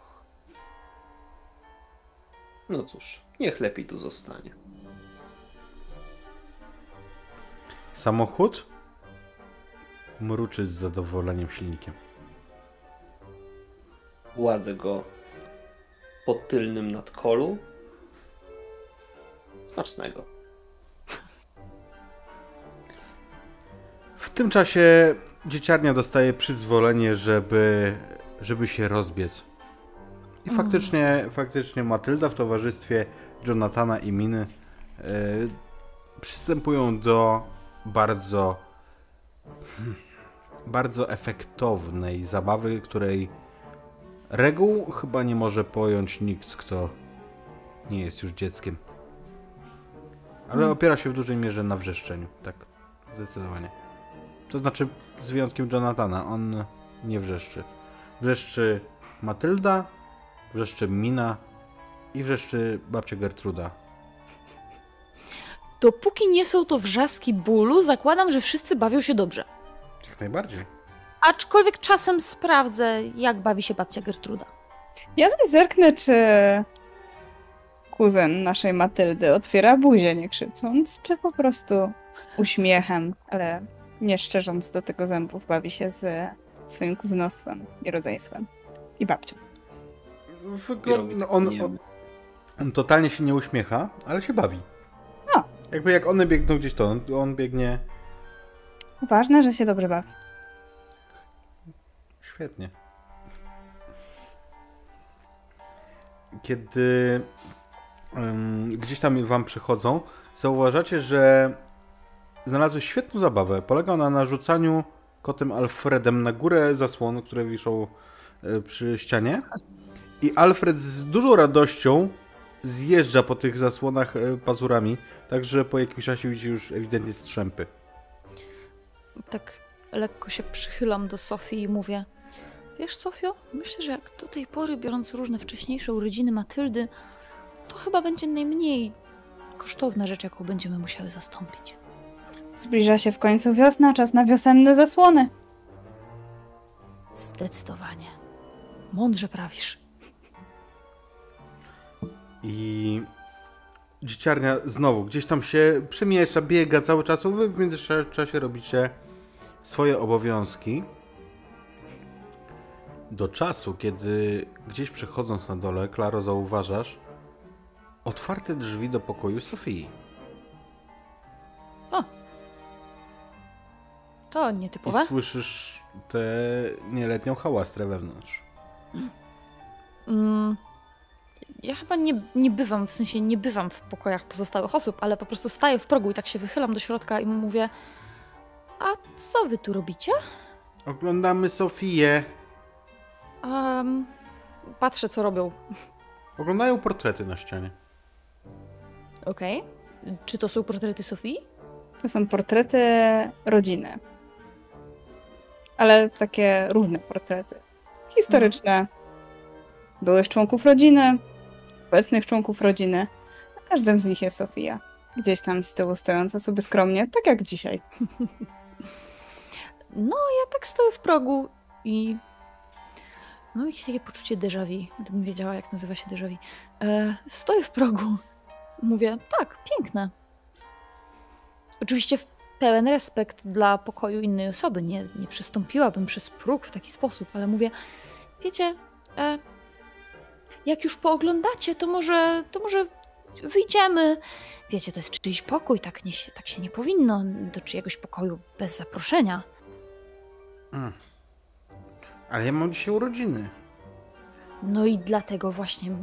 No cóż, niech lepiej tu zostanie. Samochód mruczy z zadowoleniem silnikiem. Gładzę go po tylnym nadkolu. Smacznego. W tym czasie dzieciarnia dostaje przyzwolenie, żeby się rozbiec. I faktycznie Matylda w towarzystwie Jonathana i Miny przystępują do bardzo efektownej zabawy, której reguł chyba nie może pojąć nikt, kto nie jest już dzieckiem. Ale opiera się w dużej mierze na wrzeszczeniu, tak, zdecydowanie. To znaczy z wyjątkiem Jonathana, on nie wrzeszczy. Wrzeszczy Matylda, wrzeszczy Mina i wrzeszczy babcia Gertruda. Dopóki nie są to wrzaski bólu, zakładam, że wszyscy bawią się dobrze. Jak najbardziej. Aczkolwiek czasem sprawdzę, jak bawi się babcia Gertruda. Ja sobie zerknę, czy kuzyn naszej Matyldy otwiera buzię nie krzycząc, czy po prostu z uśmiechem, ale nie szczerząc do tego zębów, bawi się z swoim kuzynostwem i rodzeństwem. I babcią. On totalnie się nie uśmiecha, ale się bawi. No. Jakby jak one biegną gdzieś to, on biegnie... Ważne, że się dobrze bawi. Świetnie. Kiedy gdzieś tam wam przychodzą, zauważacie, że znalazły świetną zabawę. Polega ona na rzucaniu kotem Alfredem na górę zasłon, które wiszą przy ścianie. I Alfred z dużą radością zjeżdża po tych zasłonach pazurami, także po jakimś czasie widzi już ewidentnie strzępy. Tak lekko się przychylam do Sofii i mówię: wiesz, Sofio, myślę, że jak do tej pory, biorąc różne wcześniejsze urodziny Matyldy, to chyba będzie najmniej kosztowna rzecz, jaką będziemy musiały zastąpić. Zbliża się w końcu wiosna, czas na wiosenne zasłony. Zdecydowanie. Mądrze prawisz. I dzieciarnia znowu gdzieś tam się przemieszcza, biega cały czas. Wy w międzyczasie robicie swoje obowiązki. Do czasu, kiedy gdzieś przechodząc na dole, Klaro, zauważasz otwarte drzwi do pokoju Sofii. O! To nietypowe. I słyszysz tę nieletnią hałastrę wewnątrz. Ja chyba nie bywam, w sensie nie bywam w pokojach pozostałych osób, ale po prostu staję w progu i tak się wychylam do środka i mówię: a co wy tu robicie? Oglądamy Sofię. Patrzę, co robią. Oglądają portrety na ścianie. Okej. Czy to są portrety Sofii? To są portrety rodziny. ale takie różne portrety. Historyczne, byłych członków rodziny, obecnych członków rodziny. Na każdym z nich jest Sofia. Gdzieś tam z tyłu stojąca sobie skromnie, tak jak dzisiaj. No, ja tak stoję w progu i mam jakieś takie poczucie déjà vu, gdybym wiedziała, jak nazywa się déjà vu. Stoję w progu. Mówię, tak, piękne. Oczywiście w pełen respekt dla pokoju innej osoby. Nie przystąpiłabym przez próg w taki sposób, ale mówię, wiecie, jak już pooglądacie, to może wyjdziemy. Wiecie, to jest czyjś pokój, tak się nie powinno do czyjegoś pokoju bez zaproszenia. Ale ja mam dzisiaj urodziny. No i dlatego właśnie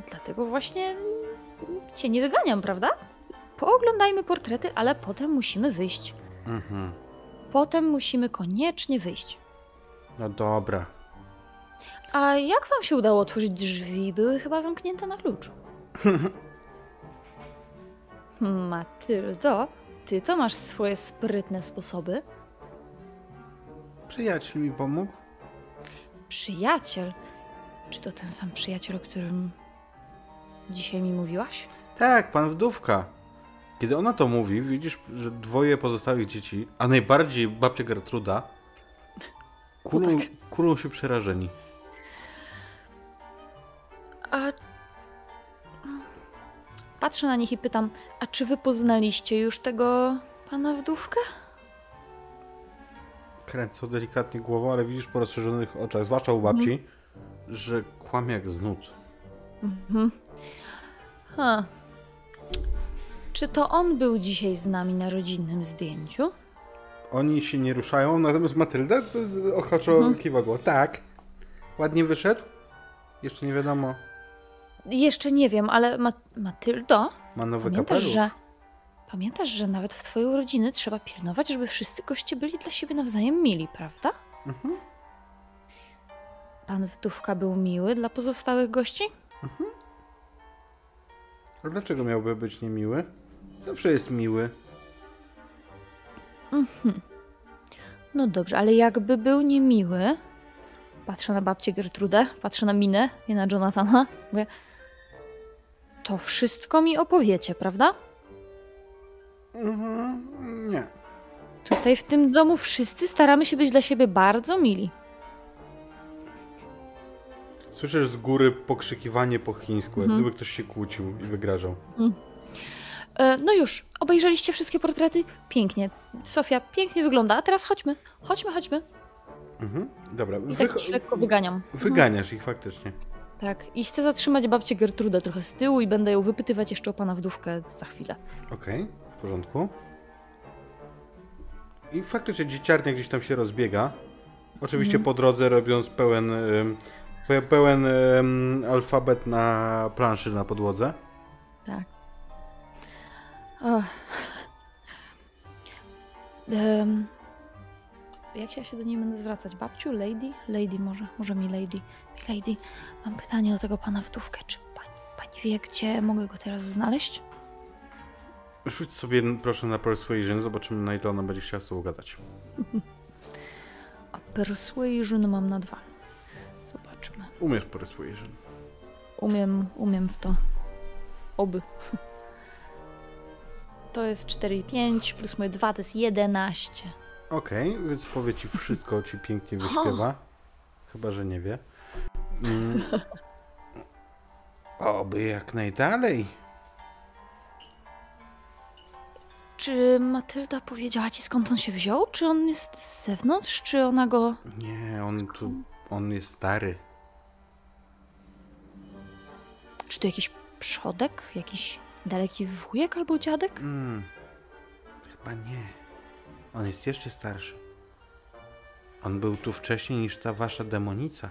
cię nie wyganiam, prawda? Pooglądajmy portrety, ale potem musimy wyjść. Potem musimy koniecznie wyjść. No dobra. A jak wam się udało otworzyć drzwi? Były chyba zamknięte na klucz. Matyldo, ty to masz swoje sprytne sposoby. Przyjaciel mi pomógł. Przyjaciel? Czy to ten sam przyjaciel, o którym dzisiaj mi mówiłaś? Tak, pan Wdówka. Kiedy ona to mówi, widzisz, że dwoje pozostałych dzieci, a najbardziej babcia Gertruda, kulą się przerażeni. A patrzę na nich i pytam, a czy wy poznaliście już tego pana Wdówkę? Kręcą delikatnie głową, ale widzisz po rozszerzonych oczach, zwłaszcza u babci, że kłamie jak z nut. Czy to on był dzisiaj z nami na rodzinnym zdjęciu? Oni się nie ruszają, natomiast Matylda to ochoczo kiwa głową. Tak. Ładnie wyszedł? Jeszcze nie wiadomo. Jeszcze nie wiem, ale Matyldo, Ma nowy kapelusz. Pamiętasz, że nawet w twojej urodziny trzeba pilnować, żeby wszyscy goście byli dla siebie nawzajem mili, prawda? Pan Wdówka był miły dla pozostałych gości? A dlaczego miałby być niemiły? Zawsze jest miły. No dobrze, ale jakby był niemiły... Patrzę na babcię Gertrudę, patrzę na Minę i na Jonathana. Mówię, to wszystko mi opowiecie, prawda? Nie. Tutaj w tym domu wszyscy staramy się być dla siebie bardzo mili. Słyszysz z góry pokrzykiwanie po chińsku, jak gdyby ktoś się kłócił i wygrażał. No już, obejrzeliście wszystkie portrety? Pięknie. Sofia pięknie wygląda, a teraz chodźmy. Chodźmy. Dobra. I tak ich lekko wyganiam. Wyganiasz ich faktycznie. Tak. I chcę zatrzymać babcię Gertrudę trochę z tyłu i będę ją wypytywać jeszcze o pana Wdówkę za chwilę. Okej, w porządku. I faktycznie dzieciarnia gdzieś tam się rozbiega. Oczywiście po drodze robiąc pełen alfabet na planszy na podłodze. Tak. Jak ja się do niej będę zwracać? Babciu? Lady? Lady może mi Lady. Lady, mam pytanie o tego pana Wdówkę. Czy pani wie, gdzie mogę go teraz znaleźć? Rzuć sobie proszę na Persuasion, zobaczymy na ile ona będzie chciała z tobą gadać. A Persuasion mam na 2. Zobaczmy. Umiesz Persuasion. Umiem w to. Oby. To jest 4 i 5, plus moje 2 to jest 11. Okej, więc powie ci wszystko, ci pięknie wyśpiewa. Chyba, że nie wie. Oby jak najdalej. Czy Matylda powiedziała ci, skąd on się wziął? Czy on jest z zewnątrz, czy ona go... Nie, on jest stary. Czy to jakiś przodek? Jakiś daleki wujek albo dziadek? Chyba nie. On jest jeszcze starszy. On był tu wcześniej niż ta wasza demonica.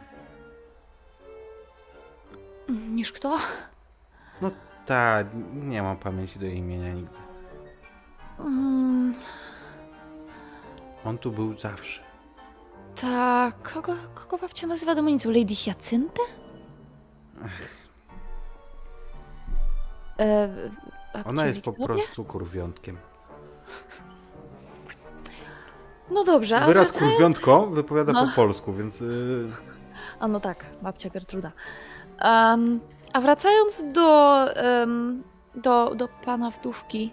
Niż kto? No tak, nie mam pamięci do jej imienia nigdy. On tu był zawsze. Tak, kogo babcia nazywa demonicą? Lady Hyacyntę? Ona jest po prostu kurwiątkiem. No dobrze, a Wyraz wracając... kurwiątko wypowiada No. po polsku, więc... A no tak, babcia Gertruda. A wracając do pana wdówki.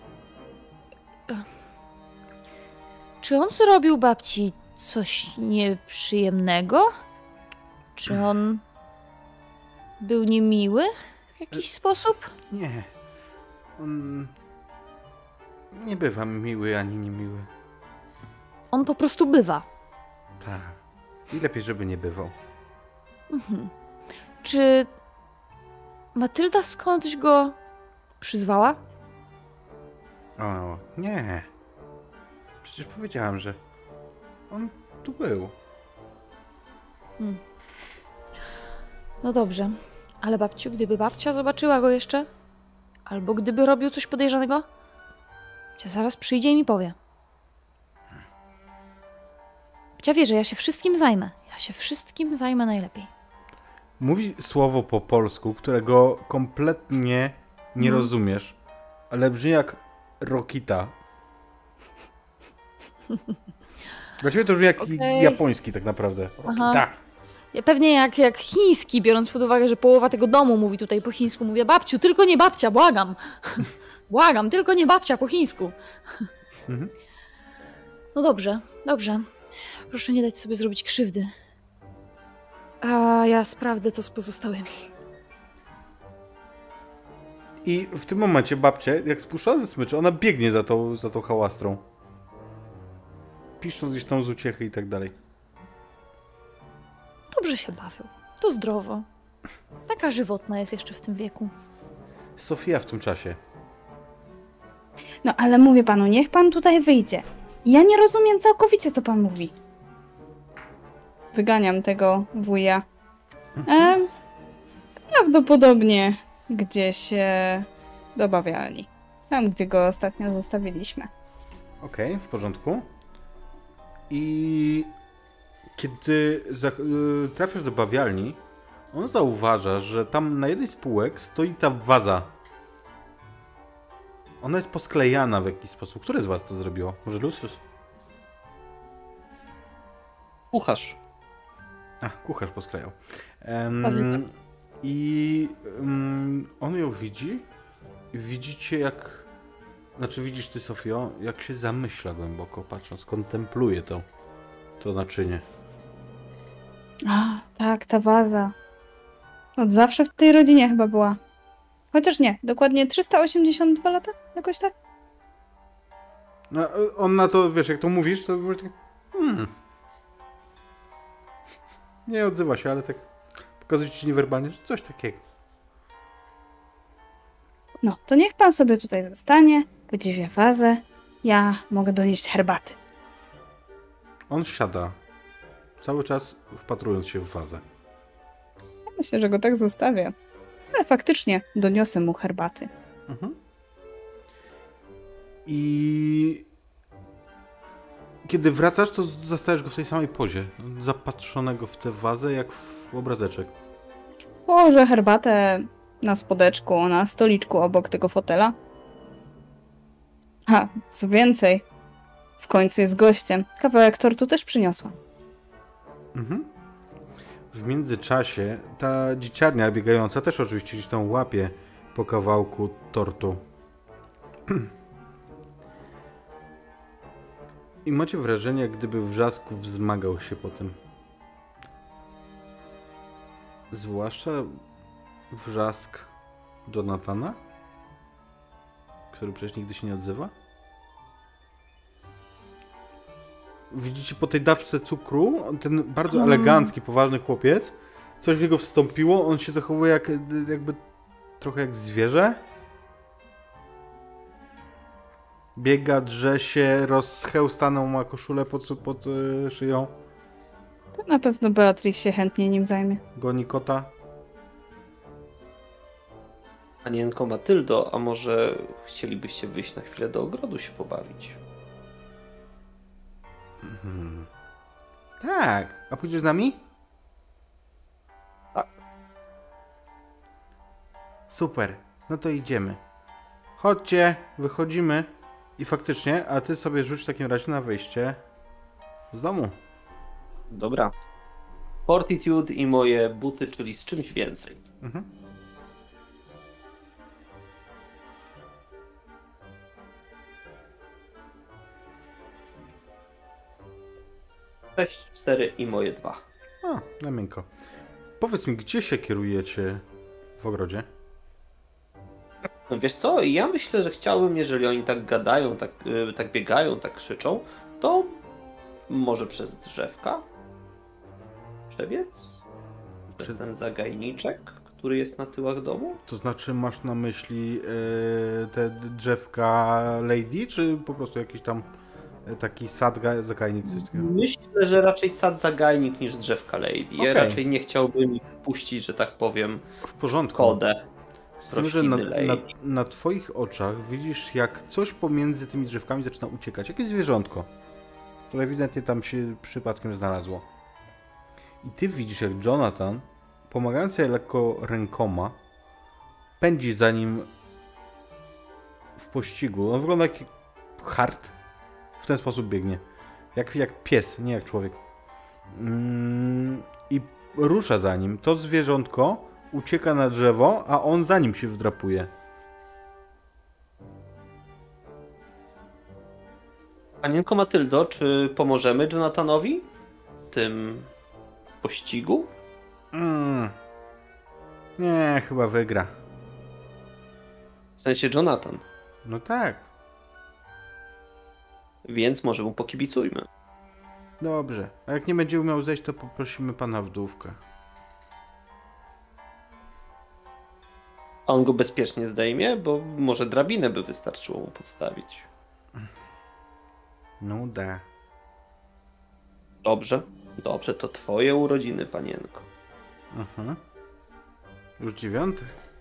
Czy on zrobił babci coś nieprzyjemnego? Czy on był niemiły w jakiś sposób? Nie. On... nie bywa miły ani niemiły. On po prostu bywa. Tak. I lepiej, żeby nie bywał. Mhm. Czy Matylda skądś go przyzwała? O, nie. Przecież powiedziałam, że on tu był. No dobrze, ale babciu, gdyby babcia zobaczyła go jeszcze, albo gdyby robił coś podejrzanego, babcia zaraz przyjdzie i mi powie. Babcia wie, że ja się wszystkim zajmę. Ja się wszystkim zajmę najlepiej. Mówi słowo po polsku, którego kompletnie nie Mhm. rozumiesz, ale brzmi jak Rokita. Dla ciebie to brzmi jak Okej. japoński tak naprawdę. Rokita. Ja pewnie jak chiński, biorąc pod uwagę, że połowa tego domu mówi tutaj po chińsku, mówię babciu, tylko nie babcia, błagam. Błagam, tylko nie babcia po chińsku. Mhm. No dobrze, dobrze. Proszę nie dać sobie zrobić krzywdy. A ja sprawdzę, co z pozostałymi. I w tym momencie babcia, jak spuszcza ze smyczy, ona biegnie za tą hałastrą. Piszcząc gdzieś tam z uciechy i tak dalej. Dobrze się bawił. To zdrowo. Taka żywotna jest jeszcze w tym wieku. Sofia w tym czasie. No ale mówię panu, niech pan tutaj wyjdzie. Ja nie rozumiem całkowicie, co pan mówi. Wyganiam tego wuja. Prawdopodobnie gdzieś do bawialni. Tam, gdzie go ostatnio zostawiliśmy. Okej, w porządku. I kiedy trafiasz do bawialni, on zauważa, że tam na jednej z półek stoi ta waza. Ona jest posklejana w jakiś sposób. Które z was to zrobiło? Może Lucius? Kucharz. A, kucharz posklejał. Pewnie. I on ją widzi. I widzicie jak... Znaczy widzisz ty, Sofio, jak się zamyśla głęboko, patrząc, kontempluje to naczynie. A, tak, ta waza. Od zawsze w tej rodzinie chyba była. Chociaż nie, dokładnie 382 lata? Jakoś tak? No, on na to, wiesz, jak to mówisz, to mówi tak... Nie odzywa się, ale tak pokazuje ci niewerbalnie, że coś takiego. No, to niech pan sobie tutaj zostanie, podziwia wazę. Ja mogę donieść herbaty. On siada, cały czas wpatrując się w wazę. Ja myślę, że go tak zostawię. Ale faktycznie doniosę mu herbaty. Mhm. I kiedy wracasz, to zastajesz go w tej samej pozie, zapatrzonego w tę wazę, jak w obrazeczek. Położę herbatę na spodeczku, na stoliczku obok tego fotela. A, co więcej, w końcu jest gościem. Kawałek tortu też przyniosłam. Mhm. W międzyczasie ta dzieciarnia biegająca też oczywiście gdzieś tam łapie po kawałku tortu. I macie wrażenie, jak gdyby wrzask wzmagał się po tym. Zwłaszcza wrzask Jonathana, który przecież nigdy się nie odzywa. Widzicie po tej dawce cukru, ten bardzo elegancki, poważny chłopiec, coś w niego wstąpiło, on się zachowuje jakby trochę jak zwierzę. Biega, drze się, rozchełstaną ma koszulę pod szyją. To na pewno Beatrice się chętnie nim zajmie. Goni kota. Panienko Matyldo, a może chcielibyście wyjść na chwilę do ogrodu się pobawić? Tak. A pójdziesz z nami? Tak. Super. No to idziemy. Chodźcie, wychodzimy. I faktycznie, a ty sobie rzuć w takim razie na wyjście z domu. Dobra. Fortitude i moje buty, czyli z czymś więcej. Mhm. Sześć, 4 i moje 2. A, na miękko. Powiedz mi, gdzie się kierujecie w ogrodzie? No wiesz co, ja myślę, że chciałbym, jeżeli oni tak gadają, tak biegają, tak krzyczą, to może przez drzewka? Przebiec? Przez ten zagajniczek, który jest na tyłach domu? To znaczy masz na myśli te drzewka Lady, czy po prostu jakiś tam taki sad, zagajnik, coś takiego? Myślę, że raczej sad zagajnik niż drzewka Lady. Ja Okej. raczej nie chciałbym ich puścić, że tak powiem, W porządku. kodę. Z tym, że rośliny Lady. na twoich oczach widzisz, jak coś pomiędzy tymi drzewkami zaczyna uciekać. Jakieś zwierzątko, które ewidentnie tam się przypadkiem znalazło. I ty widzisz, jak Jonathan, pomagając sobie lekko rękoma, pędzi za nim w pościgu. On wygląda jak hart. W ten sposób biegnie. Jak pies, nie jak człowiek. I rusza za nim. To zwierzątko ucieka na drzewo, a on za nim się wdrapuje. Panienko Matyldo, czy pomożemy Jonathanowi w tym pościgu? Nie, chyba wygra. W sensie Jonathan. No tak. Więc może mu pokibicujmy. Dobrze. A jak nie będzie umiał zejść, to poprosimy pana wdówkę. A on go bezpiecznie zdejmie, bo może drabinę by wystarczyło mu podstawić. No da. Dobrze, dobrze, to twoje urodziny, panienko. Aha. Już 9.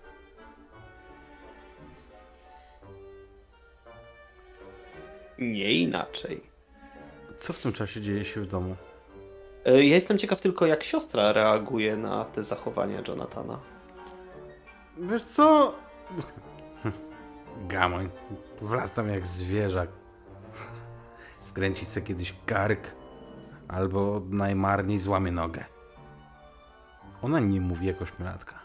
Nie inaczej. Co w tym czasie dzieje się w domu? Ja jestem ciekaw tylko, jak siostra reaguje na te zachowania Jonathana. Wiesz co? Gamoń. Wlazł tam jak zwierzak. Skręci sobie kiedyś kark. Albo najmarniej złamie nogę. Ona nie mówi jak 8-latka.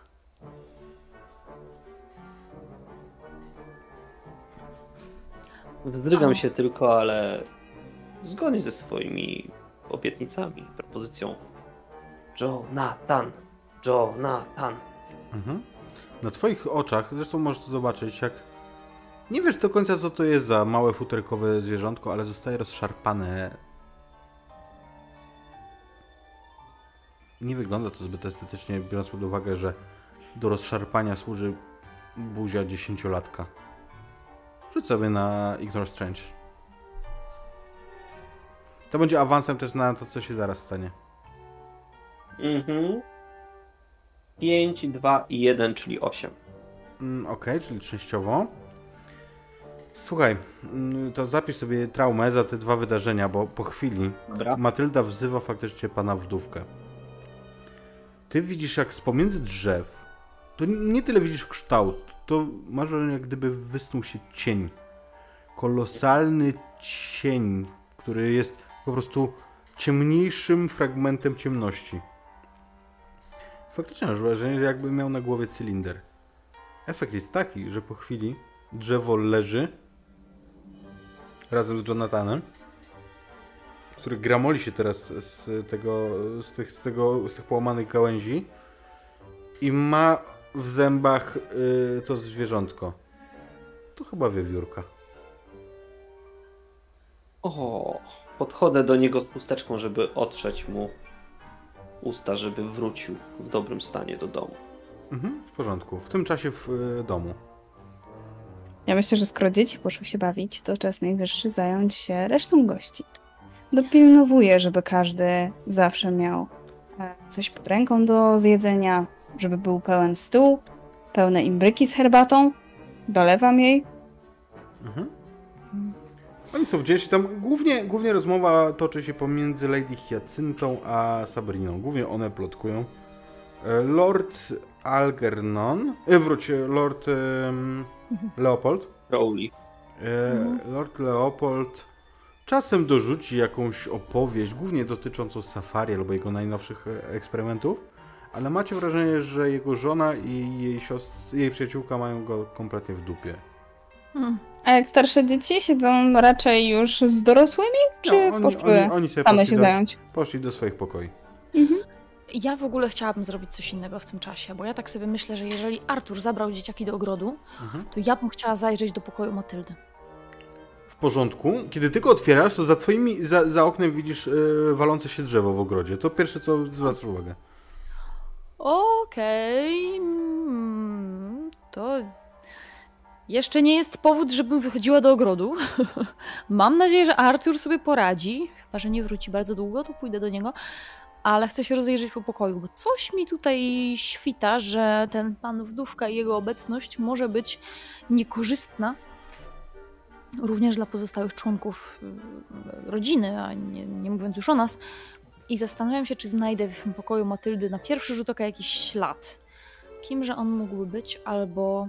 Wzdrygam się tylko, ale zgodnie ze swoimi obietnicami, propozycją. Jonathan! Jonathan! Mhm. Na twoich oczach, zresztą możesz to zobaczyć, jak nie wiesz do końca, co to jest za małe futerkowe zwierzątko, ale zostaje rozszarpane. Nie wygląda to zbyt estetycznie, biorąc pod uwagę, że do rozszarpania służy buzia 10-latka. Rzuć sobie na Ignore Strange. To będzie awansem też na to, co się zaraz stanie. 5, 2 i 1, czyli 8. Okej, czyli częściowo. Słuchaj, to zapisz sobie traumę za te 2 wydarzenia, bo po chwili Dobra. Matylda wzywa faktycznie pana wdówkę. Ty widzisz, jak z pomiędzy drzew, to nie tyle widzisz kształt, to masz wrażenie, jak gdyby wysnuł się cień. Kolosalny cień, który jest po prostu ciemniejszym fragmentem ciemności. Faktycznie masz wrażenie, że jakby miał na głowie cylinder. Efekt jest taki, że po chwili drzewo leży razem z Jonathanem, który gramoli się teraz z tych połamanych gałęzi i ma w zębach to zwierzątko. To chyba wiewiórka. O, podchodzę do niego z chusteczką, żeby otrzeć mu usta, żeby wrócił w dobrym stanie do domu. W porządku. W tym czasie w domu. Ja myślę, że skoro dzieci poszły się bawić, to czas najwyższy zająć się resztą gości. Dopilnowuję, żeby każdy zawsze miał coś pod ręką do zjedzenia, żeby był pełen stół, pełne imbryki z herbatą. Dolewam jej. Oni są w dzieci. Tam głównie rozmowa toczy się pomiędzy Lady Hyacyntą a Sabriną. Głównie one plotkują. Lord Algernon, Lord Leopold. Crowley. Lord Leopold czasem dorzuci jakąś opowieść, głównie dotyczącą safari albo jego najnowszych eksperymentów, ale macie wrażenie, że jego żona i jej przyjaciółka mają go kompletnie w dupie. A jak starsze dzieci siedzą raczej już z dorosłymi, czy poszły oni sobie same się zająć? Poszli do swoich pokoi. Ja w ogóle chciałabym zrobić coś innego w tym czasie, bo ja tak sobie myślę, że jeżeli Artur zabrał dzieciaki do ogrodu, to ja bym chciała zajrzeć do pokoju Matyldy. W porządku. Kiedy ty go otwierasz, to za oknem widzisz walące się drzewo w ogrodzie. To pierwsze, co zwracasz uwagę. Okej. To jeszcze nie jest powód, żebym wychodziła do ogrodu. Mam nadzieję, że Artur sobie poradzi. Chyba że nie wróci bardzo długo, to pójdę do niego. Ale chcę się rozejrzeć po pokoju, bo coś mi tutaj świta, że ten pan wdówka i jego obecność może być niekorzystna również dla pozostałych członków rodziny, a nie mówiąc już o nas. I zastanawiam się, czy znajdę w tym pokoju Matyldy na pierwszy rzut oka jakiś ślad. Kimże on mógłby być, albo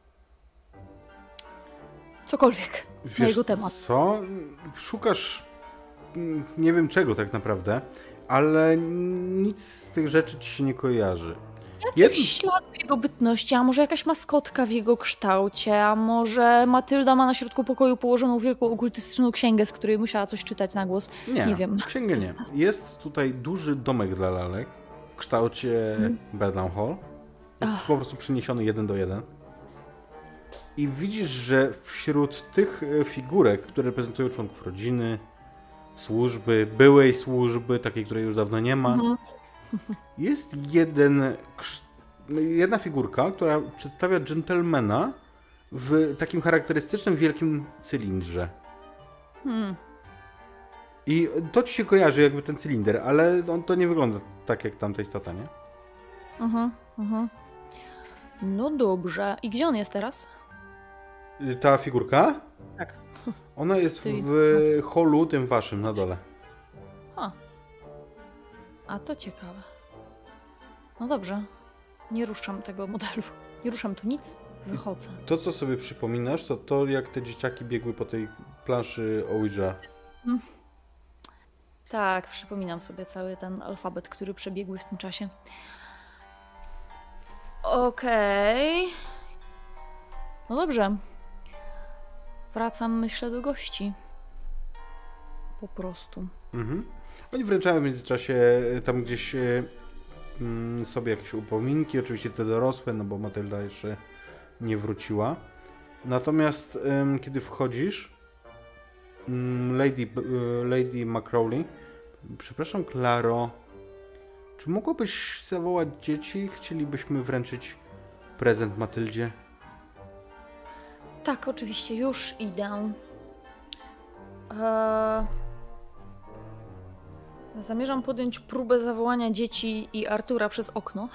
cokolwiek na jego temat. Co? Szukasz nie wiem czego tak naprawdę, ale nic z tych rzeczy ci się nie kojarzy. Jakiś ślad w jego bytności, a może jakaś maskotka w jego kształcie, a może Matylda ma na środku pokoju położoną wielką okultystyczną księgę, z której musiała coś czytać na głos. Nie wiem. Księgę nie. Jest tutaj duży domek dla lalek w kształcie Bedlam Hall. Jest po prostu przeniesiony 1:1. I widzisz, że wśród tych figurek, które reprezentują członków rodziny, służby, byłej służby, takiej, której już dawno nie ma, jest jedna figurka, która przedstawia dżentelmena w takim charakterystycznym wielkim cylindrze. I to ci się kojarzy jakby ten cylinder, ale to nie wygląda tak jak tamta istota, nie? No dobrze. I gdzie on jest teraz? Ta figurka? Tak. Ona jest w holu tym waszym na dole. A to ciekawe. No dobrze. Nie ruszam tego modelu. Nie ruszam tu nic. Wychodzę. To, co sobie przypominasz, to jak te dzieciaki biegły po tej planszy Ouija. Tak, przypominam sobie cały ten alfabet, który przebiegły w tym czasie. Okej. No dobrze. Wracam, myślę, do gości. Po prostu. Oni wręczają w międzyczasie tam gdzieś sobie jakieś upominki, oczywiście te dorosłe, no bo Matylda jeszcze nie Natomiast kiedy wchodzisz, Lady McCrowley, przepraszam, Klaro, czy mogłabyś zawołać dzieci? Chcielibyśmy wręczyć prezent Matyldzie. Tak, oczywiście, już idę. Zamierzam podjąć próbę zawołania dzieci i Artura przez okno.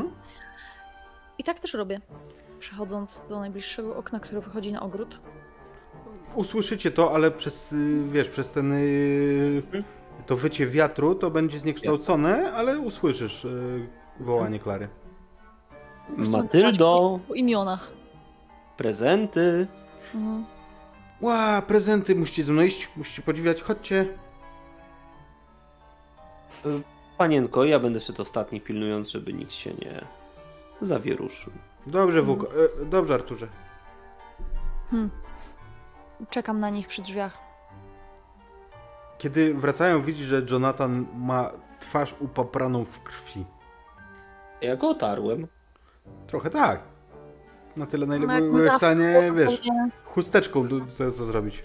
I tak też robię, przechodząc do najbliższego okna, które wychodzi na ogród. Usłyszycie to, ale przez ten to wycie wiatru to będzie zniekształcone, ale usłyszysz wołanie Klary. Matyldo! Po imionach. Prezenty! Prezenty, musicie ze mną iść, musicie podziwiać, chodźcie. Panienko, ja będę szedł ostatni, pilnując, żeby nikt się nie zawieruszył. Dobrze, dobrze, Arturze. Czekam na nich przy drzwiach. Kiedy wracają, widzisz, że Jonathan ma twarz upapraną w krwi. Ja go otarłem. Trochę tak. Na tyle, na ile były w stanie, chusteczką to zrobić.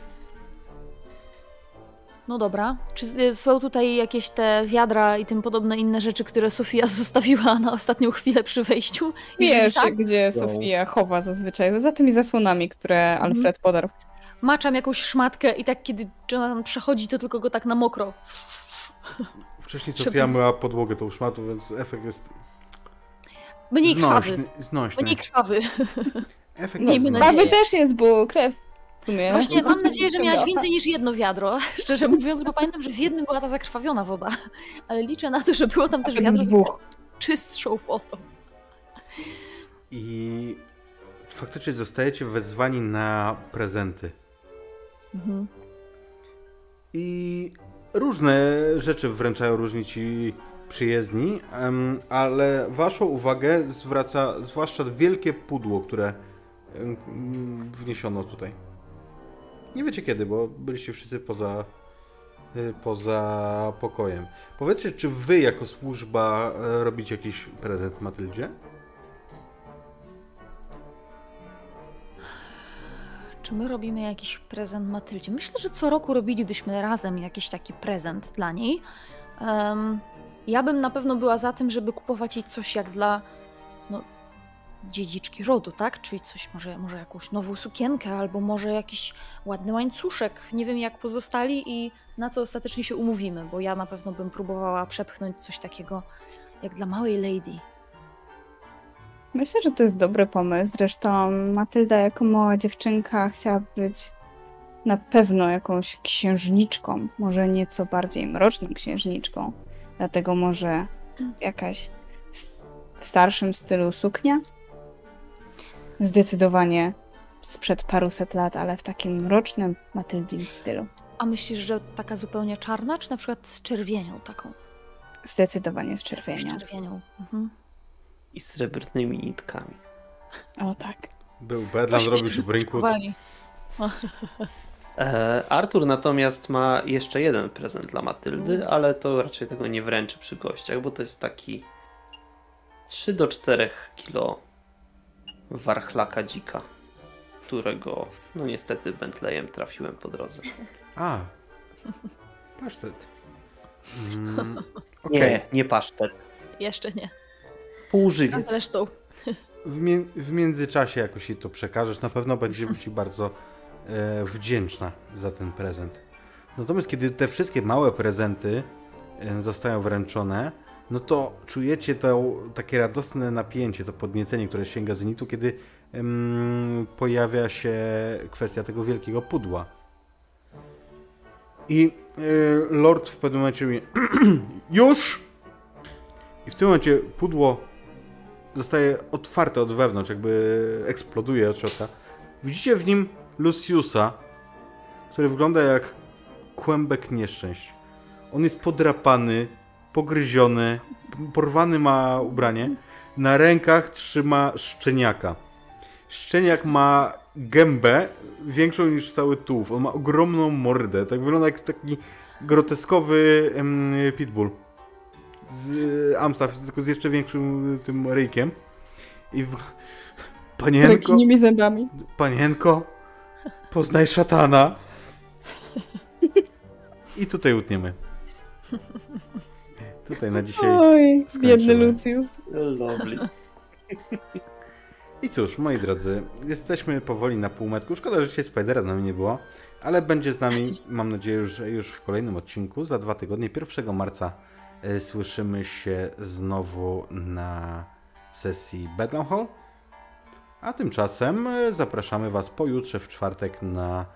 No dobra. Czy są tutaj jakieś te wiadra i tym podobne inne rzeczy, które Sofia zostawiła na ostatnią chwilę przy wejściu? Wiesz, tak, gdzie Sofia chowa zazwyczaj, za tymi zasłonami, które Alfred podarł. Maczam jakąś szmatkę i tak kiedy Jonathan przechodzi, to tylko go tak na mokro. Wcześniej Sofia myła podłogę tą szmatą, więc efekt jest mniej krwawy. Znośny. Mniej krwawy. Efekt jest krwawy też jest, bo krew w sumie. Właśnie mam nadzieję, że miałaś więcej niż jedno wiadro. Szczerze mówiąc, bo pamiętam, że w jednym była ta zakrwawiona woda. Ale liczę na to, że było tam też wiadro z czystszą wodą. I faktycznie zostajecie wezwani na prezenty. I różne rzeczy wręczają różni ci przyjezdni, ale waszą uwagę zwraca zwłaszcza wielkie pudło, które wniesiono tutaj. Nie wiecie kiedy, bo byliście wszyscy poza pokojem. Powiedzcie, czy wy jako służba robicie jakiś prezent Matyldzie? Czy my robimy jakiś prezent Matyldzie? Myślę, że co roku robilibyśmy razem jakiś taki prezent dla niej. Ja bym na pewno była za tym, żeby kupować jej coś jak dla dziedziczki rodu, tak? Czyli coś, może jakąś nową sukienkę, albo może jakiś ładny łańcuszek. Nie wiem jak pozostali i na co ostatecznie się umówimy, bo ja na pewno bym próbowała przepchnąć coś takiego jak dla małej lady. Myślę, że to jest dobry pomysł. Zresztą Matylda jako mała dziewczynka chciała być na pewno jakąś księżniczką. Może nieco bardziej mroczną księżniczką. Dlatego może jakaś w starszym stylu suknia? Zdecydowanie sprzed paruset lat, ale w takim mrocznym Matyldim stylu. A myślisz, że taka zupełnie czarna, czy na przykład z czerwienią taką? Zdecydowanie z czerwienią. Z czerwienią. Mhm. I z srebrnymi nitkami. O tak. Był bedlam, zrobił się Brinkwood. Artur natomiast ma jeszcze jeden prezent dla Matyldy, ale to raczej tego nie wręczy przy gościach, bo to jest taki 3 do 4 kilo warchlaka dzika, którego no niestety Bentleyem trafiłem po drodze. A, pasztet. Nie, nie pasztet. Jeszcze nie. Półżywiec. Zresztą. W międzyczasie jakoś jej to przekażesz, na pewno będzie ci bardzo wdzięczna za ten prezent. Natomiast kiedy te wszystkie małe prezenty zostają wręczone, no to czujecie takie radosne napięcie, to podniecenie, które sięga zenitu, kiedy pojawia się kwestia tego wielkiego pudła. I Lord w pewnym momencie mówi już! I w tym momencie pudło zostaje otwarte od wewnątrz, jakby eksploduje od środka. Widzicie w nim Luciusa, który wygląda jak kłębek nieszczęść. On jest podrapany, pogryziony, porwany ma ubranie. Na rękach trzyma szczeniaka. Szczeniak ma gębę większą niż cały tułów. On ma ogromną mordę. Tak wygląda jak taki groteskowy pitbull z Amstaff, tylko z jeszcze większym tym ryjkiem. I z nimi zębami. Panienko, poznaj szatana. I tutaj utniemy. Tutaj na dzisiaj Oj, skończymy. biedny Lucius. Lovely. I cóż, moi drodzy, jesteśmy powoli na półmetku. Szkoda, że dzisiaj Spidera z nami nie było, ale będzie z nami, mam nadzieję, że już w kolejnym odcinku. Za 2 tygodnie, 1 marca słyszymy się znowu na sesji Bedlam Hall. A tymczasem zapraszamy Was pojutrze w czwartek na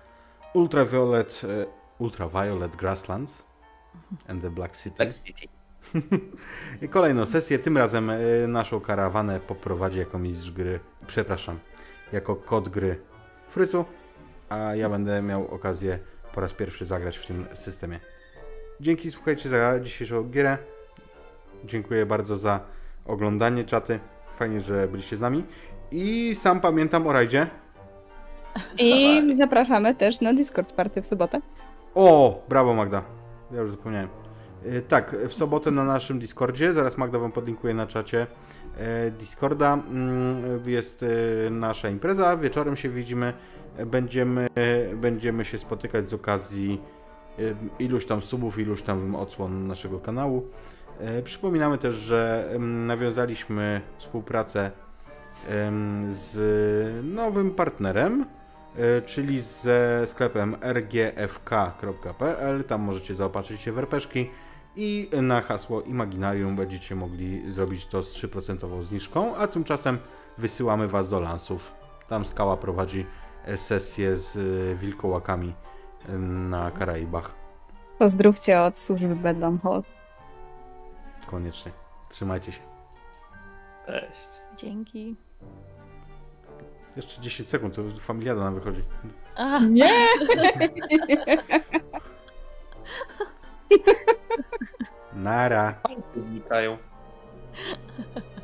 Ultraviolet Grasslands and the Black City. Black City. Kolejną sesję, tym razem naszą karawanę poprowadzi jako kod gry Frycu, a ja będę miał okazję po raz pierwszy zagrać w tym systemie. Dzięki, słuchajcie, za dzisiejszą gierę. Dziękuję bardzo za oglądanie, czaty. Fajnie, że byliście z nami. I sam pamiętam o rajdzie. I zapraszamy też na Discord Party w sobotę. O, brawo Magda. Ja już zapomniałem. Tak, w sobotę na naszym Discordzie, zaraz Magda Wam podlinkuje na czacie Discorda, jest nasza impreza, wieczorem się widzimy, będziemy się spotykać z okazji iluś tam subów, iluś tam odsłon naszego kanału. Przypominamy też, że nawiązaliśmy współpracę z nowym partnerem, czyli ze sklepem rgfk.pl. Tam możecie zaopatrzyć się w RPszki i na hasło Imaginarium będziecie mogli zrobić to z 3% zniżką, a tymczasem wysyłamy Was do Lansów. Tam Skała prowadzi sesję z wilkołakami na Karaibach. Pozdrówcie od służby Bedlam Hall. Koniecznie. Trzymajcie się. Cześć. Dzięki. Jeszcze 10 sekund, to familiada nam wychodzi. A. Nie! Nara. Palce znikają.